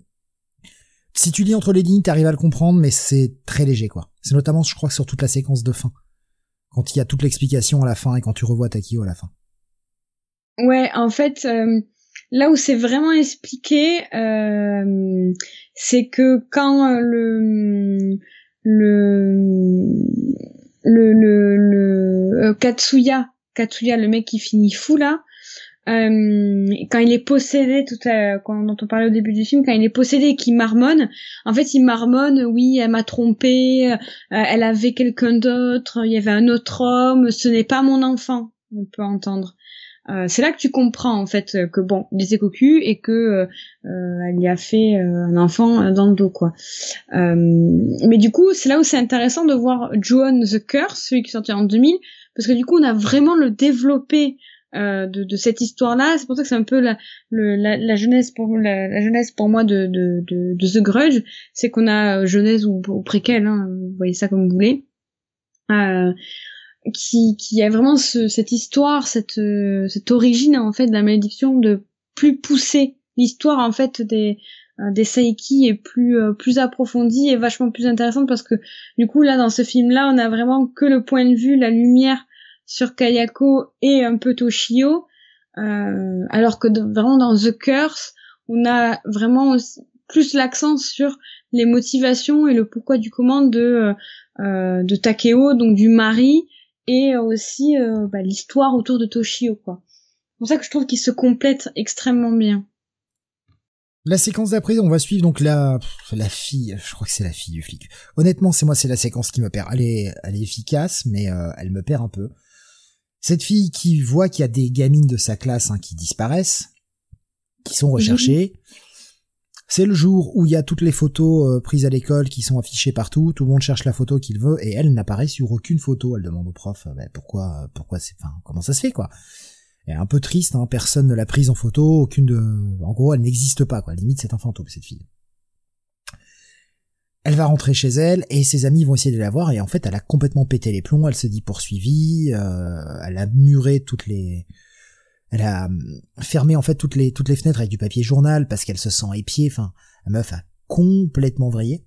si tu lis entre les lignes, t'arrives à le comprendre, mais c'est très léger, quoi. C'est notamment, je crois, sur toute la séquence de fin. Quand il y a toute l'explication à la fin et quand tu revois Takio à la fin. Ouais, en fait, euh, là où c'est vraiment expliqué, euh, c'est que quand le le le le, le euh, Katsuya, Katsuya, le mec qui finit fou là, euh, quand il est possédé, tout à, quand, dont on parlait au début du film, quand il est possédé et qu'il marmonne, en fait il marmonne, oui, elle m'a trompé, euh, elle avait quelqu'un d'autre, il y avait un autre homme, ce n'est pas mon enfant, on peut entendre. Euh, c'est là que tu comprends en fait que bon, il était cocu et que euh, elle lui a fait euh, un enfant dans le dos quoi. Euh, mais du coup, c'est là où c'est intéressant de voir Ju-On the Curse, celui qui est sorti en deux mille, parce que du coup, on a vraiment le développé euh, de, de cette histoire-là. C'est pour ça que c'est un peu la, le, la, la jeunesse pour la, la jeunesse pour moi de, de, de, de The Grudge, c'est qu'on a jeunesse ou, ou préquel, hein, vous voyez ça comme vous voulez. Euh, qui qui a vraiment ce, cette histoire, cette euh, cette origine en fait de la malédiction, de plus pousser l'histoire en fait des euh, des Saiki est plus euh, plus approfondie et vachement plus intéressante parce que du coup là dans ce film là on a vraiment que le point de vue, la lumière sur Kayako et un peu Toshio, euh, alors que de, vraiment dans The Curse on a vraiment aussi, plus l'accent sur les motivations et le pourquoi du comment de euh, de Takeo, donc du mari, et aussi euh, bah, l'histoire autour de Toshio, quoi. C'est pour ça que je trouve qu'ils se complètent extrêmement bien. La séquence d'après, on va suivre donc la la fille, je crois que c'est la fille du flic. Honnêtement, c'est moi, c'est la séquence qui me perd. Elle est, elle est efficace, mais euh, elle me perd un peu. Cette fille qui voit qu'il y a des gamines de sa classe hein, qui disparaissent, qui sont recherchées. Mmh. C'est le jour où il y a toutes les photos euh, prises à l'école qui sont affichées partout, tout le monde cherche la photo qu'il veut, et elle n'apparaît sur aucune photo. Elle demande au prof, euh, bah, pourquoi, pourquoi c'est, enfin, comment ça se fait, quoi. Elle est un peu triste, hein, personne ne l'a prise en photo, aucune de, en gros, elle n'existe pas, quoi. Limite, c'est un fantôme, cette fille. Elle va rentrer chez elle, et ses amis vont essayer de la voir, et en fait, elle a complètement pété les plombs, elle se dit poursuivie, euh, elle a muré toutes les, elle a fermé en fait toutes les toutes les fenêtres avec du papier journal parce qu'elle se sent épiée. Enfin, la meuf a complètement vrillé.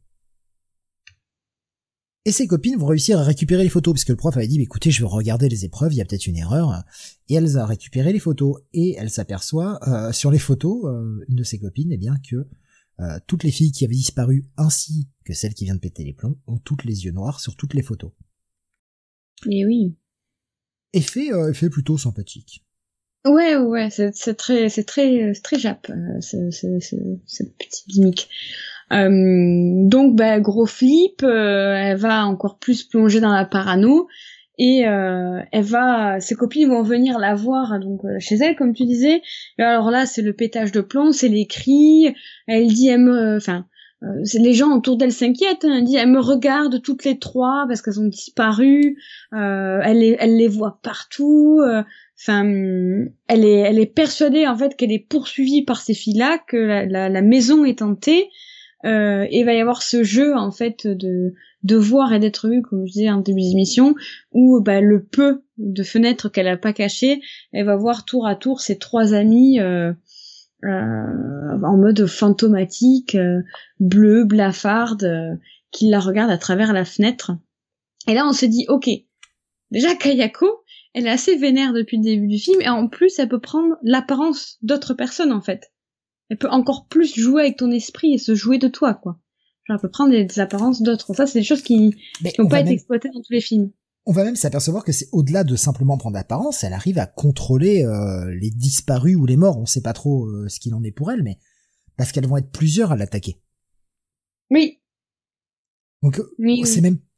Et ses copines vont réussir à récupérer les photos parce que le prof avait dit, écoutez, je vais regarder les épreuves, il y a peut-être une erreur. Et elle a récupéré les photos et elle s'aperçoit euh, sur les photos, euh, une de ses copines, eh bien que euh, toutes les filles qui avaient disparu ainsi que celle qui vient de péter les plombs ont toutes les yeux noirs sur toutes les photos. Et oui. Effet, euh, effet plutôt sympathique. Ouais, ouais, c'est, c'est très, c'est très, c'est très jap, ce, ce, ce, cette petite gimmick. Euh, donc, bah, gros flip, euh, elle va encore plus plonger dans la parano et euh, elle va, ses copines vont venir la voir donc euh, chez elle, comme tu disais. Et alors là, c'est le pétage de plomb, c'est les cris. Elle dit, elle me, enfin, euh, c'est les gens autour d'elle s'inquiètent. Hein, elle dit, elle me regarde toutes les trois parce qu'elles ont disparu. Euh, elle les, elle les voit partout. Euh, Enfin, elle est, elle est persuadée en fait qu'elle est poursuivie par ces filles-là, que la, la, la maison est hantée, euh, et il va y avoir ce jeu en fait de, de voir et d'être vu, comme je disais en début d'émission, où bah, le peu de fenêtres qu'elle a pas cachées, elle va voir tour à tour ses trois amis euh, euh, en mode fantomatique, euh, bleu, blafarde, euh, qui la regardent à travers la fenêtre. Et là, on se dit, ok, déjà Kayako, elle est assez vénère depuis le début du film, et en plus, elle peut prendre l'apparence d'autres personnes, en fait. Elle peut encore plus jouer avec ton esprit et se jouer de toi, quoi. Genre, elle peut prendre des, des apparences d'autres. Ça, c'est des choses qui n'ont pas été même, exploitées dans tous les films. On va même s'apercevoir que c'est au-delà de simplement prendre l'apparence, elle arrive à contrôler euh, les disparus ou les morts. On sait pas trop euh, ce qu'il en est pour elle, mais parce qu'elles vont être plusieurs à l'attaquer. Oui. Donc, oui, c'est oui. même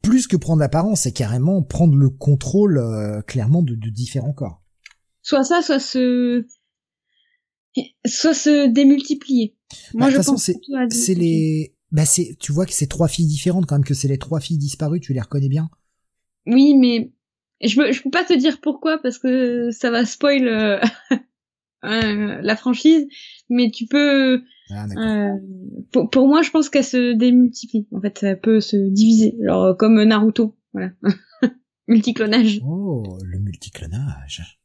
plus que prendre l'apparence, c'est carrément prendre le contrôle euh, clairement de, de différents corps. Soit ça, soit se, soit se démultiplier. Moi, Bah, je de toute façon, pense c'est, plutôt à c'est les, bah c'est, tu vois que c'est trois filles différentes quand même, que c'est les trois filles disparues, tu les reconnais bien. Oui, mais je peux, je peux pas te dire pourquoi parce que ça va spoil euh, euh, la franchise, mais tu peux. Ah, d'accord. Euh, pour, pour moi, je pense qu'elle se démultiplie. En fait, elle peut se diviser, genre comme Naruto, voilà. Multiclonage. Oh, le multiclonage.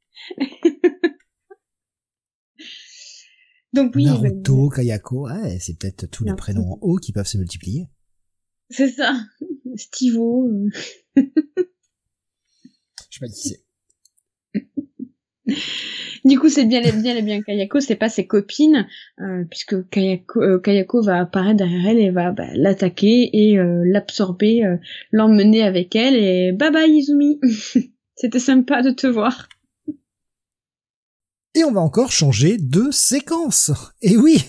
Donc oui. Naruto, ben, Kayako, ouais, c'est peut-être tous les non, prénoms en haut qui peuvent se multiplier. c'est ça. Stivo. Euh. Je sais pas qui c'est. Du coup, c'est bien, bien, bien Kayako, c'est pas ses copines, euh, puisque Kayako, euh, Kayako va apparaître derrière elle et va bah, l'attaquer et euh, l'absorber, euh, l'emmener avec elle et bye bye Izumi. C'était sympa de te voir. Et on va encore changer de séquence. Et oui.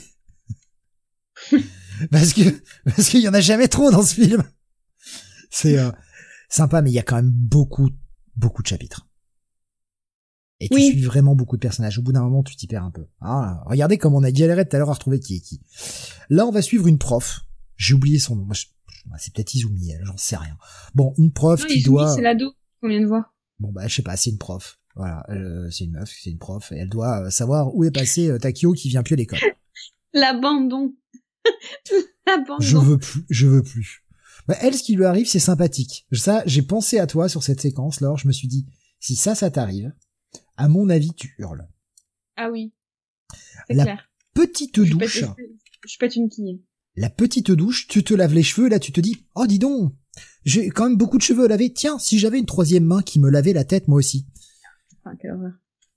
parce que, parce qu'il y en a jamais trop dans ce film. C'est euh, sympa, mais il y a quand même beaucoup, beaucoup de chapitres. Et tu Oui. suis vraiment beaucoup de personnages. Au bout d'un moment, tu t'y perds un peu. Ah, regardez comme on a galéré tout à l'heure à retrouver qui est qui. Là, on va suivre une prof. J'ai oublié son nom. Moi, je... C'est peut-être Izumi, elle, j'en sais rien. Bon, une prof Non, qui Izumi, doit... c'est l'ado qu'on vient de voir. Bon, bah, je sais pas, c'est une prof. Voilà, euh, c'est une meuf, c'est une prof. Et elle doit euh, savoir où est passé euh, Takio qui vient plus à l'école. L'abandon. L'abandon. Je veux plus, je veux plus. Bah, elle, ce qui lui arrive, c'est sympathique. Ça, j'ai pensé à toi sur cette séquence, Laure. Je me suis dit, si ça, ça t'arrive, à mon avis, tu hurles. Ah oui. C'est La clair. petite Je douche. pète, je pète une quille. La petite douche, tu te laves les cheveux, là, tu te dis, oh, dis donc, j'ai quand même beaucoup de cheveux à laver. Tiens, si j'avais une troisième main qui me lavait la tête, moi aussi. Ah, quelle horreur.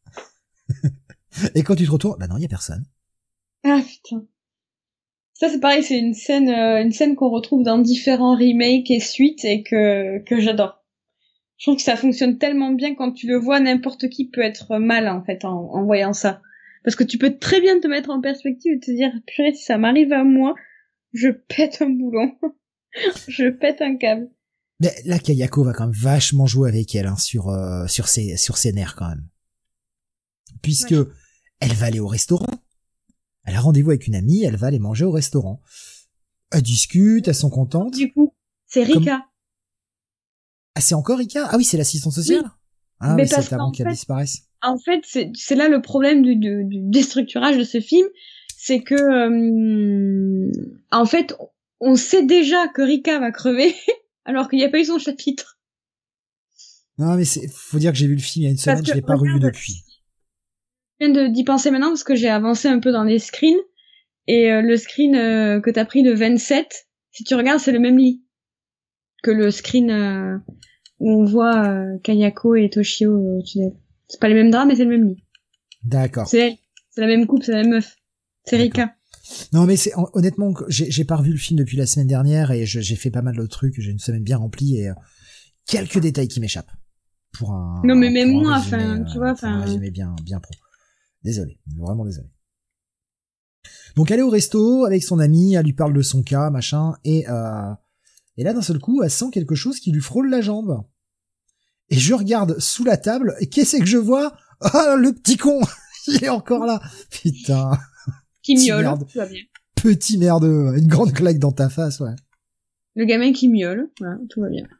Et quand tu te retournes, bah non, y a personne. Ah, putain. Ça, c'est pareil, c'est une scène, euh, une scène qu'on retrouve dans différents remakes et suites et que, que j'adore. Je trouve que ça fonctionne tellement bien quand tu le vois, n'importe qui peut être mal, en fait, en, en voyant ça. Parce que tu peux très bien te mettre en perspective et te dire, purée, si ça m'arrive à moi, je pète un boulon. Je pète un câble. Mais là, Kayako va quand même vachement jouer avec elle, hein, sur, euh, sur ses, sur ses nerfs, quand même. Puisque, ouais. Elle va aller au restaurant. Elle a rendez-vous avec une amie, elle va aller manger au restaurant. Elles discutent, elles sont contentes. Du coup, c'est Rika. Comme... Ah, c'est encore Rika? Ah oui, c'est l'assistante sociale? Oui. Ah mais oui, c'est avant qu'elle disparaisse. En fait, c'est, c'est là le problème du, du, du déstructurage de ce film, c'est que, euh, en fait, on sait déjà que Rika va crever, alors qu'il n'y a pas eu son chapitre. Non, mais c'est, faut dire que j'ai vu le film il y a une semaine, je l'ai pas revu depuis. Je viens de, d'y penser maintenant parce que j'ai avancé un peu dans les screens, et euh, le screen euh, que t'as pris de vingt-sept, si tu regardes, c'est le même lit que le screen euh, où on voit euh, Kayako et Toshio au-dessus d'elle. C'est pas les mêmes draps, mais c'est le même lit. D'accord. C'est elle. C'est la même coupe, c'est la même meuf. C'est Rika. Non, mais c'est, honnêtement, j'ai, j'ai pas revu le film depuis la semaine dernière et je, j'ai fait pas mal de trucs, j'ai une semaine bien remplie et euh, quelques détails qui m'échappent. Pour un, non, mais même moi, résumé, enfin, euh, tu vois, enfin. Un résumé bien, bien pro. Désolé. Vraiment désolé. Donc, elle est au resto avec son amie, elle lui parle de son cas, machin, et, euh, et là, d'un seul coup, elle sent quelque chose qui lui frôle la jambe. Et je regarde sous la table, et qu'est-ce que je vois? Ah, le petit con! Il est encore là! Putain! Qui miaule, tout va bien. Petit merdeux, une grande claque dans ta face, ouais. Le gamin qui miaule, voilà, tout va bien.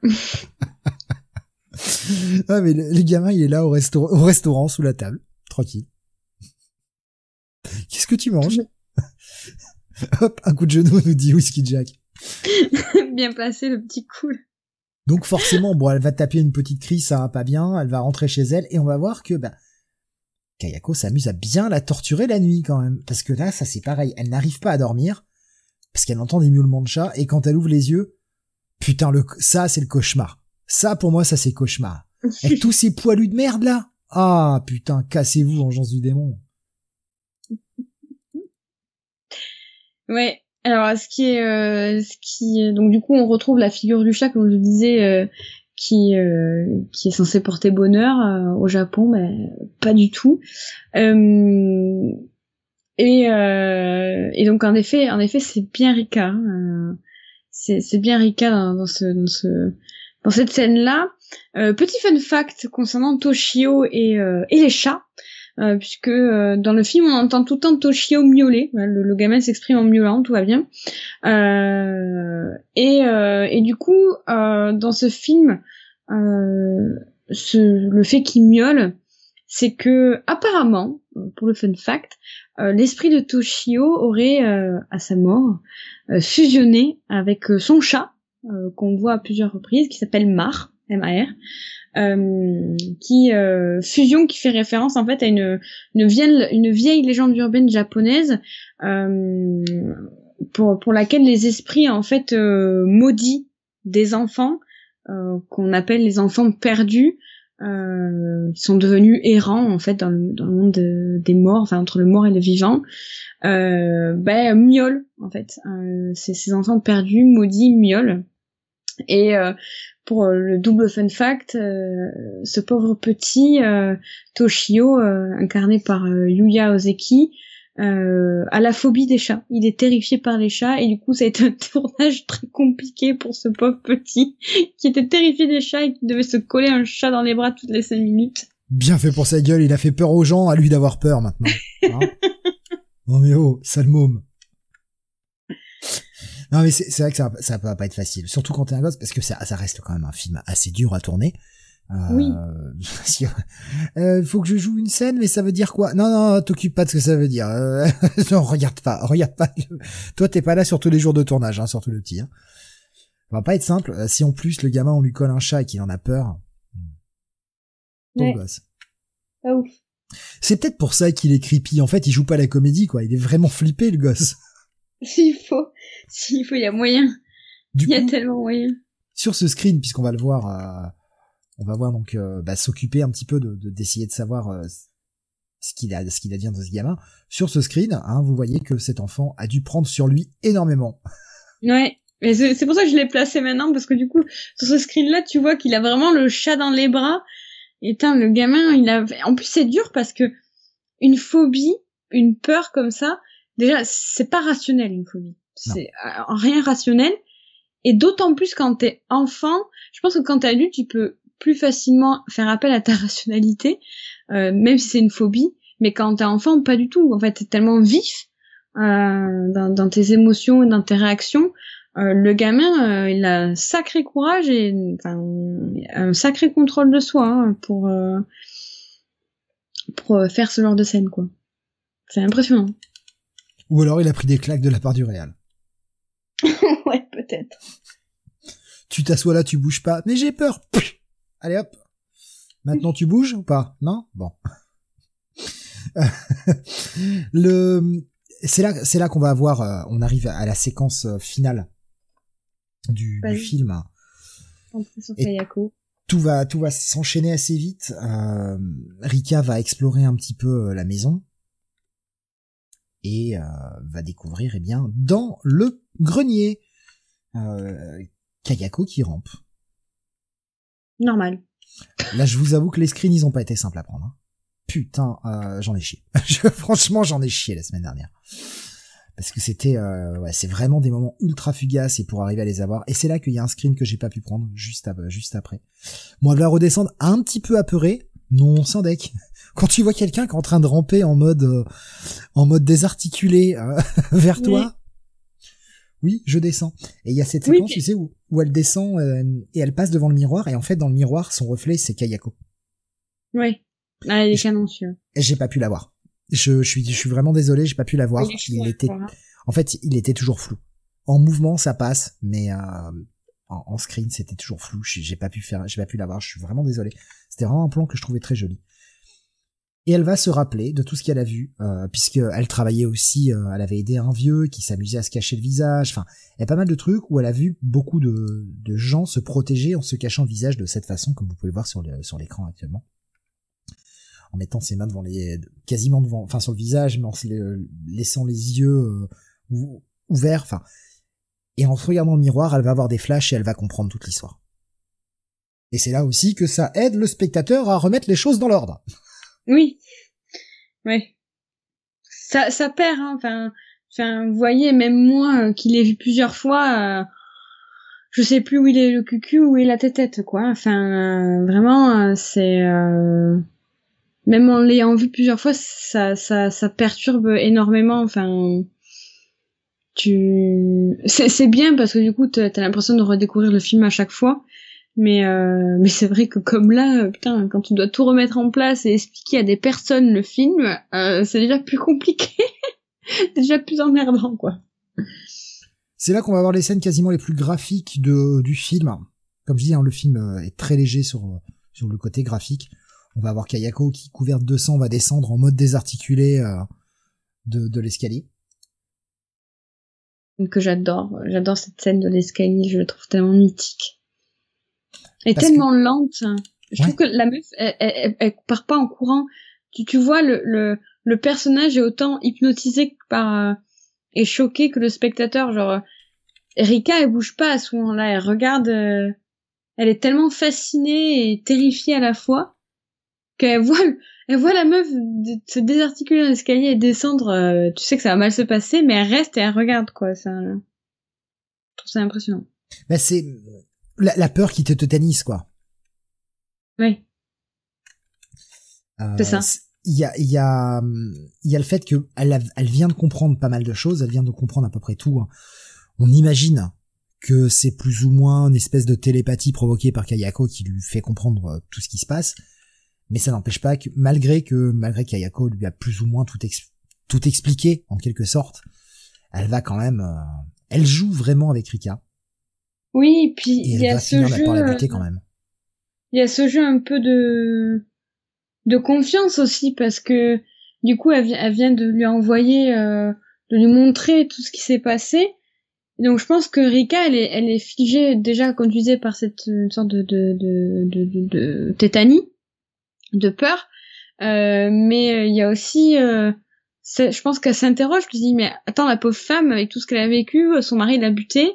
Ah, mais le, le gamin, il est là au, restaur- au restaurant, sous la table, tranquille. Qu'est-ce que tu manges? Hop, un coup de genou, nous dit Whisky Jack. Bien placé, le petit cool. Donc forcément, bon, elle va taper une petite crise, ça va pas bien, elle va rentrer chez elle, et on va voir que, bah, Kayako s'amuse à bien la torturer la nuit, quand même. Parce que là, ça c'est pareil, elle n'arrive pas à dormir, parce qu'elle entend des miaulements de chat, et quand elle ouvre les yeux, putain, le, ça c'est le cauchemar. Ça, pour moi, ça c'est cauchemar. Avec tous ces poilus de merde, là. Ah, putain, cassez-vous, vengeance du démon. Ouais. Alors, ce qui est, euh, ce qui, donc du coup, on retrouve la figure du chat, comme je disais, euh, qui, euh, qui est censée porter bonheur euh, au Japon, mais pas du tout. Euh, et, euh, et donc, en effet, en effet, c'est bien Rika. Hein, euh, c'est, c'est bien Rika dans, dans ce, dans ce, dans cette scène-là. Euh, petit fun fact concernant Toshio et, euh, et les chats. Euh, puisque euh, dans le film on entend tout le temps Toshio miauler, le, le gamin s'exprime en miaulant, tout va bien. Euh, et, euh, et du coup, euh, dans ce film, euh, ce, le fait qu'il miaule, c'est que apparemment, pour le fun fact, euh, l'esprit de Toshio aurait, euh, à sa mort, euh, fusionné avec euh, son chat, euh, qu'on voit à plusieurs reprises, qui s'appelle Mar, M A R. Euh, qui euh, fusion qui fait référence en fait à une une vieille une vieille légende urbaine japonaise euh, pour pour laquelle les esprits en fait euh, maudits des enfants euh, qu'on appelle les enfants perdus euh, sont devenus errants en fait dans le dans le monde de, des morts, enfin entre le mort et le vivant, euh, ben miaulent en fait, euh, ces ces enfants perdus maudits miaulent. Et euh, pour euh, le double fun fact, euh, ce pauvre petit euh, Toshio, euh, incarné par euh, Yuya Ozeki, euh, a la phobie des chats. Il est terrifié par les chats et du coup ça a été un tournage très compliqué pour ce pauvre petit qui était terrifié des chats et qui devait se coller un chat dans les bras toutes les cinq minutes. Bien fait pour sa gueule, il a fait peur aux gens, à lui d'avoir peur maintenant. Hein. Non mais oh, sale môme. Non mais c'est, c'est vrai que ça, ça va pas être facile, surtout quand t'es un gosse, parce que ça, ça reste quand même un film assez dur à tourner. Euh, oui. Euh, faut que je joue une scène, mais ça veut dire quoi? Non, non, t'occupe pas de ce que ça veut dire. Euh, non, regarde pas, regarde pas. Toi, t'es pas là sur tous les jours de tournage, hein, surtout le petit. Hein. Ça va pas être simple. Si en plus le gamin on lui colle un chat et qu'il en a peur, ton ouais. gosse. Ah ouf. C'est peut-être pour ça qu'il est creepy. En fait, il joue pas la comédie, quoi. Il est vraiment flippé, le gosse. S'il faut, s'il faut, il y a moyen. Du il y coup, a tellement moyen. Sur ce screen, puisqu'on va le voir, euh, on va voir donc euh, bah, s'occuper un petit peu de, de d'essayer de savoir euh, ce qu'il a, ce qu'il advient de ce gamin. Sur ce screen, hein, vous voyez que cet enfant a dû prendre sur lui énormément. Ouais. Mais c'est, c'est pour ça que je l'ai placé maintenant, parce que du coup, sur ce screen-là, tu vois qu'il a vraiment le chat dans les bras. Et tain, le gamin, il a, en plus c'est dur parce que une phobie, une peur comme ça, déjà, c'est pas rationnel, une phobie. Non. C'est euh, rien rationnel. Et d'autant plus quand t'es enfant, je pense que quand t'es adulte, tu peux plus facilement faire appel à ta rationalité, euh, même si c'est une phobie. Mais quand t'es enfant, pas du tout. En fait, t'es tellement vif euh, dans, dans tes émotions et dans tes réactions. Euh, le gamin, euh, il a un sacré courage et enfin, un sacré contrôle de soi hein, pour euh, pour faire ce genre de scène, quoi. C'est impressionnant. Ou alors il a pris des claques de la part du réal. Ouais, peut-être. Tu t'assois là, tu bouges pas. Mais j'ai peur. Allez hop. Maintenant tu bouges ou pas? Non? Bon. Le, c'est là, c'est là qu'on va avoir, euh, on arrive à la séquence euh, finale du, du film. Et tout va, tout va s'enchaîner assez vite. Euh, Rika va explorer un petit peu euh, la maison et euh, va découvrir, eh bien, dans le grenier, euh, Kayako qui rampe. Normal. Là, je vous avoue que les screens, ils ont pas été simples à prendre. Hein. Putain, euh, j'en ai chié. Je, franchement, j'en ai chié la semaine dernière. Parce que c'était, euh, ouais, c'est vraiment des moments ultra fugaces et pour arriver à les avoir. Et c'est là qu'il y a un screen que j'ai pas pu prendre juste, à, juste après. Moi, je vais redescendre un petit peu apeuré. Non, sans deck. Quand tu vois quelqu'un qui est en train de ramper en mode, euh, en mode désarticulé euh, vers oui. toi. Oui, je descends. Et il y a cette séquence, oui, tu sais, où, où elle descend euh, et elle passe devant le miroir. Et en fait, dans le miroir, son reflet, c'est Kayako. Ouais. Ah, il est canon, celui-là. Et j'ai pas pu la voir. Je, je suis, je suis vraiment désolé, j'ai pas pu la voir. Il, il était, en fait, il était toujours flou. En mouvement, ça passe, mais euh, en, en screen, c'était toujours flou. J'ai, j'ai pas pu faire, j'ai pas pu la voir. Je suis vraiment désolé. C'était vraiment un plan que je trouvais très joli. Et elle va se rappeler de tout ce qu'elle a vu, euh, puisque elle travaillait aussi, euh, elle avait aidé un vieux qui s'amusait à se cacher le visage. Enfin, il y a pas mal de trucs où elle a vu beaucoup de, de gens se protéger en se cachant le visage de cette façon, comme vous pouvez le voir sur, le, sur l'écran actuellement. En mettant ses mains devant les, quasiment devant, enfin sur le visage, mais en se le, laissant les yeux euh, ouverts, enfin. Et en se regardant le miroir, elle va avoir des flashs et elle va comprendre toute l'histoire. Et c'est là aussi que ça aide le spectateur à remettre les choses dans l'ordre. Oui. Ouais. Ça, ça perd, hein. Enfin, enfin, vous voyez, même moi, euh, qui l'ai vu plusieurs fois, euh, je sais plus où il est le cucu, où est la tête, quoi. Enfin, euh, vraiment, euh, c'est euh... même en l'ayant vu plusieurs fois, ça, ça, ça perturbe énormément. Enfin, tu, c'est, c'est bien parce que du coup, t'as, t'as l'impression de redécouvrir le film à chaque fois. Mais, euh, mais c'est vrai que comme là, putain, quand tu dois tout remettre en place et expliquer à des personnes le film, euh, c'est déjà plus compliqué, c'est déjà plus emmerdant, quoi. C'est là qu'on va avoir les scènes quasiment les plus graphiques de du film. Comme je dis, hein, le film est très léger sur sur le côté graphique. On va avoir Kayako qui, couverte de sang, va descendre en mode désarticulé euh, de, de l'escalier. Que j'adore. J'adore cette scène de l'escalier, je la trouve tellement mythique. Elle est Parce tellement que... lente. Je ouais. trouve que la meuf, elle, elle, elle, elle part pas en courant. Tu, tu vois, le, le, le personnage est autant hypnotisé par, euh, et choqué que le spectateur. Genre, Rika, elle bouge pas à ce moment-là. Elle regarde, euh, elle est tellement fascinée et terrifiée à la fois qu'elle voit, elle voit la meuf se désarticuler dans l'escalier et descendre. Euh, tu sais que ça va mal se passer, mais elle reste et elle regarde, quoi. Ça, je trouve ça impressionnant. Bah, c'est la, la peur qui te tétanise, quoi. Oui. Euh, c'est ça. Il y a, il y a, il y a le fait que elle, elle vient de comprendre pas mal de choses. Elle vient de comprendre à peu près tout. Hein. On imagine que c'est plus ou moins une espèce de télépathie provoquée par Kayako qui lui fait comprendre tout ce qui se passe. Mais ça n'empêche pas que, malgré que, malgré Kayako lui a plus ou moins tout, ex, tout expliqué, en quelque sorte, elle va quand même, euh, elle joue vraiment avec Rika. Oui, puis il y a ce jeu, par la buter quand même. Il y a ce jeu un peu de, de confiance aussi, parce que, du coup, elle, elle vient de lui envoyer, euh, de lui montrer tout ce qui s'est passé. Donc je pense que Rika, elle est, elle est figée déjà, comme tu disais, par cette une sorte de, de, de, de, de, de tétanie, de peur. Euh, mais il y a aussi, euh, je pense qu'elle s'interroge, je me dis, mais attends, la pauvre femme, avec tout ce qu'elle a vécu, son mari l'a butée,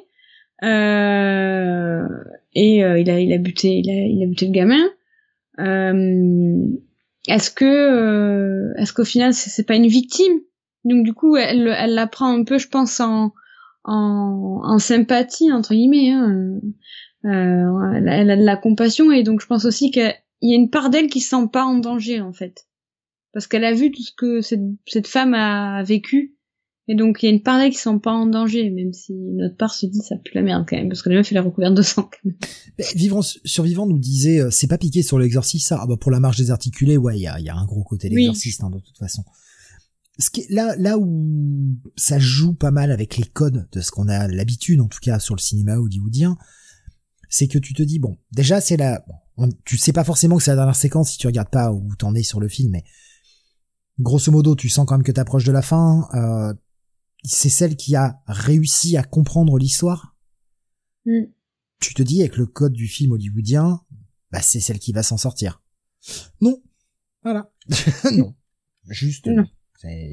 euh, et euh, il a, il a buté, il a, il a buté le gamin. Euh, est-ce que, euh, est-ce qu'au final, c'est, c'est pas une victime? Donc du coup, elle, elle la prend un peu, je pense, en En, en sympathie entre guillemets, hein. euh, elle, elle a de la compassion et donc je pense aussi qu'il y a une part d'elle qui se sent pas en danger en fait, parce qu'elle a vu tout ce que cette, cette femme a vécu et donc il y a une part d'elle qui se sent pas en danger, même si notre part se dit ça pue la merde quand même, parce que la meuf elle est recouverte de sang quand même. Ben, Vivant Survivant nous disait euh, c'est pas piqué sur l'exorciste ça. Ah bah pour la marche désarticulée ouais il y a, y a un gros côté l'exorciste oui. hein, de toute façon. Ce qui est là, là où ça joue pas mal avec les codes de ce qu'on a l'habitude, en tout cas sur le cinéma hollywoodien, c'est que tu te dis bon, déjà c'est la, bon, tu sais pas forcément que c'est la dernière séquence si tu regardes pas où t'en es sur le film, mais grosso modo tu sens quand même que t'approches de la fin. Euh, c'est celle qui a réussi à comprendre l'histoire. Mm. Tu te dis avec le code du film hollywoodien, bah c'est celle qui va s'en sortir. Non, voilà, non, juste. Non. C'est...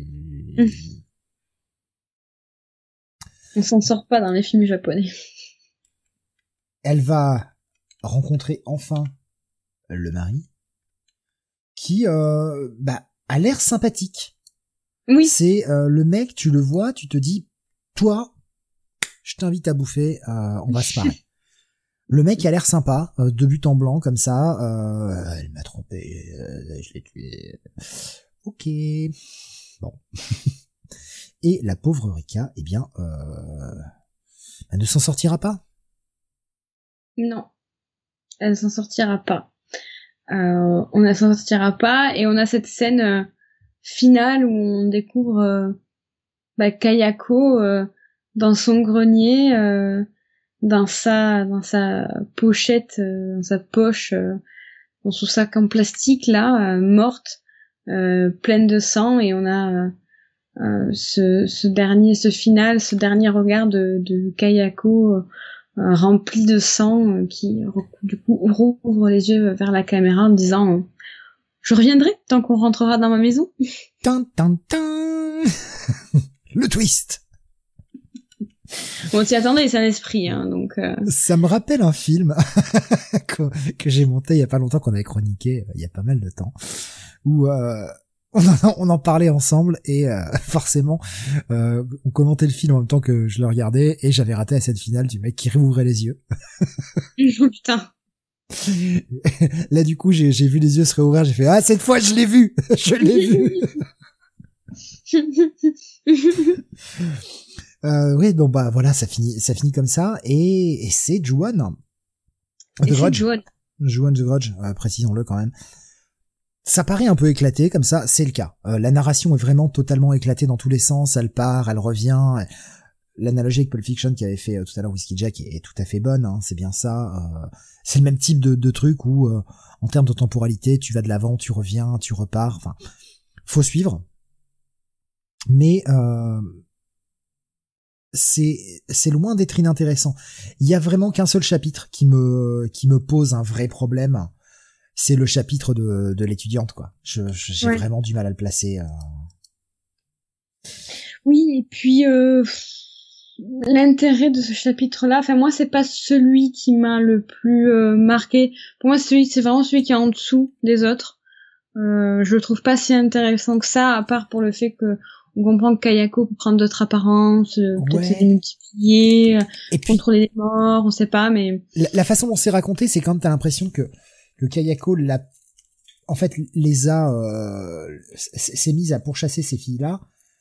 On s'en sort pas dans les films japonais. Elle va rencontrer enfin le mari, qui euh, bah a l'air sympathique. Oui. C'est euh, le mec, tu le vois, tu te dis, toi, je t'invite à bouffer, euh, on va se marrer. Le mec a l'air sympa, euh, de but en blanc comme ça. Euh, elle m'a trompé, euh, je l'ai tué. Ok. Bon. Et la pauvre Rika, eh bien, euh, elle ne s'en sortira pas. Non, elle ne s'en sortira pas. Euh, on ne s'en sortira pas, et on a cette scène euh, finale où on découvre euh, bah, Kayako euh, dans son grenier, euh, dans sa dans sa pochette, euh, dans sa poche, euh, dans son sac en plastique là, euh, morte. Euh, pleine de sang, et on a euh, euh, ce, ce dernier, ce final, ce dernier regard de, de Kayako euh, rempli de sang, euh, qui du coup rouvre les yeux vers la caméra en disant euh, je reviendrai tant qu'on rentrera dans ma maison. Tin, tin, tin. Le twist. Bon, t'y attendais, c'est un esprit, hein, donc. Euh... Ça me rappelle un film que, que j'ai monté il y a pas longtemps, qu'on avait chroniqué il y a pas mal de temps, où euh, on en, on en parlait ensemble et euh, forcément, euh, on commentait le film en même temps que je le regardais et j'avais raté la scène finale du mec qui rouvrait les yeux. Oh putain. Là du coup, j'ai, j'ai vu les yeux se réouvrir, j'ai fait ah cette fois je l'ai vu, je l'ai vu. euh, oui, bon bah voilà, ça finit, ça finit comme ça et, et c'est Ju-won. The Grudge. Ju-won. Ju-won The Grudge, euh, précisons-le quand même. Ça paraît un peu éclaté comme ça, c'est le cas. Euh, la narration est vraiment totalement éclatée dans tous les sens, elle part, elle revient. L'analogie avec Pulp Fiction qui avait fait euh, tout à l'heure Whiskey Jack est, est tout à fait bonne, hein, c'est bien ça. Euh, c'est le même type de, de truc où, euh, en termes de temporalité, tu vas de l'avant, tu reviens, tu repars. Enfin, faut suivre. Mais euh, c'est c'est loin d'être inintéressant. Il y a vraiment qu'un seul chapitre qui me qui me pose un vrai problème. C'est le chapitre de, de l'étudiante, quoi. Je, je, j'ai ouais. vraiment du mal à le placer. Euh... Oui, et puis euh, l'intérêt de ce chapitre-là, enfin moi c'est pas celui qui m'a le plus euh, marqué. Pour moi, celui, c'est vraiment celui qui est en dessous des autres. Euh, je le trouve pas si intéressant que ça, à part pour le fait que on comprend que Kayako peut prendre d'autres apparences, euh, peut-être ouais. se démultiplier, et puis, contrôler les morts, on sait pas, mais la, la façon dont c'est raconté, c'est quand même t'as l'impression que que Kayako l'a, en fait, les a, euh, s'est mise à pourchasser ces filles-là,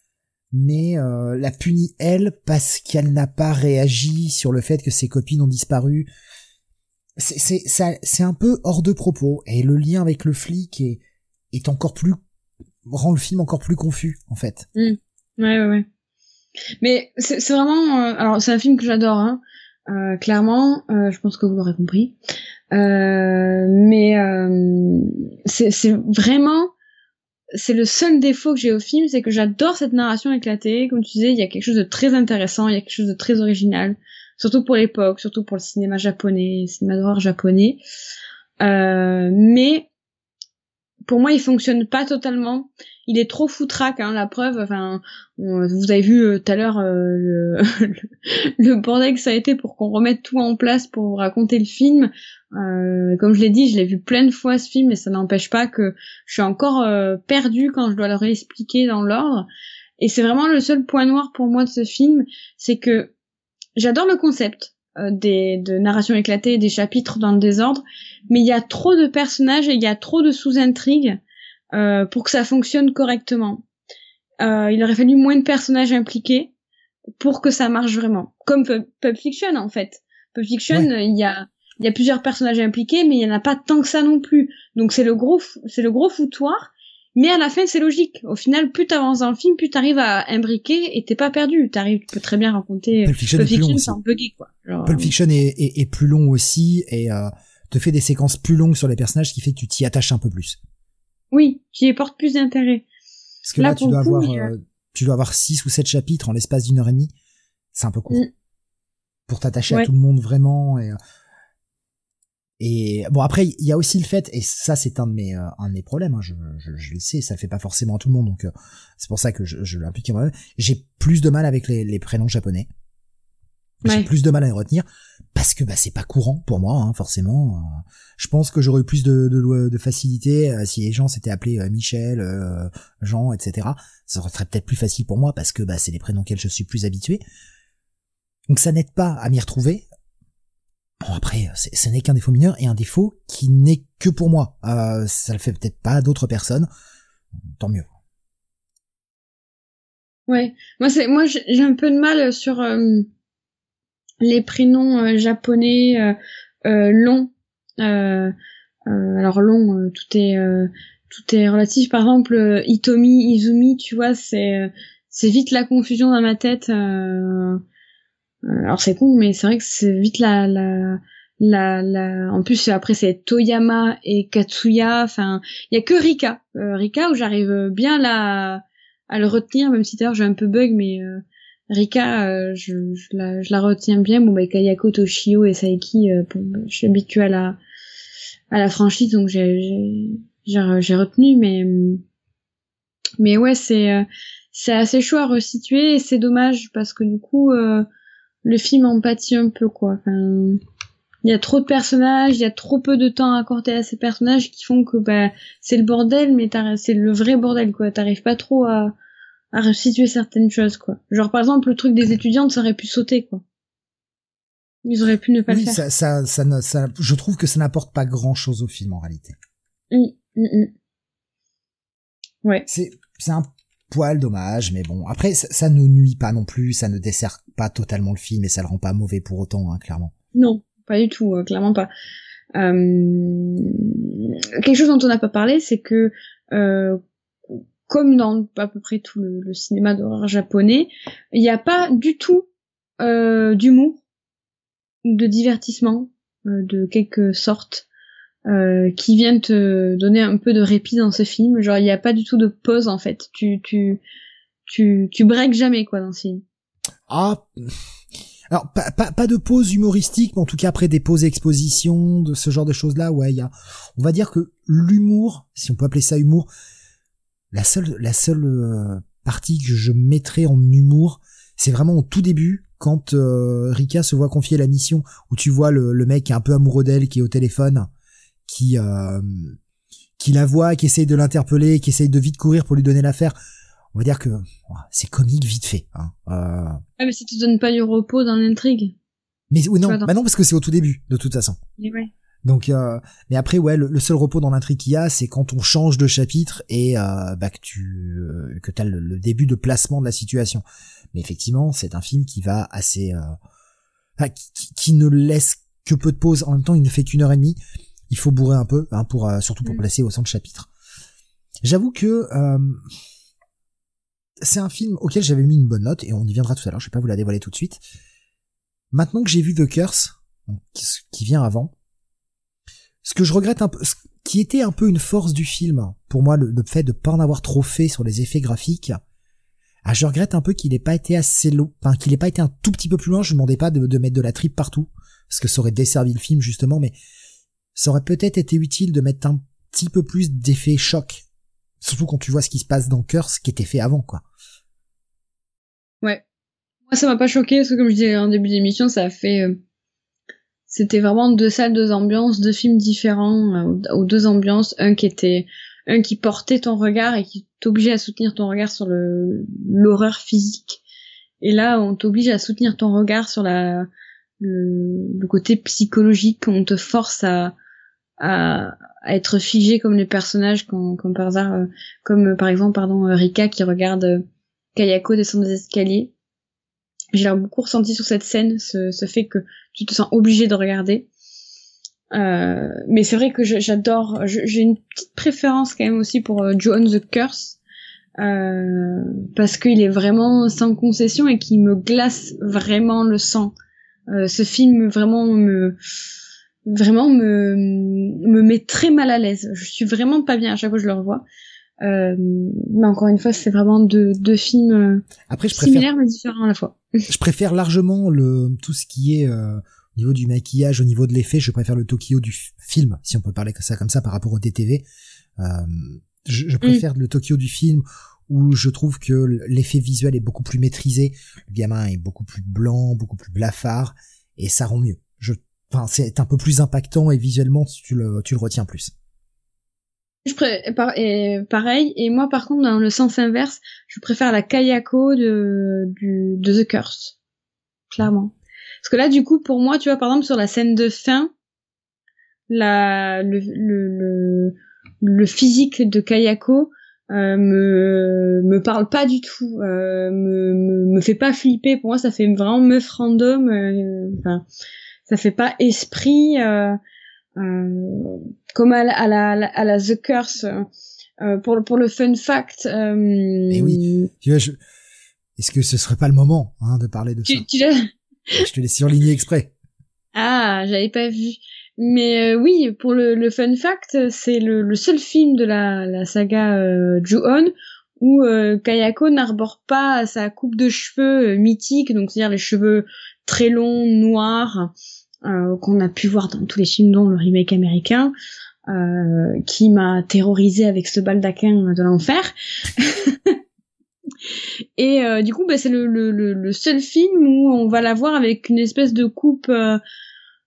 mais euh, la punit elle parce qu'elle n'a pas réagi sur le fait que ses copines ont disparu. C'est, c'est, ça, c'est un peu hors de propos, et le lien avec le flic est, est encore plus, rend le film encore plus confus, en fait. Mmh. Ouais, ouais, ouais. Mais c'est, c'est vraiment, euh, alors c'est un film que j'adore, hein. Euh, clairement, euh, je pense que vous l'aurez compris. Euh, mais euh, c'est, c'est vraiment, c'est le seul défaut que j'ai au film, c'est que j'adore cette narration éclatée. Comme tu disais, il y a quelque chose de très intéressant, il y a quelque chose de très original, surtout pour l'époque, surtout pour le cinéma japonais, le cinéma d'horreur japonais. Euh, mais pour moi, il fonctionne pas totalement. Il est trop foutraque, hein, la preuve. Enfin, on, vous avez vu euh, tout à l'heure euh, le, le bordel que ça a été pour qu'on remette tout en place pour vous raconter le film. Euh, comme je l'ai dit, je l'ai vu plein de fois ce film, et ça n'empêche pas que je suis encore euh, perdue quand je dois le réexpliquer dans l'ordre. Et c'est vraiment le seul point noir pour moi de ce film, c'est que j'adore le concept euh, des de narration éclatée, des chapitres dans le désordre, mais il y a trop de personnages et il y a trop de sous-intrigues euh, pour que ça fonctionne correctement. Euh, il aurait fallu moins de personnages impliqués pour que ça marche vraiment. Comme Pulp Fiction, en fait. Pulp Fiction, il ouais. y a il y a plusieurs personnages impliqués, mais il y en a pas tant que ça non plus. Donc c'est le gros c'est le gros foutoir. Mais à la fin, c'est logique. Au final, plus t'avances dans le film, plus t'arrives à imbriquer et t'es pas perdu. T'arrives, tu peux très bien raconter Pulp Fiction, Pulp Fiction sans bugger, quoi. Genre, Pulp Fiction est, est, est plus long aussi et euh, te fait des séquences plus longues sur les personnages, ce qui fait que tu t'y attaches un peu plus. Oui, qui y porte plus d'intérêt. Parce que là, là tu dois coup, avoir, a... euh, tu dois avoir six ou sept chapitres en l'espace d'une heure et demie. C'est un peu court. Mm. Pour t'attacher ouais. à tout le monde vraiment et... Et bon, après il y a aussi le fait, et ça c'est un de mes euh, un de mes problèmes, hein, je, je je le sais, ça le fait pas forcément à tout le monde, donc euh, c'est pour ça que je, je l'implique moi-même. J'ai plus de mal avec les, les prénoms japonais. Ouais. J'ai plus de mal à les retenir parce que bah c'est pas courant pour moi, hein, forcément. Euh, je pense que j'aurais eu plus de de, de facilité euh, si les gens s'étaient appelés euh, Michel, euh, Jean, et cetera. Ça serait peut-être plus facile pour moi parce que bah c'est les prénoms auxquels je suis plus habitué. Donc ça n'aide pas à m'y retrouver. Bon après, ce n'est qu'un défaut mineur et un défaut qui n'est que pour moi. Euh, ça le fait peut-être pas à d'autres personnes. Tant mieux. Ouais, moi c'est moi j'ai un peu de mal sur euh, les prénoms euh, japonais euh, euh, longs. Euh, euh, alors long, euh, tout est euh, tout est relatif. Par exemple, euh, Hitomi, Izumi, tu vois, c'est euh, c'est vite la confusion dans ma tête. Euh, Alors c'est con, mais c'est vrai que c'est vite la la la la. En plus après c'est Toyama et Katsuya. Enfin, il y a que Rika, euh, Rika où j'arrive bien là à le retenir, même si d'ailleurs j'ai un peu bug, mais euh, Rika, euh, je, je la je la retiens bien. Bon bah Kayako, Toshio et Saeki, euh, bon, bah, je suis habituée à la à la franchise, donc j'ai j'ai j'ai, j'ai retenu, mais mais ouais c'est euh, c'est assez chaud à resituer et c'est dommage parce que du coup. Euh, Le film en pâtit un peu, quoi. Enfin, il y a trop de personnages, il y a trop peu de temps accordé à ces personnages qui font que bah c'est le bordel, mais c'est le vrai bordel quoi. T'arrives pas trop à à restituer certaines choses quoi. Genre par exemple le truc des étudiantes, ça aurait pu sauter quoi. Ils auraient pu ne pas oui, le faire. Ça, ça, ça, ça, ça, je trouve que ça n'apporte pas grand chose au film en réalité. Mmh, mmh, mmh. Ouais. C'est, c'est un poil dommage, mais bon. Après, ça, ça ne nuit pas non plus, ça ne dessert pas totalement le film et ça le rend pas mauvais pour autant, hein, clairement. Non, pas du tout, euh, clairement pas. Euh... Quelque chose dont on n'a pas parlé, c'est que euh, comme dans à peu près tout le, le cinéma d'horreur japonais, il n'y a pas du tout euh, d'humour ou de divertissement euh, de quelque sorte euh, qui vient te donner un peu de répit dans ce film. Genre il n'y a pas du tout de pause en fait. Tu tu tu tu breaks jamais quoi dans ce film. Ah. Alors pas, pas pas de pause humoristique, mais en tout cas après des pauses exposition, de ce genre de choses là, ouais, il y a, on va dire que l'humour, si on peut appeler ça humour, la seule la seule euh, partie que je mettrais en humour, c'est vraiment au tout début quand euh, Rika se voit confier la mission, où tu vois le, le mec qui est un peu amoureux d'elle, qui est au téléphone, qui euh, qui la voit, qui essaye de l'interpeller, qui essaye de vite courir pour lui donner l'affaire. On va dire que c'est comique vite fait. Hein. Euh... Ah mais ça te donne pas du repos dans l'intrigue. Mais oui non, vois, bah non parce que c'est au tout début de toute façon. Mais ouais. Donc euh, mais après ouais le, le seul repos dans l'intrigue qu'il y a c'est quand on change de chapitre et euh, bah que tu euh, que t'as le, le début de placement de la situation. Mais effectivement c'est un film qui va assez euh, enfin, qui, qui ne laisse que peu de pauses. En même temps il ne fait qu'une heure et demie. Il faut bourrer un peu hein, pour euh, surtout pour mmh. placer au centre chapitre. J'avoue que euh, c'est un film auquel j'avais mis une bonne note, et on y viendra tout à l'heure, je vais pas vous la dévoiler tout de suite. Maintenant que j'ai vu The Curse, qui vient avant, ce que je regrette un peu, ce qui était un peu une force du film, pour moi, le, le fait de pas en avoir trop fait sur les effets graphiques, ah, je regrette un peu qu'il ait pas été assez long, enfin, qu'il ait pas été un tout petit peu plus loin, je ne demandais pas de, de mettre de la tripe partout, parce que ça aurait desservi le film, justement, mais ça aurait peut-être été utile de mettre un petit peu plus d'effets choc. Surtout quand tu vois ce qui se passe dans Curse, qui était fait avant, quoi. Ouais. Moi, ça m'a pas choqué, parce que comme je disais en début d'émission, ça a fait... Euh, c'était vraiment deux salles, deux ambiances, deux films différents, euh, aux deux ambiances. Un qui était... Un qui portait ton regard et qui t'obligeait à soutenir ton regard sur le l'horreur physique. Et là, on t'oblige à soutenir ton regard sur la le, le côté psychologique, on te force à... à à être figé comme les personnages comme, comme par hasard euh, comme euh, par exemple pardon euh, Rika qui regarde euh, Kayako descendre des escaliers. J'ai beaucoup ressenti sur cette scène ce, ce fait que tu te sens obligé de regarder. Euh, mais c'est vrai que je, j'adore, je, j'ai une petite préférence quand même aussi pour euh, Ju-On the Curse euh, parce qu'il est vraiment sans concession et qui me glace vraiment le sang. Euh, ce film vraiment me vraiment me me met très mal à l'aise. Je suis vraiment pas bien à chaque fois que je le revois. Euh, mais encore une fois, c'est vraiment deux deux films Après, je similaires préfère, mais différents à la fois. Je préfère largement le tout ce qui est euh, au niveau du maquillage, au niveau de l'effet. Je préfère le Tokyo du f- film, si on peut parler comme ça comme ça par rapport au D T V. Euh, je, je préfère mm. le Tokyo du film où je trouve que l'effet visuel est beaucoup plus maîtrisé. Le gamin est beaucoup plus blanc, beaucoup plus blafard, et ça rend mieux. Je Enfin, c'est un peu plus impactant et visuellement, tu le, tu le retiens plus. Je préfère, et pareil, et moi par contre, dans le sens inverse, je préfère la Kayako de, du, de The Curse. Clairement. Parce que là, du coup, pour moi, tu vois, par exemple, sur la scène de fin, la, le, le, le, le physique de Kayako, euh, me, me parle pas du tout, euh, me, me, me fait pas flipper. Pour moi, ça fait vraiment meuf random, euh, enfin, ça fait pas esprit euh, euh, comme à la, à la à la The Curse euh, pour pour le fun fact. Euh, Mais oui, tu vois, je... est-ce que ce serait pas le moment hein, de parler de tu, ça tu l'as... Je te l'ai surligné exprès. Ah, j'avais pas vu. Mais euh, oui, pour le, le fun fact, c'est le, le seul film de la, la saga euh, Ju-On où euh, Kayako n'arbore pas sa coupe de cheveux euh, mythique, donc c'est-à-dire les cheveux très longs, noirs, euh, qu'on a pu voir dans tous les films, dont le remake américain, euh, qui m'a terrorisé avec ce baldaquin de l'enfer. Et euh, du coup, bah, c'est le, le, le seul film où on va la voir avec une espèce de coupe... Euh,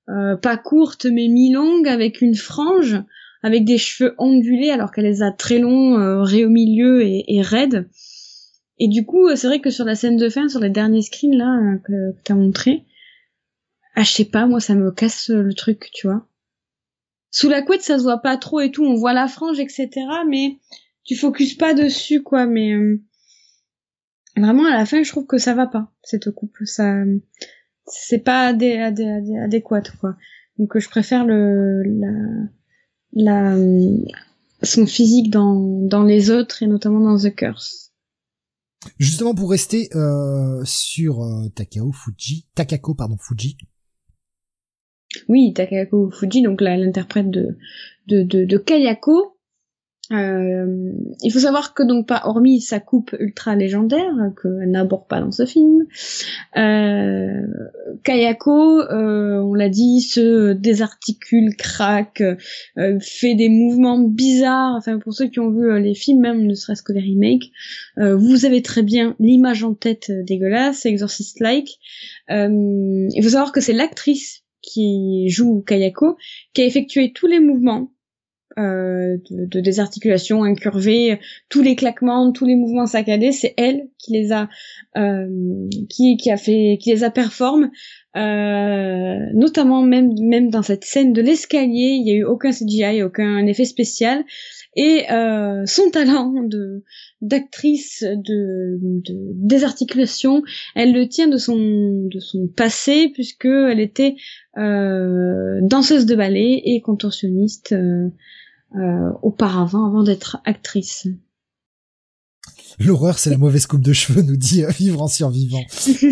euh, pas courte mais mi-longue, avec une frange, avec des cheveux ondulés alors qu'elle les a très longs, euh, raies au milieu et, et raides. Et du coup, c'est vrai que sur la scène de fin, sur les derniers screens là euh, que, que t'as montré, ah je sais pas, moi ça me casse le truc, tu vois. Sous la couette, ça se voit pas trop et tout, on voit la frange, et cetera. Mais tu focuses pas dessus, quoi. Mais euh, vraiment à la fin, je trouve que ça va pas cette coupe. Ça, c'est pas adé, adé, adé, adéquat, quoi. Donc je préfère le la la son physique dans dans les autres et notamment dans The Curse. Justement, pour rester euh, sur euh, Takao Fuji, Takako pardon Fuji. Oui, Takako Fuji, donc là, l'interprète de de de, de Kayako. Euh, il faut savoir que donc pas hormis sa coupe ultra légendaire qu'elle n'aborde pas dans ce film, euh, Kayako, euh, on l'a dit, se désarticule, craque, euh, fait des mouvements bizarres. Enfin, pour ceux qui ont vu euh, les films, même ne serait-ce que les remakes, euh, vous avez très bien l'image en tête euh, dégueulasse, Exorcist-like. Euh, il faut savoir que c'est l'actrice qui joue Kayako qui a effectué tous les mouvements Euh, de, de désarticulation, incurvée, tous les claquements, tous les mouvements saccadés, c'est elle qui les a, euh, qui qui a fait, qui les a performe, euh, notamment même même dans cette scène de l'escalier, il y a eu aucun C G I, aucun effet spécial, et euh, son talent de d'actrice de, de désarticulation, elle le tient de son de son passé puisque elle était euh, danseuse de ballet et contorsionniste. Euh, Euh, auparavant, avant d'être actrice. L'horreur, c'est la mauvaise coupe de cheveux, nous dit euh, Vivre en survivant.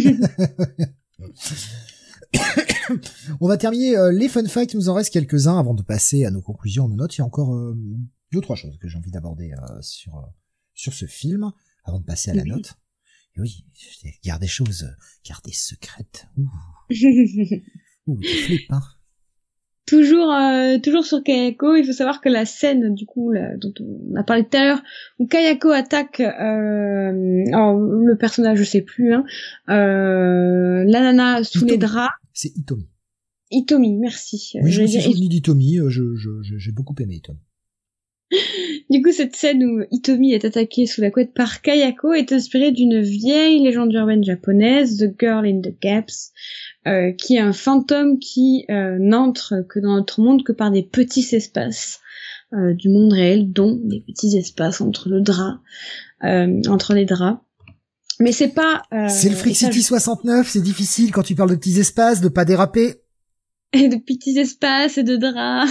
On va terminer euh, les fun facts, il nous en reste quelques-uns avant de passer à nos conclusions, nos notes. Il y a encore euh, deux, trois choses que j'ai envie d'aborder euh, sur euh, sur ce film, avant de passer à la oui. note. Et oui, il y a des choses, euh, garder secrètes. Ouh, Ouh tu flippes, hein. Toujours, euh, toujours sur Kayako, il faut savoir que la scène, du coup, là, dont on a parlé tout à l'heure, où Kayako attaque euh, alors, le personnage, je sais plus, hein, euh, la nana sous Hitomi. les draps. C'est Hitomi. Hitomi, merci. Oui, je me suis souvenu d'Hitomi, je, je, je, j'ai beaucoup aimé Hitomi. Du coup, cette scène où Hitomi est attaquée sous la couette par Kayako est inspirée d'une vieille légende urbaine japonaise, The Girl in the Gaps, euh, qui est un fantôme qui euh, n'entre que dans notre monde que par des petits espaces euh, du monde réel, dont des petits espaces entre le drap, euh, entre les draps. Mais c'est pas... Euh, c'est le Freak City je... soixante-neuf, c'est difficile quand tu parles de petits espaces, de pas déraper. Et de petits espaces et de draps.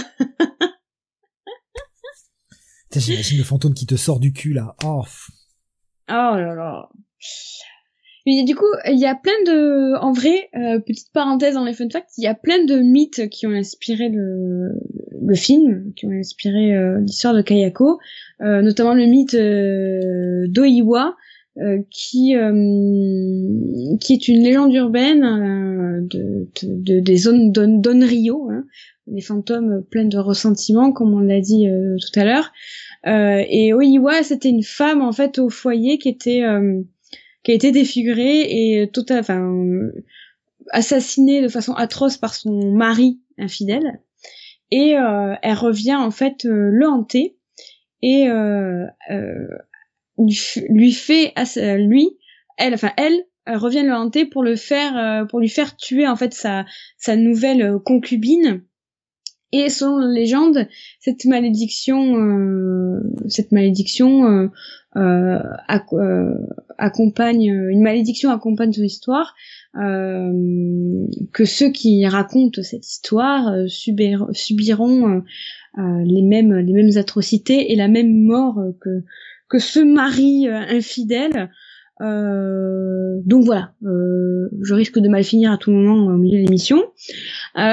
J'imagine le fantôme qui te sort du cul, là. Oh, oh là là. Mais du coup, il y a plein de... En vrai, euh, petite parenthèse dans les fun facts, il y a plein de mythes qui ont inspiré le, le film, qui ont inspiré euh, l'histoire de Kayako, euh, notamment le mythe euh, d'Oiwa, euh, qui euh, qui est une légende urbaine euh, de, de, de des zones d'On, d'Onryo, hein, des fantômes pleins de ressentiment, comme on l'a dit euh, tout à l'heure. Euh, et Oiwa, c'était une femme en fait au foyer qui était euh, qui a été défigurée et tout à, enfin assassinée de façon atroce par son mari infidèle. Et euh, elle revient en fait euh, le hanter et euh, euh, lui fait lui elle enfin elle, elle revient le hanter pour le faire euh, pour lui faire tuer en fait sa sa nouvelle concubine. Et selon la légende, cette malédiction euh, cette malédiction euh, euh, ac- euh, accompagne une malédiction accompagne son histoire, euh, que ceux qui racontent cette histoire euh, subir, subiront euh, euh, les mêmes les mêmes atrocités et la même mort euh, que que ce mari euh, infidèle. Euh, donc voilà, euh, je risque de mal finir à tout moment au milieu de l'émission. Euh...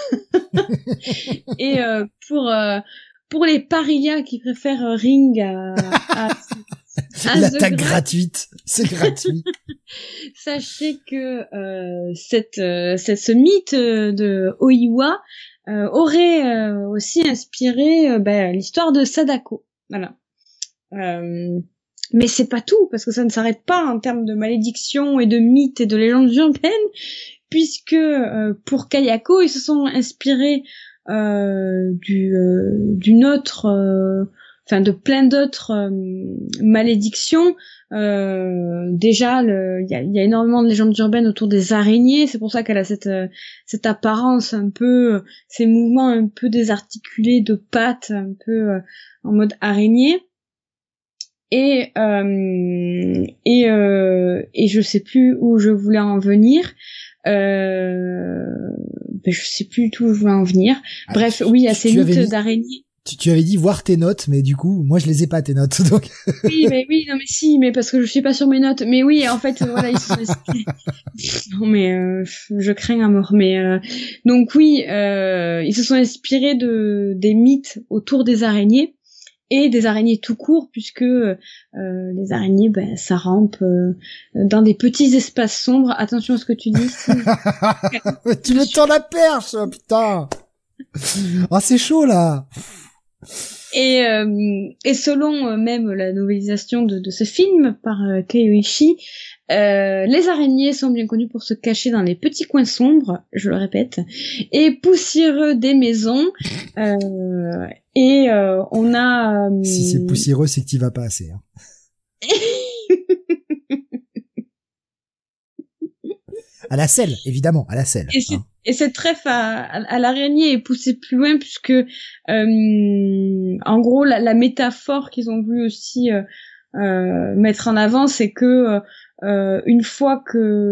et euh, pour euh, pour les parias qui préfèrent Ring à, à, à l'attaque gratuite, c'est gratuit. Sachez que euh, cette, euh, cette ce mythe de Oiwa euh, aurait euh, aussi inspiré euh, bah, l'histoire de Sadako. Voilà. Euh, mais c'est pas tout, parce que ça ne s'arrête pas en termes de malédiction et de mythes et de légendes urbaines, puisque euh, pour Kayako, ils se sont inspirés euh, du euh, d'une autre, enfin euh, de plein d'autres euh, malédictions. Euh, déjà, il y a, y a énormément de légendes urbaines autour des araignées. C'est pour ça qu'elle a cette euh, cette apparence un peu, ces mouvements un peu désarticulés de pattes, un peu euh, en mode araignée. Et euh, et euh, et je sais plus où je voulais en venir. Euh, ben je sais plus du tout où je voulais en venir. Ah, Bref, tu, oui, il y a tu, ces tu mythes mis, d'araignées. Tu, tu avais dit voir tes notes, mais du coup, moi je les ai pas tes notes, donc. Oui, mais oui, non mais si, mais parce que je suis pas sur mes notes. Mais oui, en fait, voilà, ils se sont inspirés. Non mais euh, je crains à mort. Mais euh, donc oui, euh, ils se sont inspirés de des mythes autour des araignées. Et des araignées tout court, puisque euh, les araignées, ben, ça rampe euh, dans des petits espaces sombres. Attention à ce que tu dis. Si... tu me tends la perche, putain. Ah, oh, c'est chaud là. Et, euh, et selon euh, même la novélisation de, de ce film par euh, Keiichi, euh, les araignées sont bien connues pour se cacher dans les petits coins sombres, je le répète, et poussiéreux des maisons. Euh, et euh, on a... Euh... Si c'est poussiéreux, c'est que t'y vas pas assez. Hein. À la selle, évidemment, à la selle. Et, c'est, hein. et cette trèfle à, à, à l'araignée est poussée plus loin puisque, euh, en gros, la, la métaphore qu'ils ont voulu aussi euh, euh, mettre en avant, c'est que euh, une fois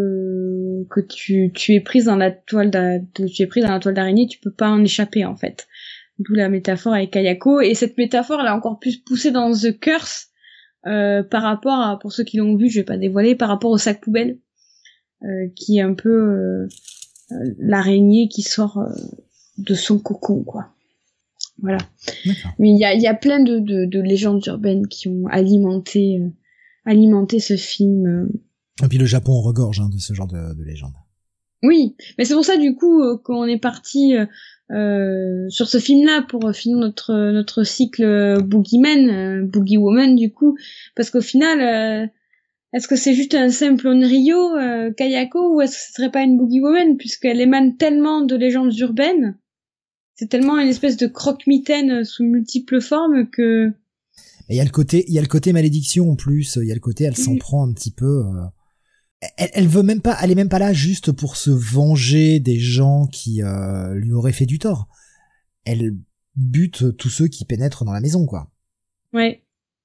que que tu tu es prise dans la toile d'a, tu es prise dans la toile d'araignée, tu peux pas en échapper en fait. D'où la métaphore avec Kayako. Et cette métaphore, elle est encore plus poussée dans The Curse euh, par rapport à, pour ceux qui l'ont vu, je vais pas dévoiler, par rapport au sac poubelle. Euh, qui est un peu euh, euh, l'araignée qui sort euh, de son cocon, quoi. Voilà. D'accord. Mais il y a, y a plein de, de, de légendes urbaines qui ont alimenté, euh, alimenté ce film. Euh. Et puis le Japon regorge hein, de ce genre de, de légendes. Oui, mais c'est pour ça du coup euh, qu'on est parti euh, euh, sur ce film-là pour finir notre notre cycle euh, Boogeyman, euh, Boogie Woman du coup, parce qu'au final. Euh, Est-ce que c'est juste un simple Onryo, euh, Kayako, ou est-ce que ce serait pas une Boogie Woman, puisqu'elle émane tellement de légendes urbaines, c'est tellement une espèce de croque-mitaine sous multiples formes que... Il y a le côté, il y a le côté malédiction en plus, il y a le côté elle s'en mmh. prend un petit peu... Euh... Elle, elle veut même pas, elle est même pas là juste pour se venger des gens qui euh, lui auraient fait du tort. Elle bute tous ceux qui pénètrent dans la maison, quoi. Ouais.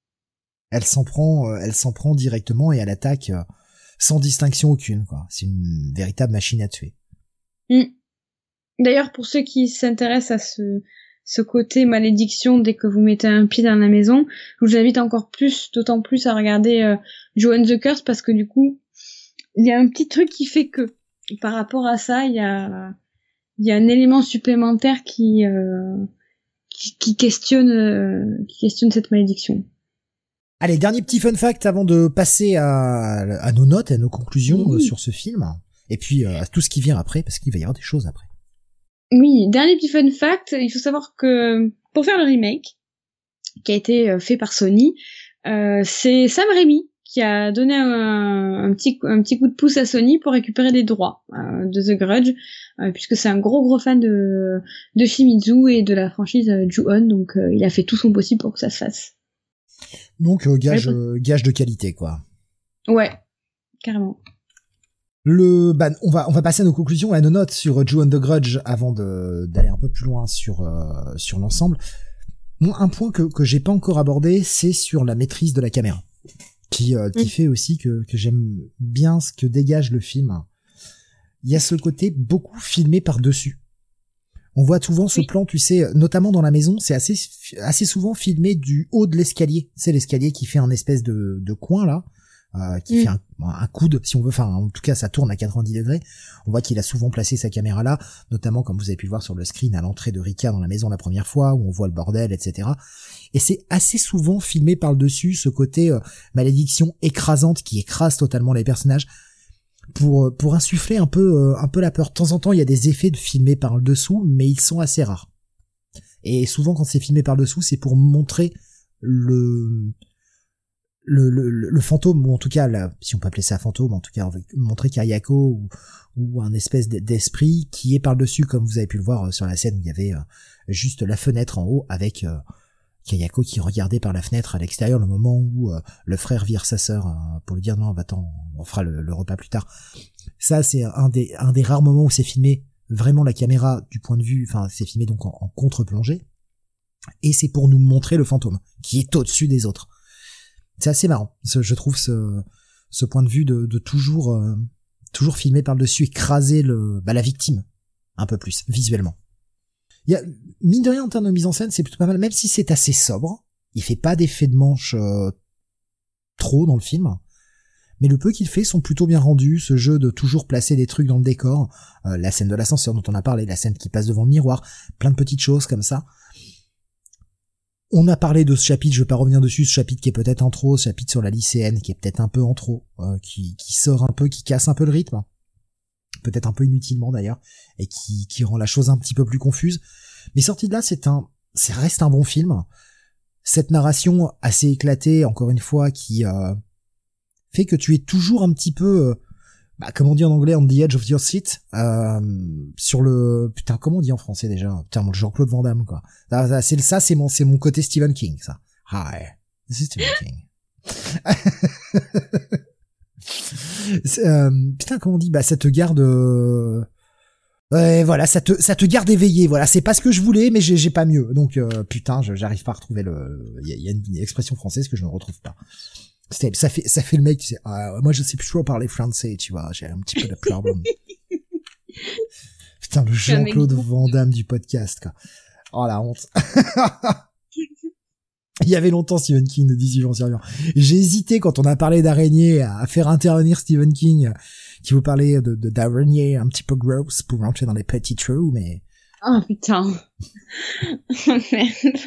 Elle s'en prend, euh, elle s'en prend directement et elle attaque euh, sans distinction aucune, quoi. C'est une véritable machine à tuer. Mmh. D'ailleurs, pour ceux qui s'intéressent à ce, ce côté malédiction dès que vous mettez un pied dans la maison, je vous invite encore plus, d'autant plus à regarder euh, Joe and the Curse parce que du coup, il y a un petit truc qui fait que, par rapport à ça, il y a, il y a un élément supplémentaire qui, euh, qui, qui questionne, euh, qui questionne cette malédiction. Allez, dernier petit fun fact avant de passer à, à nos notes et à nos conclusions oui. euh, sur ce film. Et puis euh, à tout ce qui vient après, parce qu'il va y avoir des choses après. Oui, dernier petit fun fact, il faut savoir que pour faire le remake, qui a été fait par Sony, euh, c'est Sam Raimi qui a donné un, un, petit, un petit coup de pouce à Sony pour récupérer les droits euh, de The Grudge, euh, puisque c'est un gros gros fan de, de Shimizu et de la franchise euh, Ju-On, donc euh, il a fait tout son possible pour que ça se fasse. Donc euh, gage, euh, gage de qualité, quoi. Ouais, carrément. Le, bah, on va, on va passer à nos conclusions et à nos notes sur Ju and the Grudge avant de, d'aller un peu plus loin sur, euh, sur l'ensemble. Moi, un point que, que j'ai pas encore abordé, c'est sur la maîtrise de la caméra. Qui, euh, qui mmh. fait aussi que, que j'aime bien ce que dégage le film. Il y a ce côté beaucoup filmé par-dessus. On voit souvent ce oui. plan, tu sais, notamment dans la maison, c'est assez, assez souvent filmé du haut de l'escalier. C'est l'escalier qui fait un espèce de, de coin, là. Euh, qui mmh. fait un, un coude, si on veut, enfin, en tout cas, ça tourne à quatre-vingt-dix degrés. On voit qu'il a souvent placé sa caméra là, notamment comme vous avez pu le voir sur le screen à l'entrée de Rika dans la maison la première fois, où on voit le bordel, et cetera. Et c'est assez souvent filmé par le dessus, ce côté euh, malédiction écrasante qui écrase totalement les personnages, pour pour insuffler un peu euh, un peu la peur. De temps en temps, il y a des effets de filmer par le dessous, mais ils sont assez rares. Et souvent, quand c'est filmé par le dessous, c'est pour montrer le le, le, le fantôme, ou en tout cas, la, si on peut appeler ça fantôme, en tout cas, on veut montrer Kayako ou, ou un espèce d'esprit qui est par-dessus, comme vous avez pu le voir sur la scène où il y avait euh, juste la fenêtre en haut avec euh, Kayako qui regardait par la fenêtre à l'extérieur, le moment où euh, le frère vire sa sœur euh, pour lui dire non, va-t'en, on fera le, le repas plus tard. Ça, c'est un des, un des rares moments où c'est filmé vraiment la caméra du point de vue, enfin, c'est filmé donc en, en contre-plongée, et c'est pour nous montrer le fantôme qui est au-dessus des autres. C'est assez marrant, ce, je trouve ce, ce point de vue de, de toujours, euh, toujours filmer par le dessus, écraser le, bah, la victime un peu plus visuellement. Il y a, mine de rien, en termes de mise en scène, c'est plutôt pas mal, même si c'est assez sobre. Il fait pas d'effet de manche euh, trop dans le film, mais le peu qu'il fait sont plutôt bien rendus. Ce jeu de toujours placer des trucs dans le décor, euh, la scène de l'ascenseur dont on a parlé, la scène qui passe devant le miroir, plein de petites choses comme ça. On a parlé de ce chapitre, je vais pas revenir dessus, ce chapitre qui est peut-être en trop, ce chapitre sur la lycéenne qui est peut-être un peu en trop, euh, qui, qui sort un peu, qui casse un peu le rythme. Peut-être un peu inutilement d'ailleurs, et qui, qui rend la chose un petit peu plus confuse. Mais sorti de là, c'est un, ça reste un bon film. Cette narration assez éclatée, encore une fois, qui euh, fait que tu es toujours un petit peu, euh, bah, comme on dit en anglais, on the edge of your seat, euh, sur le, putain, comment on dit en français déjà? Putain, mon Jean-Claude Van Damme, quoi. Ça, ça, c'est, ça, c'est mon, c'est mon côté Stephen King, ça. Hi, this is Stephen King. Euh, putain, comment on dit, bah ça te garde euh... ouais, voilà, ça te ça te garde éveillé, voilà, c'est pas ce que je voulais, mais j'ai j'ai pas mieux, donc euh, putain, je, j'arrive pas à retrouver le, il y a, y a une expression française que je ne retrouve pas. C'était, ça fait ça fait le mec, tu sais, ah, moi je sais plus trop parler français, tu vois, j'ai un petit peu de problème. Putain, le Jean-Claude Van Damme du podcast, quoi. Oh la honte. Il y avait longtemps Stephen King de dix-huit jours sur vingt. J'ai hésité quand on a parlé d'araignée à faire intervenir Stephen King qui vous parlait de, de d'araignée un petit peu gross pour rentrer dans les petits trous, mais... Oh putain. Merde.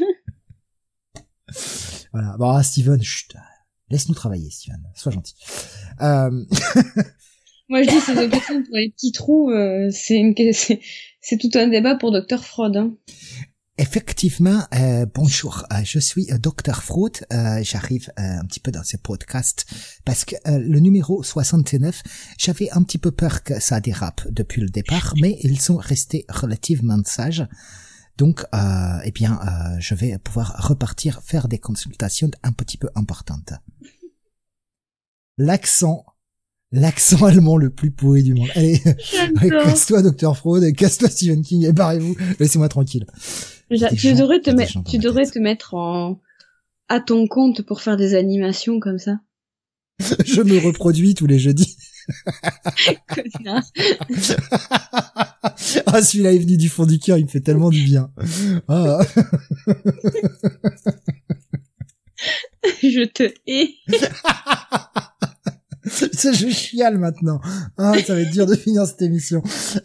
Voilà. Bon, Stephen, chut, laisse-nous travailler, Stephen. Sois gentil. Euh... Moi, je dis ces objections pour les petits trous, euh, c'est une, c'est, c'est tout un débat pour docteur Freud, hein. Effectivement, euh, bonjour, euh, je suis euh, docteur Freud, euh, j'arrive euh, un petit peu dans ce podcast parce que euh, le numéro soixante-neuf, j'avais un petit peu peur que ça dérape depuis le départ, mais ils sont restés relativement sages, donc euh, eh bien euh, je vais pouvoir repartir faire des consultations un petit peu importantes. L'accent, l'accent allemand le plus pourri du monde. Allez, casse-toi docteur Freud, casse-toi Stephen King et barrez-vous, laissez-moi tranquille. Tu devrais te mettre, tu devrais te mettre en, à ton compte pour faire des animations comme ça. Je me reproduis tous les jeudis. Ah, celui-là est venu du fond du cœur, il me fait tellement du bien. Ah. Je te hais. Ça, je chiale maintenant. Ah, ça va être dur de finir cette émission.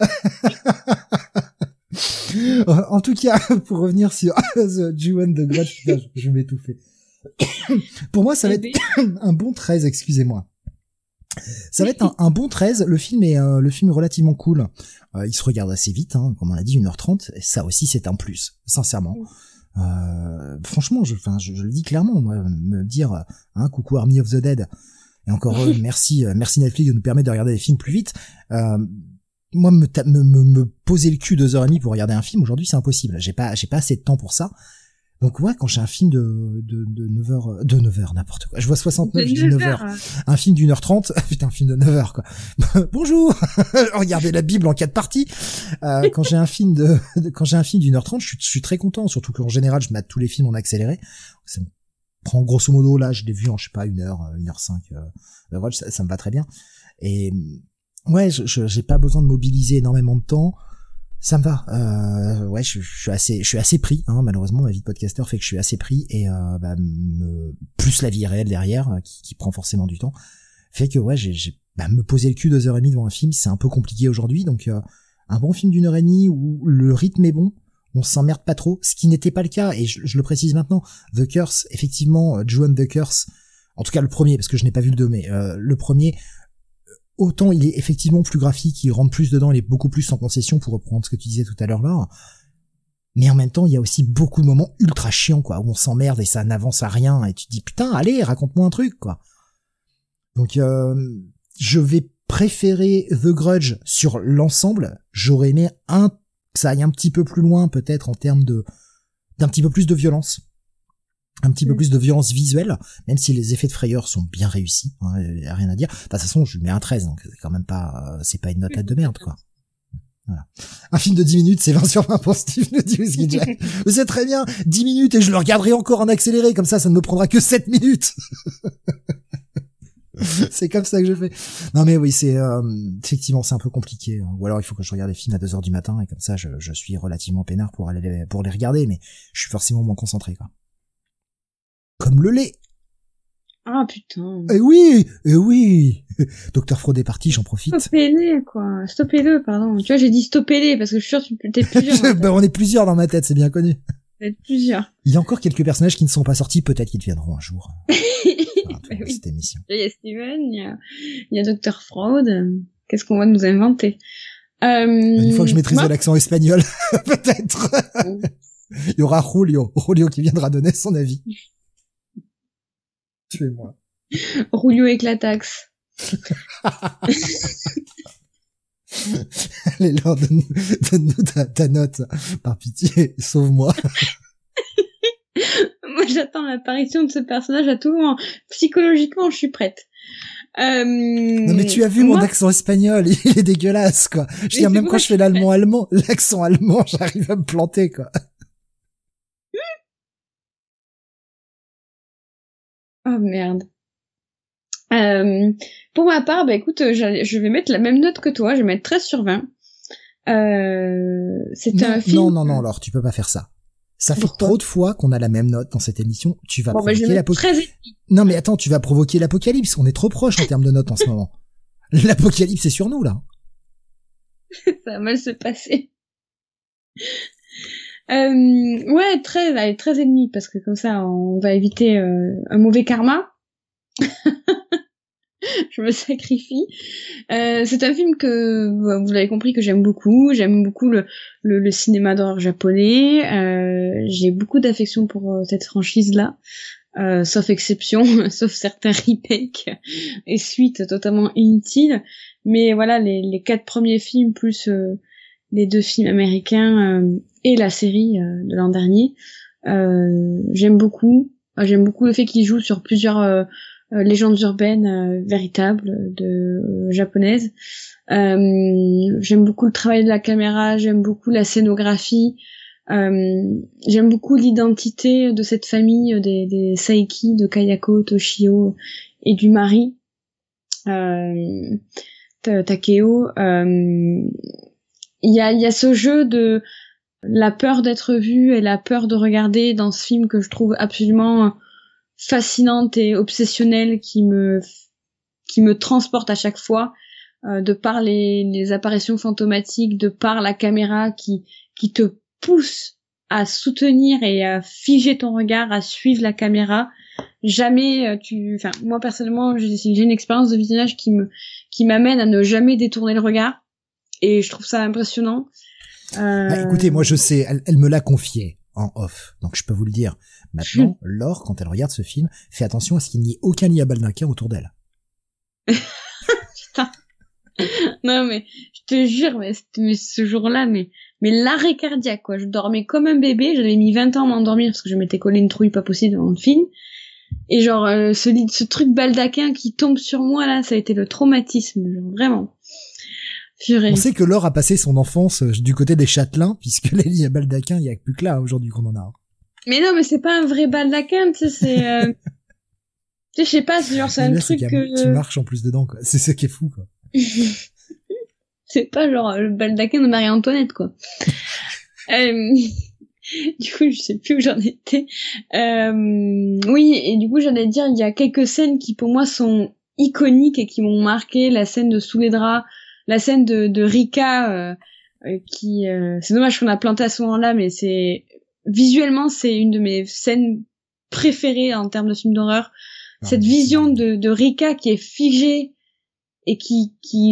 En tout cas, pour revenir sur The Ju-on the Grudge, putain, je vais m'étouffer. Pour moi, ça va être un bon treize, excusez-moi. Ça va être un, un bon treize. Le film est, euh, le film est relativement cool. Euh, il se regarde assez vite, hein, comme on l'a dit, une heure trente. Et ça aussi, c'est un plus, sincèrement. Euh, franchement, je, enfin, je, je le dis clairement, moi, me dire, hein, coucou Army of the Dead. Et encore, euh, merci, euh, merci Netflix de nous permettre de regarder les films plus vite. Euh, moi, me, me, me, me poser le cul deux heures et demie pour regarder un film, aujourd'hui, c'est impossible. J'ai pas, j'ai pas assez de temps pour ça. Donc, ouais, quand j'ai un film de, de, de neuf heures, de neuf heures, n'importe quoi. Je vois soixante-neuf, je dis neuf heures. Un film d'une heure trente, putain, un film de neuf heures, quoi. Bonjour! Regardez la Bible en quatre parties. Euh, quand j'ai un film de, de quand j'ai un film d'une heure trente, je suis, je suis très content, surtout qu'en général, je mate tous les films en accéléré. Ça me prend grosso modo, là, je l'ai vu en, je sais pas, une heure, une heure cinq, euh, ça, ça me va très bien. Et, ouais, je, je, j'ai pas besoin de mobiliser énormément de temps. Ça me va. Euh, ouais, je, je suis assez, je suis assez pris. Hein, malheureusement, ma vie de podcasteur fait que je suis assez pris et euh, bah, me, plus la vie réelle derrière, euh, qui, qui prend forcément du temps, fait que ouais, j'ai, j'ai bah, me poser le cul deux heures et demie devant un film, c'est un peu compliqué aujourd'hui. Donc, euh, un bon film d'une heure et demie où le rythme est bon, on s'emmerde pas trop, ce qui n'était pas le cas. Et je, je le précise maintenant. The Curse, effectivement, Ju-on the Curse. En tout cas, le premier, parce que je n'ai pas vu le deux, mais euh, le premier. Autant il est effectivement plus graphique, il rentre plus dedans, il est beaucoup plus sans concession, pour reprendre ce que tu disais tout à l'heure là. Mais en même temps, il y a aussi beaucoup de moments ultra chiants, quoi, où on s'emmerde et ça n'avance à rien, et tu te dis, putain, allez, raconte-moi un truc, quoi. Donc, euh, je vais préférer The Grudge sur l'ensemble. J'aurais aimé un, que ça aille un petit peu plus loin, peut-être, en termes de, d'un petit peu plus de violence. Un petit mmh. peu plus de violence visuelle, même si les effets de frayeur sont bien réussis, hein, y a rien à dire. De toute façon, je lui mets un treize, donc c'est quand même pas, c'est pas une note de merde, quoi. Voilà. Un film de dix minutes, c'est vingt sur vingt pour Steve, le dit Whisky Jack. Mais c'est très bien, dix minutes et je le regarderai encore en accéléré, comme ça, ça ne me prendra que sept minutes. C'est comme ça que je fais. Non mais oui, c'est euh, effectivement c'est un peu compliqué. Ou alors il faut que je regarde des films à deux heures du matin et comme ça je, je suis relativement peinard pour aller les, pour les regarder, mais je suis forcément moins concentré, quoi. Comme le lait. Ah putain. Eh oui, eh oui. Docteur Freud est parti, j'en profite. Stoppez-le, quoi. Stoppez-le, pardon. Tu vois, j'ai dit stoppez-les parce que je suis sûr que t'es plusieurs. Ben, on est plusieurs dans ma tête, c'est bien connu. Vous êtes plusieurs. Il y a encore quelques personnages qui ne sont pas sortis, peut-être qu'ils deviendront un jour. Enfin, bah oui. Cette émission. Il y a Steven, il y a, il y a Docteur Freud. Qu'est-ce qu'on va nous inventer? Euh, Une fois que je maîtriserai moi... l'accent espagnol, peut-être. Il y aura Julio, Julio qui viendra donner son avis. Tuez-moi. Julio éclataxe. Allez, Laure, donne-nous, donne-nous ta, ta note. Par pitié, sauve-moi. Moi, j'attends l'apparition de ce personnage à tout moment. Psychologiquement, je suis prête. Euh... Non, mais tu as vu moi... mon accent espagnol, il est dégueulasse, quoi. Je veux dire, même quand je fais l'allemand allemand, l'accent allemand, j'arrive à me planter, quoi. Oh merde. Euh, pour ma part, bah écoute, je vais mettre la même note que toi, je vais mettre treize sur vingt. Euh, c'est un film... Non, non, non, alors tu peux pas faire ça. Ça fait Pourquoi trop de fois qu'on a la même note dans cette émission. Tu vas bon, provoquer bah, l'apocalypse. Non mais attends, tu vas provoquer l'apocalypse. On est trop proche en termes de notes en ce moment. L'apocalypse est sur nous là. Ça va mal se passer. Euh, ouais, treize, allez, treize et demi, parce que comme ça, on va éviter euh, un mauvais karma. Je me sacrifie. Euh, c'est un film que, vous l'avez compris, que j'aime beaucoup. J'aime beaucoup le, le, le cinéma d'horreur japonais. Euh, j'ai beaucoup d'affection pour euh, cette franchise-là. Euh, sauf exception, sauf certains remakes et suites totalement inutiles. Mais voilà, les, les quatre premiers films, plus euh, les deux films américains euh, et la série euh, de l'an dernier, euh, j'aime beaucoup. J'aime beaucoup le fait qu'ils jouent sur plusieurs... Euh, Euh, légendes urbaines euh, véritables de euh, japonaises. Euh, j'aime beaucoup le travail de la caméra, j'aime beaucoup la scénographie, euh, j'aime beaucoup l'identité de cette famille des, des Saiki, de Kayako, Toshio et du mari euh, Takeo. Euh, il y a il y a ce jeu de la peur d'être vu et la peur de regarder dans ce film que je trouve absolument fascinante et obsessionnelle, qui me qui me transporte à chaque fois, euh, de par les, les apparitions fantomatiques, de par la caméra qui qui te pousse à soutenir et à figer ton regard, à suivre la caméra. Jamais tu, enfin moi personnellement j'ai, j'ai une expérience de visionnage qui me qui m'amène à ne jamais détourner le regard et je trouve ça impressionnant. Euh... Bah, écoutez, moi je sais, elle, elle me l'a confié en off, donc je peux vous le dire. Maintenant, Laure, quand elle regarde ce film, fait attention à ce qu'il n'y ait aucun lit à baldaquin autour d'elle. Putain. Non mais, je te jure, mais, mais ce jour-là, mais, mais l'arrêt cardiaque, quoi. Je dormais comme un bébé, j'avais mis vingt ans à m'endormir parce que je m'étais collé une trouille pas possible devant le film. Et genre, euh, ce lit, ce truc baldaquin qui tombe sur moi, là, ça a été le traumatisme, genre, vraiment. Purée. On sait que Laure a passé son enfance du côté des châtelains, puisque les lits à baldaquin, il y a plus que là, aujourd'hui, qu'on en a. Mais non, mais c'est pas un vrai baldaquin, tu sais, c'est... Euh... tu sais, je sais pas, c'est genre, c'est un truc que... Qui marche en plus dedans, quoi. C'est ça qui est fou, quoi. C'est pas genre le baldaquin de Marie-Antoinette, quoi. euh... Du coup, je sais plus où j'en étais. Euh... Oui, et du coup, j'allais dire, il y a quelques scènes qui, pour moi, sont iconiques et qui m'ont marqué. La scène de Sous les draps, la scène de, de Rika, euh, euh, qui... Euh... C'est dommage qu'on a planté à ce moment-là, mais c'est... Visuellement, c'est une de mes scènes préférées en termes de film d'horreur. Ah, cette vision de, de Rika qui est figée et qui, qui,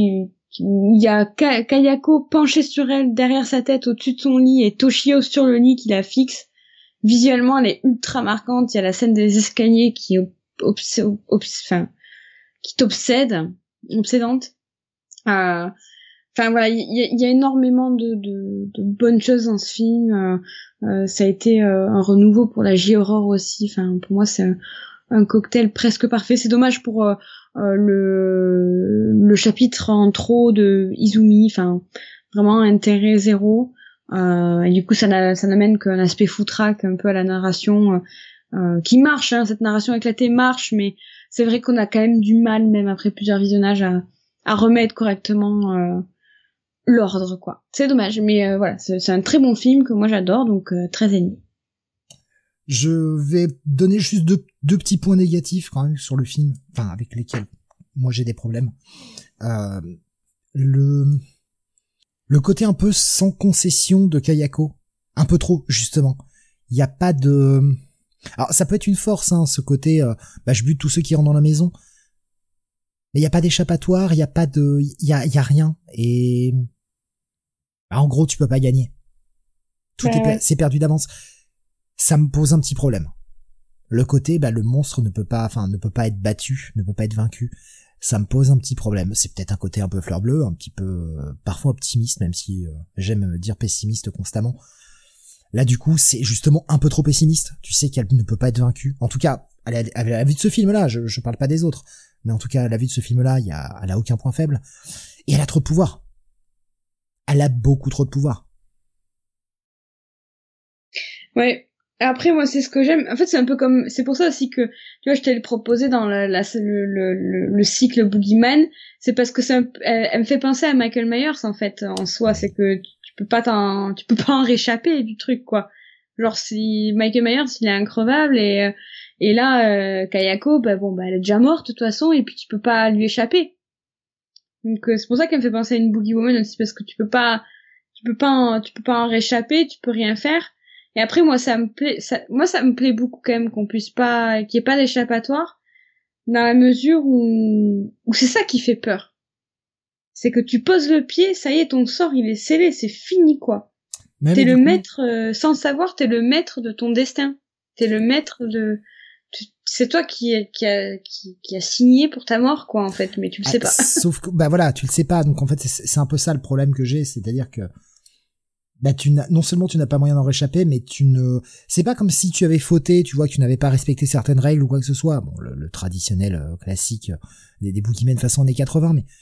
il y a Ka- Kayako penchée sur elle, derrière sa tête, au-dessus de son lit, et Toshio sur le lit qui la fixe. Visuellement, elle est ultra marquante. Il y a la scène des escaliers qui est obs- obs- enfin, qui t'obsède, obsédante. Euh, Enfin voilà, il y, y, y a énormément de, de, de bonnes choses dans ce film. Euh, euh, ça a été euh, un renouveau pour la J-horror aussi. Enfin pour moi c'est un, un cocktail presque parfait. C'est dommage pour euh, euh, le le chapitre en trop de Izumi. Enfin vraiment intérêt zéro. Euh, et du coup ça, n'a, ça n'amène qu'un aspect foutraque un peu à la narration euh, qui marche. Hein, cette narration éclatée marche, mais c'est vrai qu'on a quand même du mal, même après plusieurs visionnages, à, à remettre correctement euh, l'ordre, quoi. C'est dommage, mais euh, voilà, c'est, c'est un très bon film que moi j'adore, donc euh, très aimé. Je vais donner juste deux, deux petits points négatifs quand même sur le film, enfin avec lesquels moi j'ai des problèmes. Euh, le le côté un peu sans concession de Kayako, un peu trop justement. Il y a pas de, alors ça peut être une force, hein, ce côté, euh, bah je bute tous ceux qui rentrent dans la maison. Mais il y a pas d'échappatoire, il y a pas de, il y a, y a rien. Et bah, en gros, tu peux pas gagner. Tout ouais, est, ouais. c'est perdu d'avance. Ça me pose un petit problème. Le côté, bah le monstre ne peut pas, enfin ne peut pas être battu, ne peut pas être vaincu. Ça me pose un petit problème. C'est peut-être un côté un peu fleur bleue, un petit peu euh, parfois optimiste, même si euh, j'aime dire pessimiste constamment. Là, du coup, c'est justement un peu trop pessimiste. Tu sais qu'elle ne peut pas être vaincue. En tout cas, à la, à la vue de ce film-là, je, je parle pas des autres. Mais en tout cas, à la vue de ce film-là, il y a, elle a aucun point faible. Et elle a trop de pouvoir. Elle a beaucoup trop de pouvoir. Ouais. Après, moi, c'est ce que j'aime. En fait, c'est un peu comme, c'est pour ça aussi que, tu vois, je t'ai proposé dans la, la, le, le, le, le cycle Boogeyman. C'est parce que c'est un, elle, elle me fait penser à Michael Myers, en fait, en soi. C'est que tu peux pas t'en, tu peux pas en réchapper du truc, quoi. Genre, si Michael Myers, il est increvable et, et là, euh, Kayako, bah bon, bah, elle est déjà morte, de toute façon, et puis tu peux pas lui échapper. Donc, euh, c'est pour ça qu'elle me fait penser à une Boogie Woman aussi, parce que tu peux pas, tu peux pas en, tu peux pas en réchapper, tu peux rien faire. Et après, moi, ça me plaît, ça, moi, ça me plaît beaucoup quand même qu'on puisse pas, qu'il y ait pas d'échappatoire, dans la mesure où, où c'est ça qui fait peur. C'est que tu poses le pied, ça y est, ton sort, il est scellé, c'est fini, quoi. Mais t'es mais le coup, maître, euh, sans savoir, t'es le maître de ton destin. T'es le maître de, tu, c'est toi qui, qui a, qui, qui a signé pour ta mort, quoi, en fait, mais tu le sais ah, pas. sauf que, bah voilà, tu le sais pas. Donc en fait, c'est, c'est un peu ça le problème que j'ai. C'est-à-dire que, bah tu n'as, non seulement tu n'as pas moyen d'en réchapper, mais tu ne, c'est pas comme si tu avais fauté, tu vois, que tu n'avais pas respecté certaines règles ou quoi que ce soit. Bon, le, le traditionnel euh, classique euh, des, des boogeymen façon années quatre-vingts, mais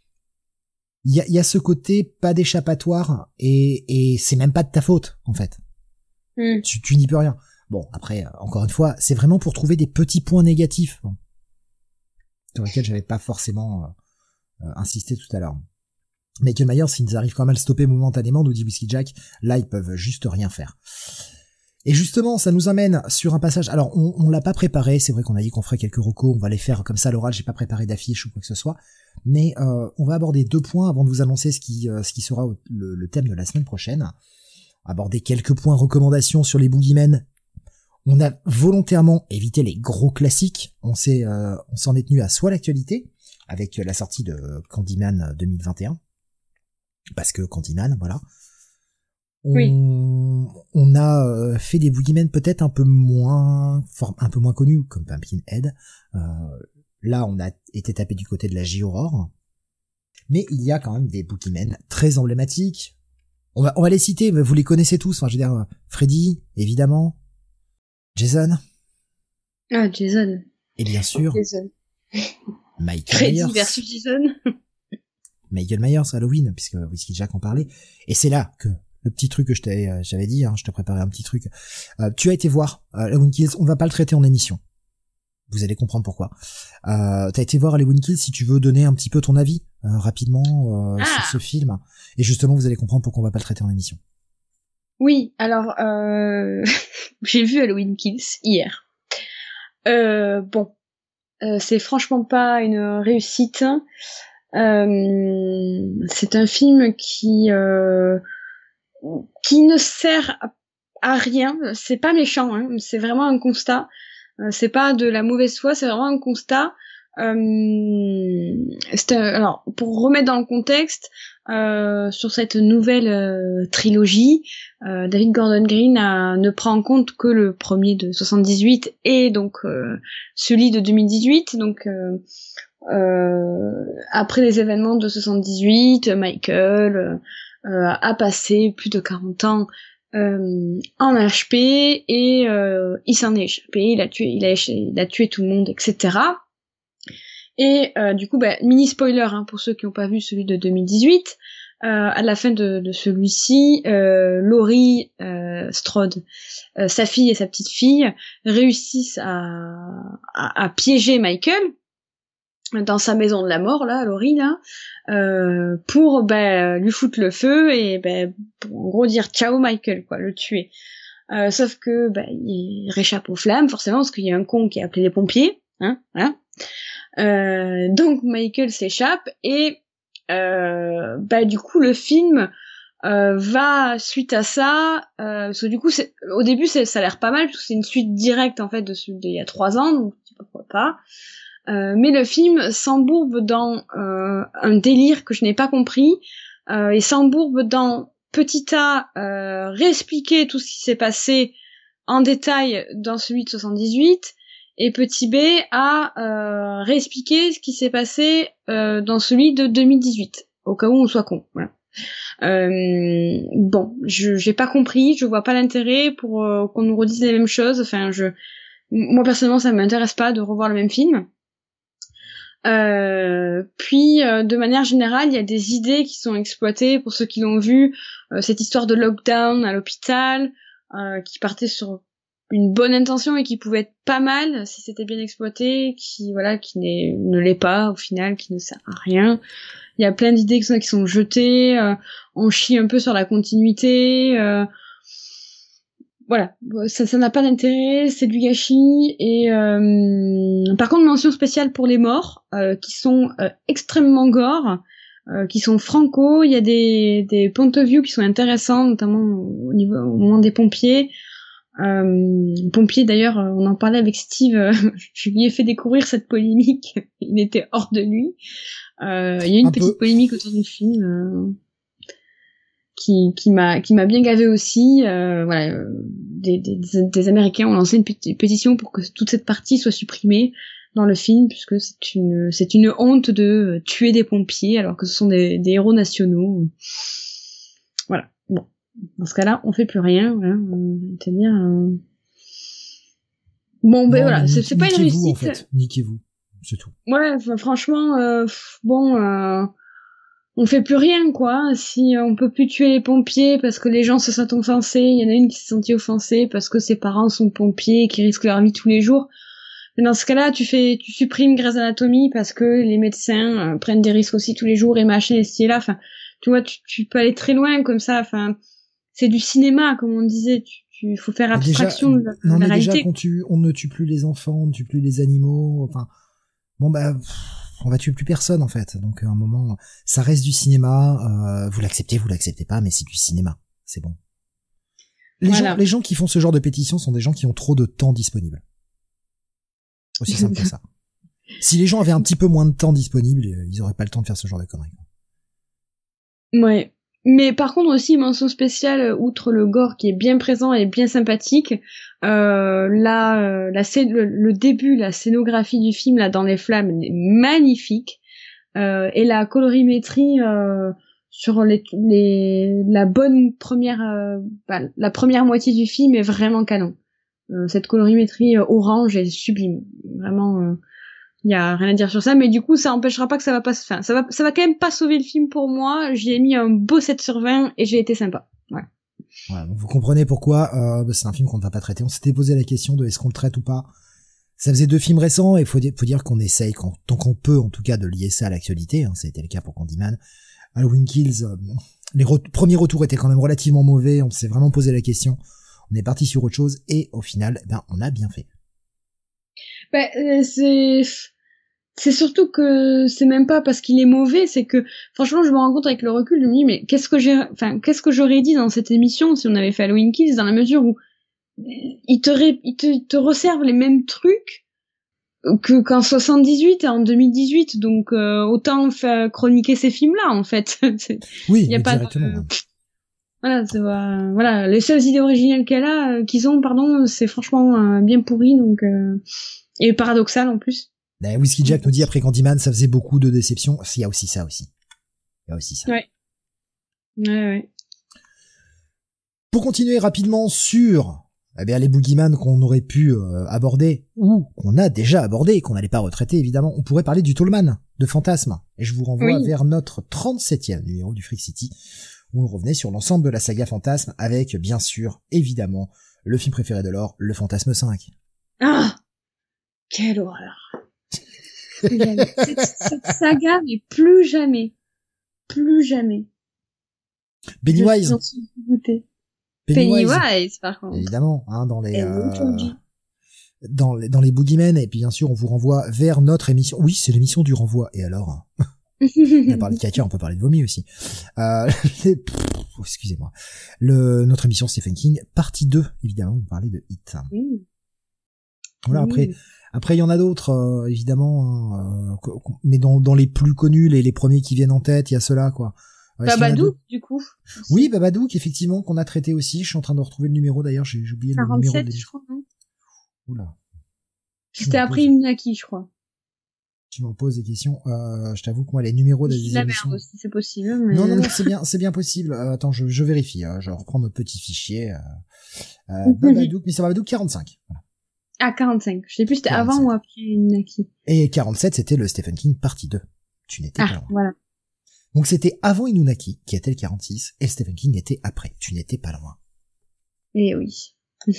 il y a, y a ce côté pas d'échappatoire et, et c'est même pas de ta faute en fait. Mm. Tu, tu n'y peux rien. Bon, après, euh, encore une fois, c'est vraiment pour trouver des petits points négatifs bon, sur lesquels j'avais pas forcément euh, euh, insisté tout à l'heure. Michael Myers, s'ils arrivent quand même à le stopper momentanément, nous dit Whiskey Jack, là ils peuvent juste rien faire. Et justement, ça nous amène sur un passage, alors on, on l'a pas préparé, c'est vrai qu'on a dit qu'on ferait quelques recos, on va les faire comme ça à l'oral, j'ai pas préparé d'affiche ou quoi que ce soit, mais euh, on va aborder deux points avant de vous annoncer ce qui, euh, ce qui sera le, le thème de la semaine prochaine. Aborder quelques points recommandations sur les boogeymen. On a volontairement évité les gros classiques, on s'est, euh, on s'en est tenu à soit l'actualité, avec la sortie de Candyman deux mille vingt et un, parce que Candyman, voilà. On, Oui. on a euh, fait des boogeymen peut-être un peu moins, un peu moins connus, comme Pumpkinhead. Euh, là, on a été tapé du côté de la J-horror. Mais il y a quand même des boogeymen très emblématiques. On va, on va les citer, vous les connaissez tous. Enfin, je veux dire, Freddy, évidemment. Jason. Ah, Jason. Et bien sûr, Jason. Michael Freddy Myers. versus Jason. Michael Myers, Halloween, puisque Whiskey Jack en parlait. Et c'est là que le petit truc que je t'avais, euh, j'avais dit, hein, je te préparais un petit truc. Euh, tu as été voir euh, Halloween Kills, on va pas le traiter en émission. Vous allez comprendre pourquoi. Euh, t'as été voir Halloween Kills, si tu veux donner un petit peu ton avis euh, rapidement euh, Ah. sur ce film. Et justement, vous allez comprendre pourquoi on va pas le traiter en émission. Oui, alors euh... j'ai vu Halloween Kills hier. Euh, bon, euh, c'est franchement pas une réussite. Euh, c'est un film qui euh, qui ne sert à rien. C'est pas méchant, hein, c'est vraiment un constat. Euh, c'est pas de la mauvaise foi, c'est vraiment un constat. Euh, c'était, alors, pour remettre dans le contexte, euh, sur cette nouvelle euh, trilogie, euh, David Gordon Green a, ne prend en compte que le premier de soixante-dix-huit et donc euh, celui de deux mille dix-huit. Donc, euh, euh, après les événements de soixante-dix-huit, Michael euh, a passé plus de quarante ans euh, en H P et euh, il s'en est échappé, il a tué, il a, il a tué tout le monde, et cetera. Et euh, du coup, bah, mini spoiler hein, pour ceux qui n'ont pas vu celui de deux mille dix-huit, euh, à la fin de, de celui-ci, euh, Laurie euh, Strode, euh, sa fille et sa petite fille réussissent à, à, à piéger Michael dans sa maison de la mort, là, Laurie, là, euh, pour bah, lui foutre le feu et bah, pour, en gros dire ciao Michael, quoi, le tuer. Euh, sauf que bah, il réchappe aux flammes, forcément, parce qu'il y a un con qui a appelé les pompiers, hein, voilà. Euh, donc Michael s'échappe et euh, bah du coup le film euh, va suite à ça euh, parce que du coup c'est, au début c'est, ça a l'air pas mal parce que c'est une suite directe en fait de celui d'il y a trois ans donc pourquoi pas euh, mais le film s'embourbe dans euh, un délire que je n'ai pas compris euh, et s'embourbe dans petit A euh, réexpliquer tout ce qui s'est passé en détail dans celui de soixante-dix-huit et petit B a euh, réexpliqué ce qui s'est passé euh, dans celui de deux mille dix-huit, au cas où on soit con. Voilà. Euh, bon, je j'ai pas compris, je vois pas l'intérêt pour euh, qu'on nous redise les mêmes choses. Enfin, je, moi personnellement, ça m'intéresse pas de revoir le même film. Euh, puis, euh, de manière générale, il y a des idées qui sont exploitées pour ceux qui l'ont vu. Euh, cette histoire de lockdown à l'hôpital, euh, qui partait sur une bonne intention et qui pouvait être pas mal si c'était bien exploité, qui voilà, qui n'est, ne l'est pas au final, qui ne sert à rien. Il y a plein d'idées qui sont, qui sont jetées, euh, on chie un peu sur la continuité, euh, voilà, ça, ça n'a pas d'intérêt, c'est du gâchis. Et euh, par contre, mention spéciale pour les morts, euh, qui sont euh, extrêmement gore, euh, qui sont franco. Il y a des, des points of view qui sont intéressants, notamment au niveau au moment des pompiers. Euh, pompier d'ailleurs, on en parlait avec Steve, euh, je lui ai fait découvrir cette polémique, il était hors de lui. Euh, il y a une Un petite peu. polémique autour du film euh, qui, qui m'a qui m'a bien gavé aussi. Euh, voilà, euh, des, des, des Américains ont lancé une petite pétition pour que toute cette partie soit supprimée dans le film, puisque c'est une c'est une honte de tuer des pompiers alors que ce sont des, des héros nationaux. Voilà, bon. Dans ce cas-là, on fait plus rien, voilà. C'est-à-dire, euh... bon, ben voilà, c'est, c'est pas une réussite. Niquez-vous, en fait. Niquez-vous, c'est tout. Ouais, franchement, euh, bon, euh, on fait plus rien, quoi. Si on peut plus tuer les pompiers parce que les gens se sentent offensés, il y en a une qui s'est sentie offensée parce que ses parents sont pompiers et qui risquent leur vie tous les jours. Mais dans ce cas-là, tu fais, tu supprimes Grey's Anatomy parce que les médecins euh, prennent des risques aussi tous les jours et machin et ce là. Enfin, tu vois, tu, tu peux aller très loin comme ça. Enfin. C'est du cinéma, comme on disait. Tu, tu faut faire abstraction déjà, de la, non, de la mais réalité. Déjà, quand tu, on ne tue plus les enfants, on ne tue plus les animaux. Enfin, bon bah, pff, on va tuer plus personne en fait. Donc à un moment, ça reste du cinéma. Euh, vous l'acceptez, vous l'acceptez pas, mais c'est du cinéma. C'est bon. Les voilà. gens, les gens qui font ce genre de pétition sont des gens qui ont trop de temps disponible. Aussi simple que ça. Si les gens avaient un petit peu moins de temps disponible, ils auraient pas le temps de faire ce genre de conneries. Ouais. Mais par contre aussi, mention spéciale, outre le gore qui est bien présent et bien sympathique, euh, la, euh, la scène, le, le début, la scénographie du film, là, dans les flammes, est magnifique. Euh, et la colorimétrie euh, sur les, les, la bonne première, euh, bah, la première moitié du film est vraiment canon. Euh, cette colorimétrie euh, orange est sublime. Vraiment... Euh, il y a rien à dire sur ça, mais du coup, ça empêchera pas que ça va pas se faire. Ça va, ça va quand même pas sauver le film pour moi. J'y ai mis un beau sept sur vingt et j'ai été sympa. Ouais. Ouais, donc vous comprenez pourquoi, euh, bah c'est un film qu'on ne va pas traiter. On s'était posé la question de est-ce qu'on le traite ou pas. Ça faisait deux films récents et il faut, dire, faut dire qu'on essaye, quand, tant qu'on peut, en tout cas, de lier ça à l'actualité. Hein, c'était le cas pour Candyman. Halloween Kills, euh, les re- premiers retours étaient quand même relativement mauvais. On s'est vraiment posé la question. On est parti sur autre chose et au final, ben, on a bien fait. Ben, euh, c'est... C'est surtout que c'est même pas parce qu'il est mauvais, c'est que franchement je me rends compte avec le recul, je me dis mais qu'est-ce que j'ai, enfin qu'est-ce que j'aurais dit dans cette émission si on avait fait Halloween Kills, dans la mesure où il te, ré... il te, il te resserve les mêmes trucs que qu'en soixante-dix-huit et en deux mille dix-huit, donc euh, autant faire chroniquer ces films-là en fait. Oui, il y a pas directement. de... Voilà, c'est, euh, voilà, les seules idées originales qu'elle a, euh, qu'ils ont, pardon, c'est franchement euh, bien pourri, donc euh, et paradoxal en plus. Ben, Whiskey Jack nous dit après Candyman, ça faisait beaucoup de déceptions. Il y a aussi ça aussi. Il y a aussi ça. Ouais. Ouais, ouais. Pour continuer rapidement sur eh bien, les boogeyman qu'on aurait pu euh, aborder, ou qu'on a déjà abordé, qu'on n'allait pas retraiter évidemment, on pourrait parler du Tallman, de Fantasme. Et je vous renvoie Oui. vers notre trente-septième numéro du Freak City, où on revenait sur l'ensemble de la saga Fantasme, avec bien sûr, évidemment, le film préféré de Laure, le Fantasme cinq. Ah, quelle horreur. Plus jamais. Cette, cette saga, mais plus jamais. Plus jamais. Pennywise. J'en suis dégoûtée. Pennywise. Pennywise, par contre. Évidemment, hein, dans les, euh, Euh... dans les, dans les boogeymen, et puis bien sûr, on vous renvoie vers notre émission. Oui, c'est l'émission du renvoi. Et alors? On a parlé de caca, on peut parler de vomi aussi. Euh, les... Pff, excusez-moi. Le, notre émission Stephen King, partie deux, évidemment, on parlait de Hit. Oui. Voilà, Oui. après, après, il y en a d'autres, euh, évidemment, euh, mais dans, dans les plus connus, les, les premiers qui viennent en tête, il y a ceux-là, quoi. Ouais, Babadook, du coup. Aussi. Oui, Babadook, effectivement, qu'on a traité aussi. Je suis en train de retrouver le numéro, d'ailleurs, j'ai, j'ai oublié le numéro. quarante-sept, je crois, non? Oula. C'était après Inaki, je crois. Tu m'en poses des questions. Euh, je t'avoue que moi, les numéros des la émissions... merde aussi, c'est possible. Mais... Non, non, non, c'est bien, c'est bien possible. Euh, attends, je, je vérifie. Euh, je reprends notre petit fichier. Euh, euh, Babadook, mais c'est Babadook quarante-cinq. Voilà. Ah, quarante-cinq. Je sais plus, c'était quarante-cinq. avant ou après Inaki. Et quarante-sept, c'était le Stephen King partie deux. Tu n'étais ah, pas loin. Voilà. Donc c'était avant Inunaki, qui était le quarante-six, et Stephen King était après. Tu n'étais pas loin. Eh oui.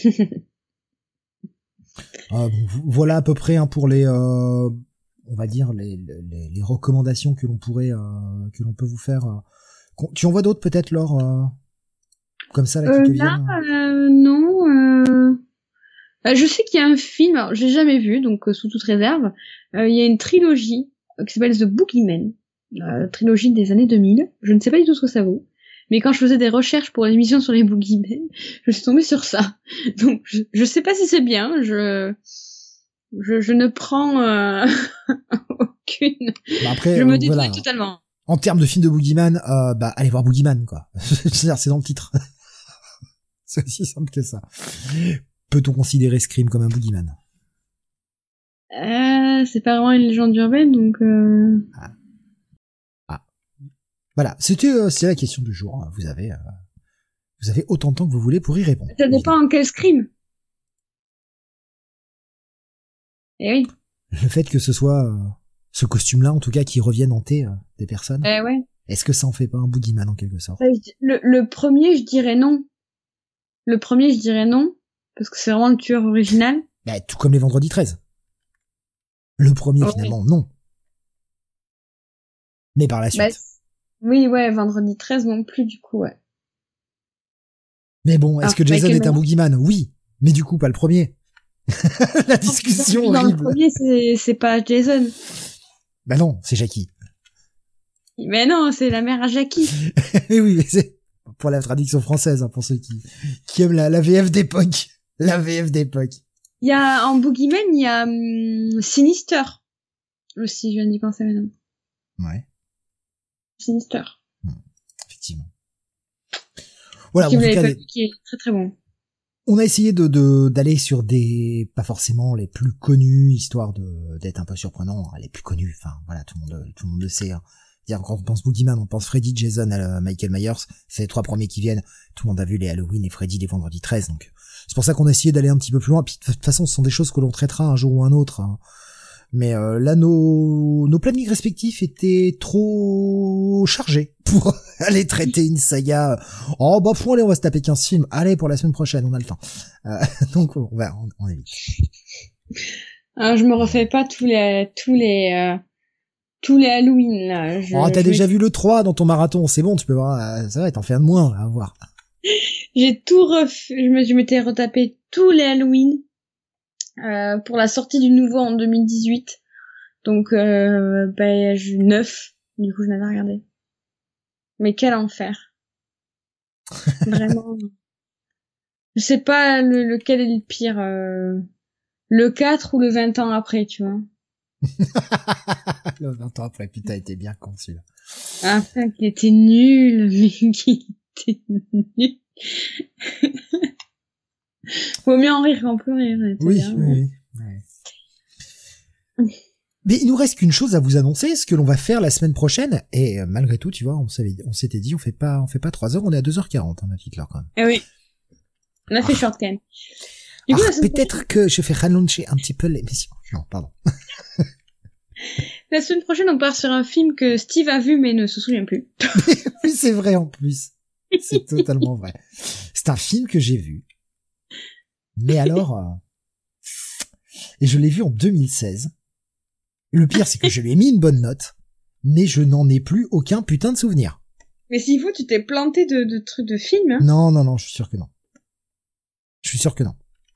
euh, bon, voilà à peu près hein, pour les, euh, on va dire les, les, les recommandations que l'on pourrait, euh, que l'on peut vous faire. Euh. Tu en vois d'autres peut-être, Laure, euh, comme ça là qui euh, te là, viennent euh, non. Euh... Euh, je sais qu'il y a un film, alors j'ai jamais vu, donc euh, sous toute réserve. Euh, il y a une trilogie euh, qui s'appelle The Boogeyman. Euh, trilogie des années deux mille. Je ne sais pas du tout ce que ça vaut. Mais quand je faisais des recherches pour l'émission sur les Boogeymen, je suis tombée sur ça. Donc, je, je sais pas si c'est bien. Je, je, je ne prends euh, aucune. Bah après, je me euh, détruis voilà. totalement. En termes de film de Boogeyman, euh, bah allez voir Boogeyman, quoi. C'est-à-dire, c'est dans le titre. C'est aussi simple que ça. Peut-on considérer Scream comme un Boogeyman? Euh, c'est pas vraiment une légende urbaine, donc... Euh... Ah. Voilà, c'était euh, c'est la question du jour. Hein. Vous avez euh, vous avez autant de temps que vous voulez pour y répondre. Ça dépend en quel Scream. Eh oui. Le fait que ce soit euh, ce costume-là, en tout cas, qui revienne hanter euh, des personnes. Eh ouais. Est-ce que ça en fait pas un boogeyman en quelque sorte? le, le premier, je dirais non. Le premier, je dirais non, parce que c'est vraiment le tueur original. Bah, tout comme les Vendredis treize. Le premier, oh, finalement, oui. Non. Mais par la suite. Bah, oui, ouais, Vendredi treize non plus, du coup, ouais. Mais bon, est-ce ah, que Jason est un boogeyman? Oui, mais du coup, pas le premier. La discussion non, horrible. Le premier, c'est, c'est pas Jason. Bah non, c'est Jackie. Mais non, c'est la mère à Jackie. Mais oui, mais c'est pour la traduction française, hein, pour ceux qui, qui aiment la, la V F d'époque. La V F d'époque. Il y a, en boogeyman, il y a hum, Sinister. Aussi, je viens d'y penser maintenant. Ouais. Sinister. Mmh, effectivement. Voilà, qui, en tout cas, pas les... vu, qui est très très bon. On a essayé de, de d'aller sur des pas forcément les plus connus, histoire de d'être un peu surprenant. Les plus connus, enfin voilà, tout le monde tout le monde le sait. Hein. Dire quand on pense Boogeyman, on pense Freddy, Jason, euh, Michael Myers. C'est les trois premiers qui viennent. Tout le monde a vu les Halloween, les Freddy, les Vendredi treize. Donc c'est pour ça qu'on a essayé d'aller un petit peu plus loin. Puis de toute façon, ce sont des choses que l'on traitera un jour ou un autre. Hein. Mais euh, là, nos, nos plannings respectifs étaient trop chargés pour aller traiter une saga. Oh bah pour allez, on va se taper quinze films. Allez, pour la semaine prochaine, on a le temps. Euh, donc on va, on, on évite. Alors, je me refais pas tous les tous les euh, tous les Halloween là. Je, oh, t'as je déjà me... vu le trois dans ton marathon, c'est bon, tu peux voir. Euh, ça va, t'en fais un de moins à voir. J'ai tout refait. Je me, je m'étais retapé tous les Halloween. Euh, pour la sortie du nouveau en deux mille dix-huit. Donc, euh, ben, je, neuf. Du coup, je n'avais regardé. Mais quel enfer. Vraiment. Je sais pas le, lequel est le pire. Euh... le quatre ou le vingt ans après, tu vois. Le vingt ans après, putain, il était bien con, celui-là. Ah, putain, qui était nul, mais qui était nul. Faut mieux en rire qu'en pleurer. Oui, bien. oui, oui. Ouais. Mais il nous reste qu'une chose à vous annoncer, ce que l'on va faire la semaine prochaine. Et euh, malgré tout, tu vois, on s'avait, on s'était dit, on fait pas, on fait pas trois heures, on est à deux heures quarante, hein, ma petite Laure, quand même. Eh oui. On a fait ah. short can. Du coup, ah, peut-être prochaine... que je fais rallonger un petit peu l'émission. Non, pardon. La semaine prochaine, on part sur un film que Steve a vu mais ne se souvient plus. Oui, c'est vrai en plus. C'est totalement vrai. C'est un film que j'ai vu. Mais alors, euh... et je l'ai vu en deux mille seize. Le pire, c'est que je lui ai mis une bonne note, mais je n'en ai plus aucun putain de souvenir. Mais s'il faut, tu t'es planté de, de trucs de films, hein. Non, non, non, je suis sûr que non. Je suis sûr que non.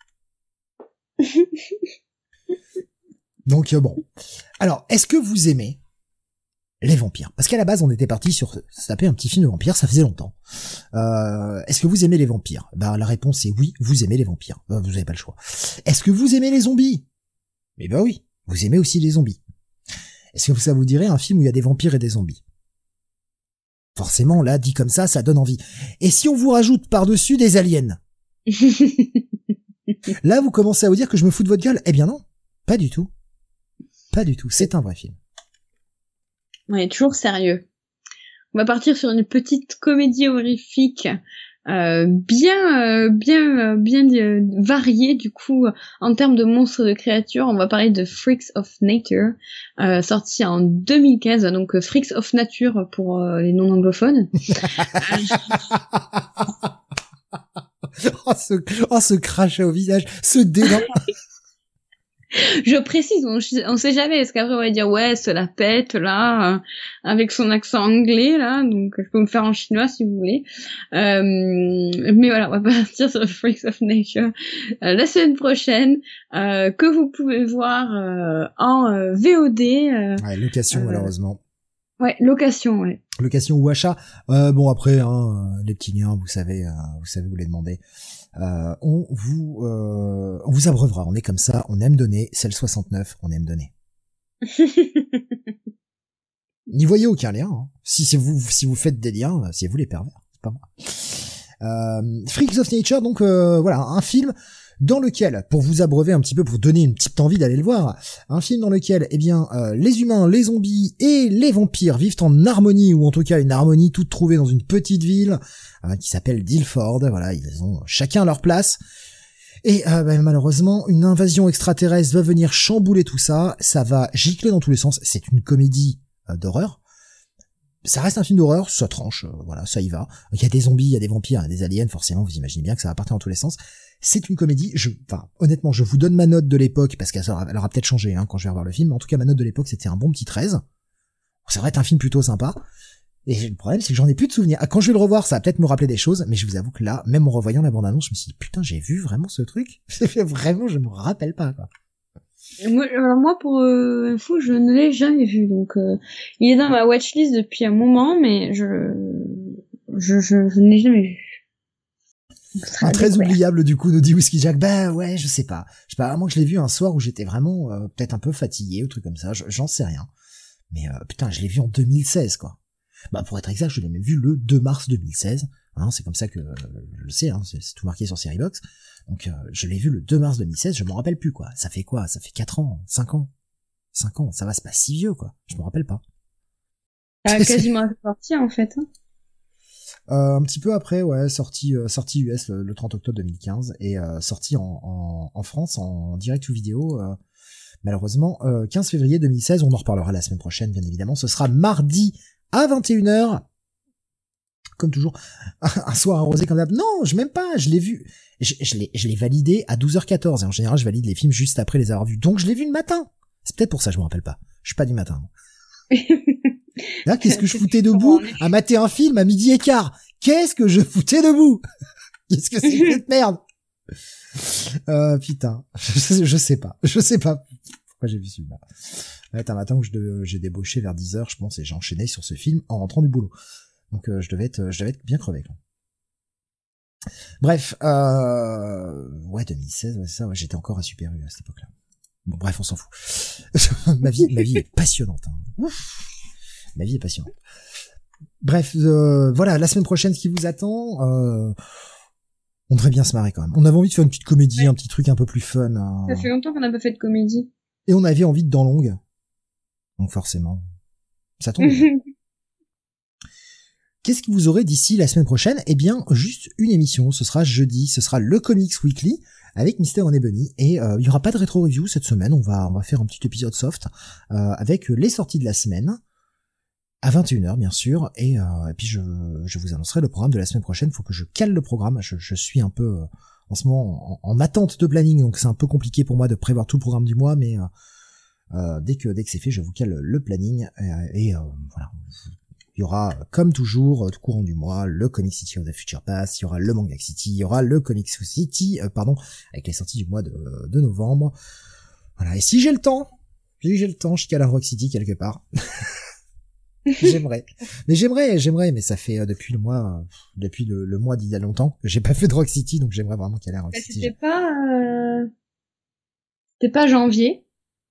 Donc, euh, bon. Alors, est-ce que vous aimez les vampires? Parce qu'à la base, on était parti sur se taper un petit film de vampires, ça faisait longtemps. Euh, est-ce que vous aimez les vampires? Ben, la réponse est oui, vous aimez les vampires. Ben, vous n'avez pas le choix. Est-ce que vous aimez les zombies? Eh ben oui, vous aimez aussi les zombies. Est-ce que ça vous dirait un film où il y a des vampires et des zombies? Forcément, là, dit comme ça, ça donne envie. Et si on vous rajoute par-dessus des aliens? Là, vous commencez à vous dire que je me fous de votre gueule? Eh bien non, pas du tout. Pas du tout, c'est un vrai film. Ouais, toujours sérieux. On va partir sur une petite comédie horrifique, euh, bien, euh, bien, euh, bien euh, variée du coup en termes de monstres de créatures. On va parler de Freaks of Nature, euh, sorti en deux mille quinze, donc euh, Freaks of Nature pour euh, les non anglophones. oh, ce, oh, ce crachat au visage, ce dédain. Je précise, on, on sait jamais, parce qu'après on va dire ouais, se la pète là, euh, avec son accent anglais là, donc je peux me faire en chinois si vous voulez. Euh, mais voilà, on va partir sur Freaks of Nature euh, la semaine prochaine, euh, que vous pouvez voir euh, en euh, V O D. Euh, ouais, location euh, malheureusement. Ouais, location, ouais. Location ou achat. Euh, bon après, hein, les petits liens, vous savez, euh, vous savez vous les demander. Euh, on vous, euh, on vous abreuvera. On est comme ça. On aime donner. C'est le soixante-neuf. On aime donner. N'y voyez aucun lien. Hein. Si c'est vous, si vous faites des liens, c'est vous les pervers. C'est pas moi. Euh, Freaks of Nature. Donc euh, voilà, un film dans lequel, pour vous abreuver un petit peu, pour donner une petite envie d'aller le voir, un film dans lequel, eh bien, euh, les humains, les zombies et les vampires vivent en harmonie, ou en tout cas une harmonie toute trouvée dans une petite ville euh, qui s'appelle Dilford. Voilà, ils ont chacun leur place. Et euh, bah, malheureusement, une invasion extraterrestre va venir chambouler tout ça. Ça va gicler dans tous les sens. C'est une comédie euh, d'horreur. Ça reste un film d'horreur, ça tranche, euh, voilà, ça y va. Il y a des zombies, il y a des vampires, il y a des aliens, forcément, vous imaginez bien que ça va partir dans tous les sens. C'est une comédie, je, enfin, honnêtement, je vous donne ma note de l'époque, parce qu'elle aura, elle aura peut-être changé, hein, quand je vais revoir le film, mais en tout cas, ma note de l'époque, c'était un bon petit treize. Ça va être un film plutôt sympa. Et le problème, c'est que j'en ai plus de souvenirs. Ah, quand je vais le revoir, ça va peut-être me rappeler des choses, mais je vous avoue que là, même en revoyant la bande-annonce, je me suis dit, putain, j'ai vu vraiment ce truc? Vraiment, je me rappelle pas, quoi. Moi, alors moi, pour euh, info, je ne l'ai jamais vu, donc euh, il est dans ma watchlist depuis un moment, mais je je je, je ne l'ai jamais vu. Un très oubliable du coup, nous dit Whisky Jack. Bah ouais, je sais pas. Je sais pas, à moins que je l'ai vu un soir où j'étais vraiment euh, peut-être un peu fatigué ou truc comme ça. J'en sais rien. Mais euh, putain, je l'ai vu en deux mille seize, quoi. Bah pour être exact, je l'ai même vu le deux mars deux mille seize. Hein, c'est comme ça que euh, je le sais. Hein, c'est, c'est tout marqué sur Seriebox. Donc euh, je l'ai vu le deux mars deux mille seize. Je m'en rappelle plus, quoi. Ça fait quoi? Ça fait quatre ans, cinq ans, cinq ans. Ça va, c'est pas si vieux, quoi. Je me rappelle pas. Ah, quasiment sorti en fait. Hein. Euh, un petit peu après, ouais, sorti euh, sorti U S le, le trente octobre deux mille quinze et euh, sorti en, en, en France en direct ou vidéo, euh, malheureusement, euh, quinze février deux mille seize. On en reparlera la semaine prochaine, bien évidemment. Ce sera mardi à vingt et une heures. Comme toujours, un soir arrosé comme d'hab. Non, je m'aime pas, je l'ai vu. Je, je l'ai, je l'ai validé à douze heures quatorze. Et en général, je valide les films juste après les avoir vus. Donc, je l'ai vu le matin. C'est peut-être pour ça, je me rappelle pas. Je suis pas du matin. Là, qu'est-ce que je foutais debout à mater un film à midi et quart? Qu'est-ce que je foutais debout? Qu'est-ce que c'est que cette merde? Euh, putain. Je, je sais pas. Je sais pas pourquoi j'ai vu celui-là. Ouais, un matin où je de, j'ai débauché vers dix heures, je pense, et j'ai enchaîné sur ce film en rentrant du boulot. Donc, euh, je devais être, je devais être bien crevé, quoi. Bref, euh... ouais, deux mille seize, ouais, c'est ça, ouais, j'étais encore à Super U à cette époque-là. Bon, bref, on s'en fout. ma vie, ma vie est passionnante. Hein. Ouf. Ma vie est passionnante. Bref, euh, voilà, la semaine prochaine, ce qui vous attend, euh, on devrait bien se marrer quand même. On avait envie de faire une petite comédie, ouais. Un petit truc un peu plus fun. Hein. Ça fait longtemps qu'on n'a pas fait de comédie. Et on avait envie de dents longues. Donc forcément, ça tombe. Qu'est-ce que vous aurez d'ici la semaine prochaine? Eh bien, juste une émission. Ce sera jeudi. Ce sera le Comics Weekly avec Mister and Ebony. Et euh, il y aura pas de rétro review cette semaine. On va on va faire un petit épisode soft euh, avec les sorties de la semaine à vingt et une heures bien sûr. Et, euh, et puis je je vous annoncerai le programme de la semaine prochaine. Il faut que je cale le programme. Je, je suis un peu euh, en ce moment en, en attente de planning, donc c'est un peu compliqué pour moi de prévoir tout le programme du mois. Mais euh, euh, dès que dès que c'est fait, je vous cale le planning et, et euh, voilà. Il y aura, comme toujours, tout courant du mois, le Comic City of the Future Past, il y aura le Manga City, il y aura le Comic City, euh, pardon, avec les sorties du mois de, de novembre. Voilà. Et si j'ai le temps, si j'ai le temps, je cale un Rock City quelque part. j'aimerais. Mais j'aimerais, j'aimerais, mais ça fait euh, depuis le mois, euh, depuis le, le mois d'il y a longtemps que j'ai pas fait de Rock City, donc j'aimerais vraiment caler un Rock bah, City. C'était pas, euh... c'était pas janvier.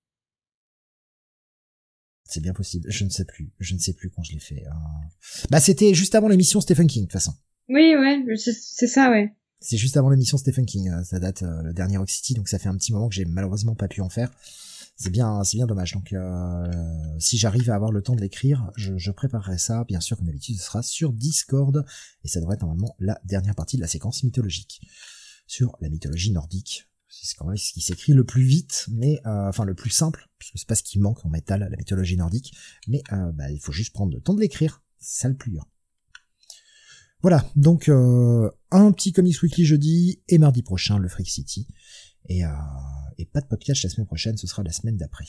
C'est bien possible. Je ne sais plus. Je ne sais plus quand je l'ai fait. Euh... Bah, c'était juste avant l'émission Stephen King, de toute façon. Oui, ouais, c'est ça, ouais. C'est juste avant l'émission Stephen King. Euh, ça date euh, le dernier Rock City, donc ça fait un petit moment que j'ai malheureusement pas pu en faire. C'est bien, c'est bien dommage. Donc, euh, si j'arrive à avoir le temps de l'écrire, je, je préparerai ça. Bien sûr, comme d'habitude, ce sera sur Discord et ça devrait être normalement la dernière partie de la séquence mythologique sur la mythologie nordique. C'est quand même ce qui s'écrit le plus vite, mais euh, enfin le plus simple, parce que c'est pas ce qui manque en métal, la mythologie nordique, mais euh, bah, il faut juste prendre le temps de l'écrire, c'est ça le plus dur. Voilà, donc euh, un petit Comics Weekly jeudi, et mardi prochain, le Freak City, et, euh, et pas de podcast la semaine prochaine, ce sera la semaine d'après.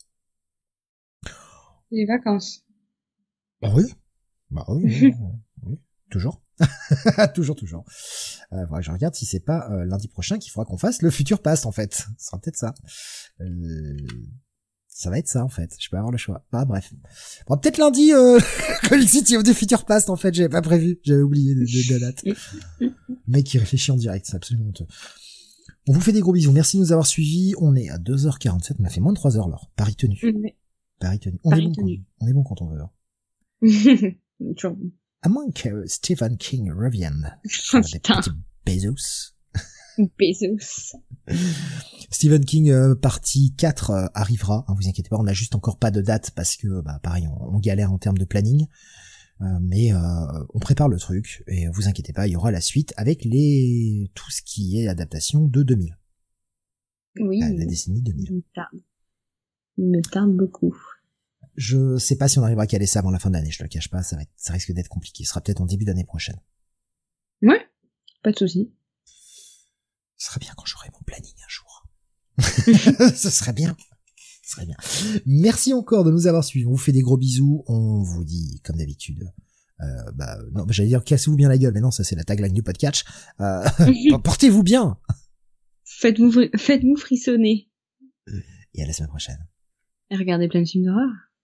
Les vacances. Bah oui, bah oui, oui, oui, oui. Toujours. toujours, toujours. Euh, voilà, je regarde si c'est pas euh, lundi prochain qu'il faudra qu'on fasse le Future Past en fait. Ce sera peut-être ça. Euh, ça va être ça en fait. Je peux avoir le choix. Bah bref. Bon, peut-être lundi euh, Comic City of the Future Past en fait. J'avais pas prévu. J'avais oublié de, de, de la date. Mec qui réfléchit en direct, c'est absolument honteux. On vous fait des gros bisous. Merci de nous avoir suivis. On est à deux heures quarante-sept. On a fait moins de trois heures alors. Paris tenu. Oui. Paris tenu. On Paris est bon tenu. Quand, on est bon quand on veut. Hein. À moins que Stephen King revienne. Oh, putain. Bezos. Bezos. Stephen King euh, partie quatre euh, arrivera, hein, vous inquiétez pas, on n'a juste encore pas de date parce que bah pareil, on, on galère en termes de planning. Euh, mais euh, on prépare le truc et vous inquiétez pas, il y aura la suite avec les tout ce qui est adaptation de deux mille. Oui. La, la décennie deux mille. Il me tarde. Il me tarde beaucoup. Je sais pas si on arrivera à caler ça avant la fin de l'année, je te le cache pas, ça va être, ça risque d'être compliqué. Ce sera peut-être en début d'année prochaine. Ouais, pas de souci. Ce serait bien quand j'aurai mon planning un jour. Ce serait bien. Ce serait bien. Merci encore de nous avoir suivis. On vous fait des gros bisous. On vous dit, comme d'habitude, euh, bah, non, j'allais dire cassez-vous bien la gueule, mais non, ça c'est la tagline du podcast. Euh, portez-vous bien. Faites-vous, faites-vous frissonner. Et à la semaine prochaine. Et regardez plein de films d'horreur.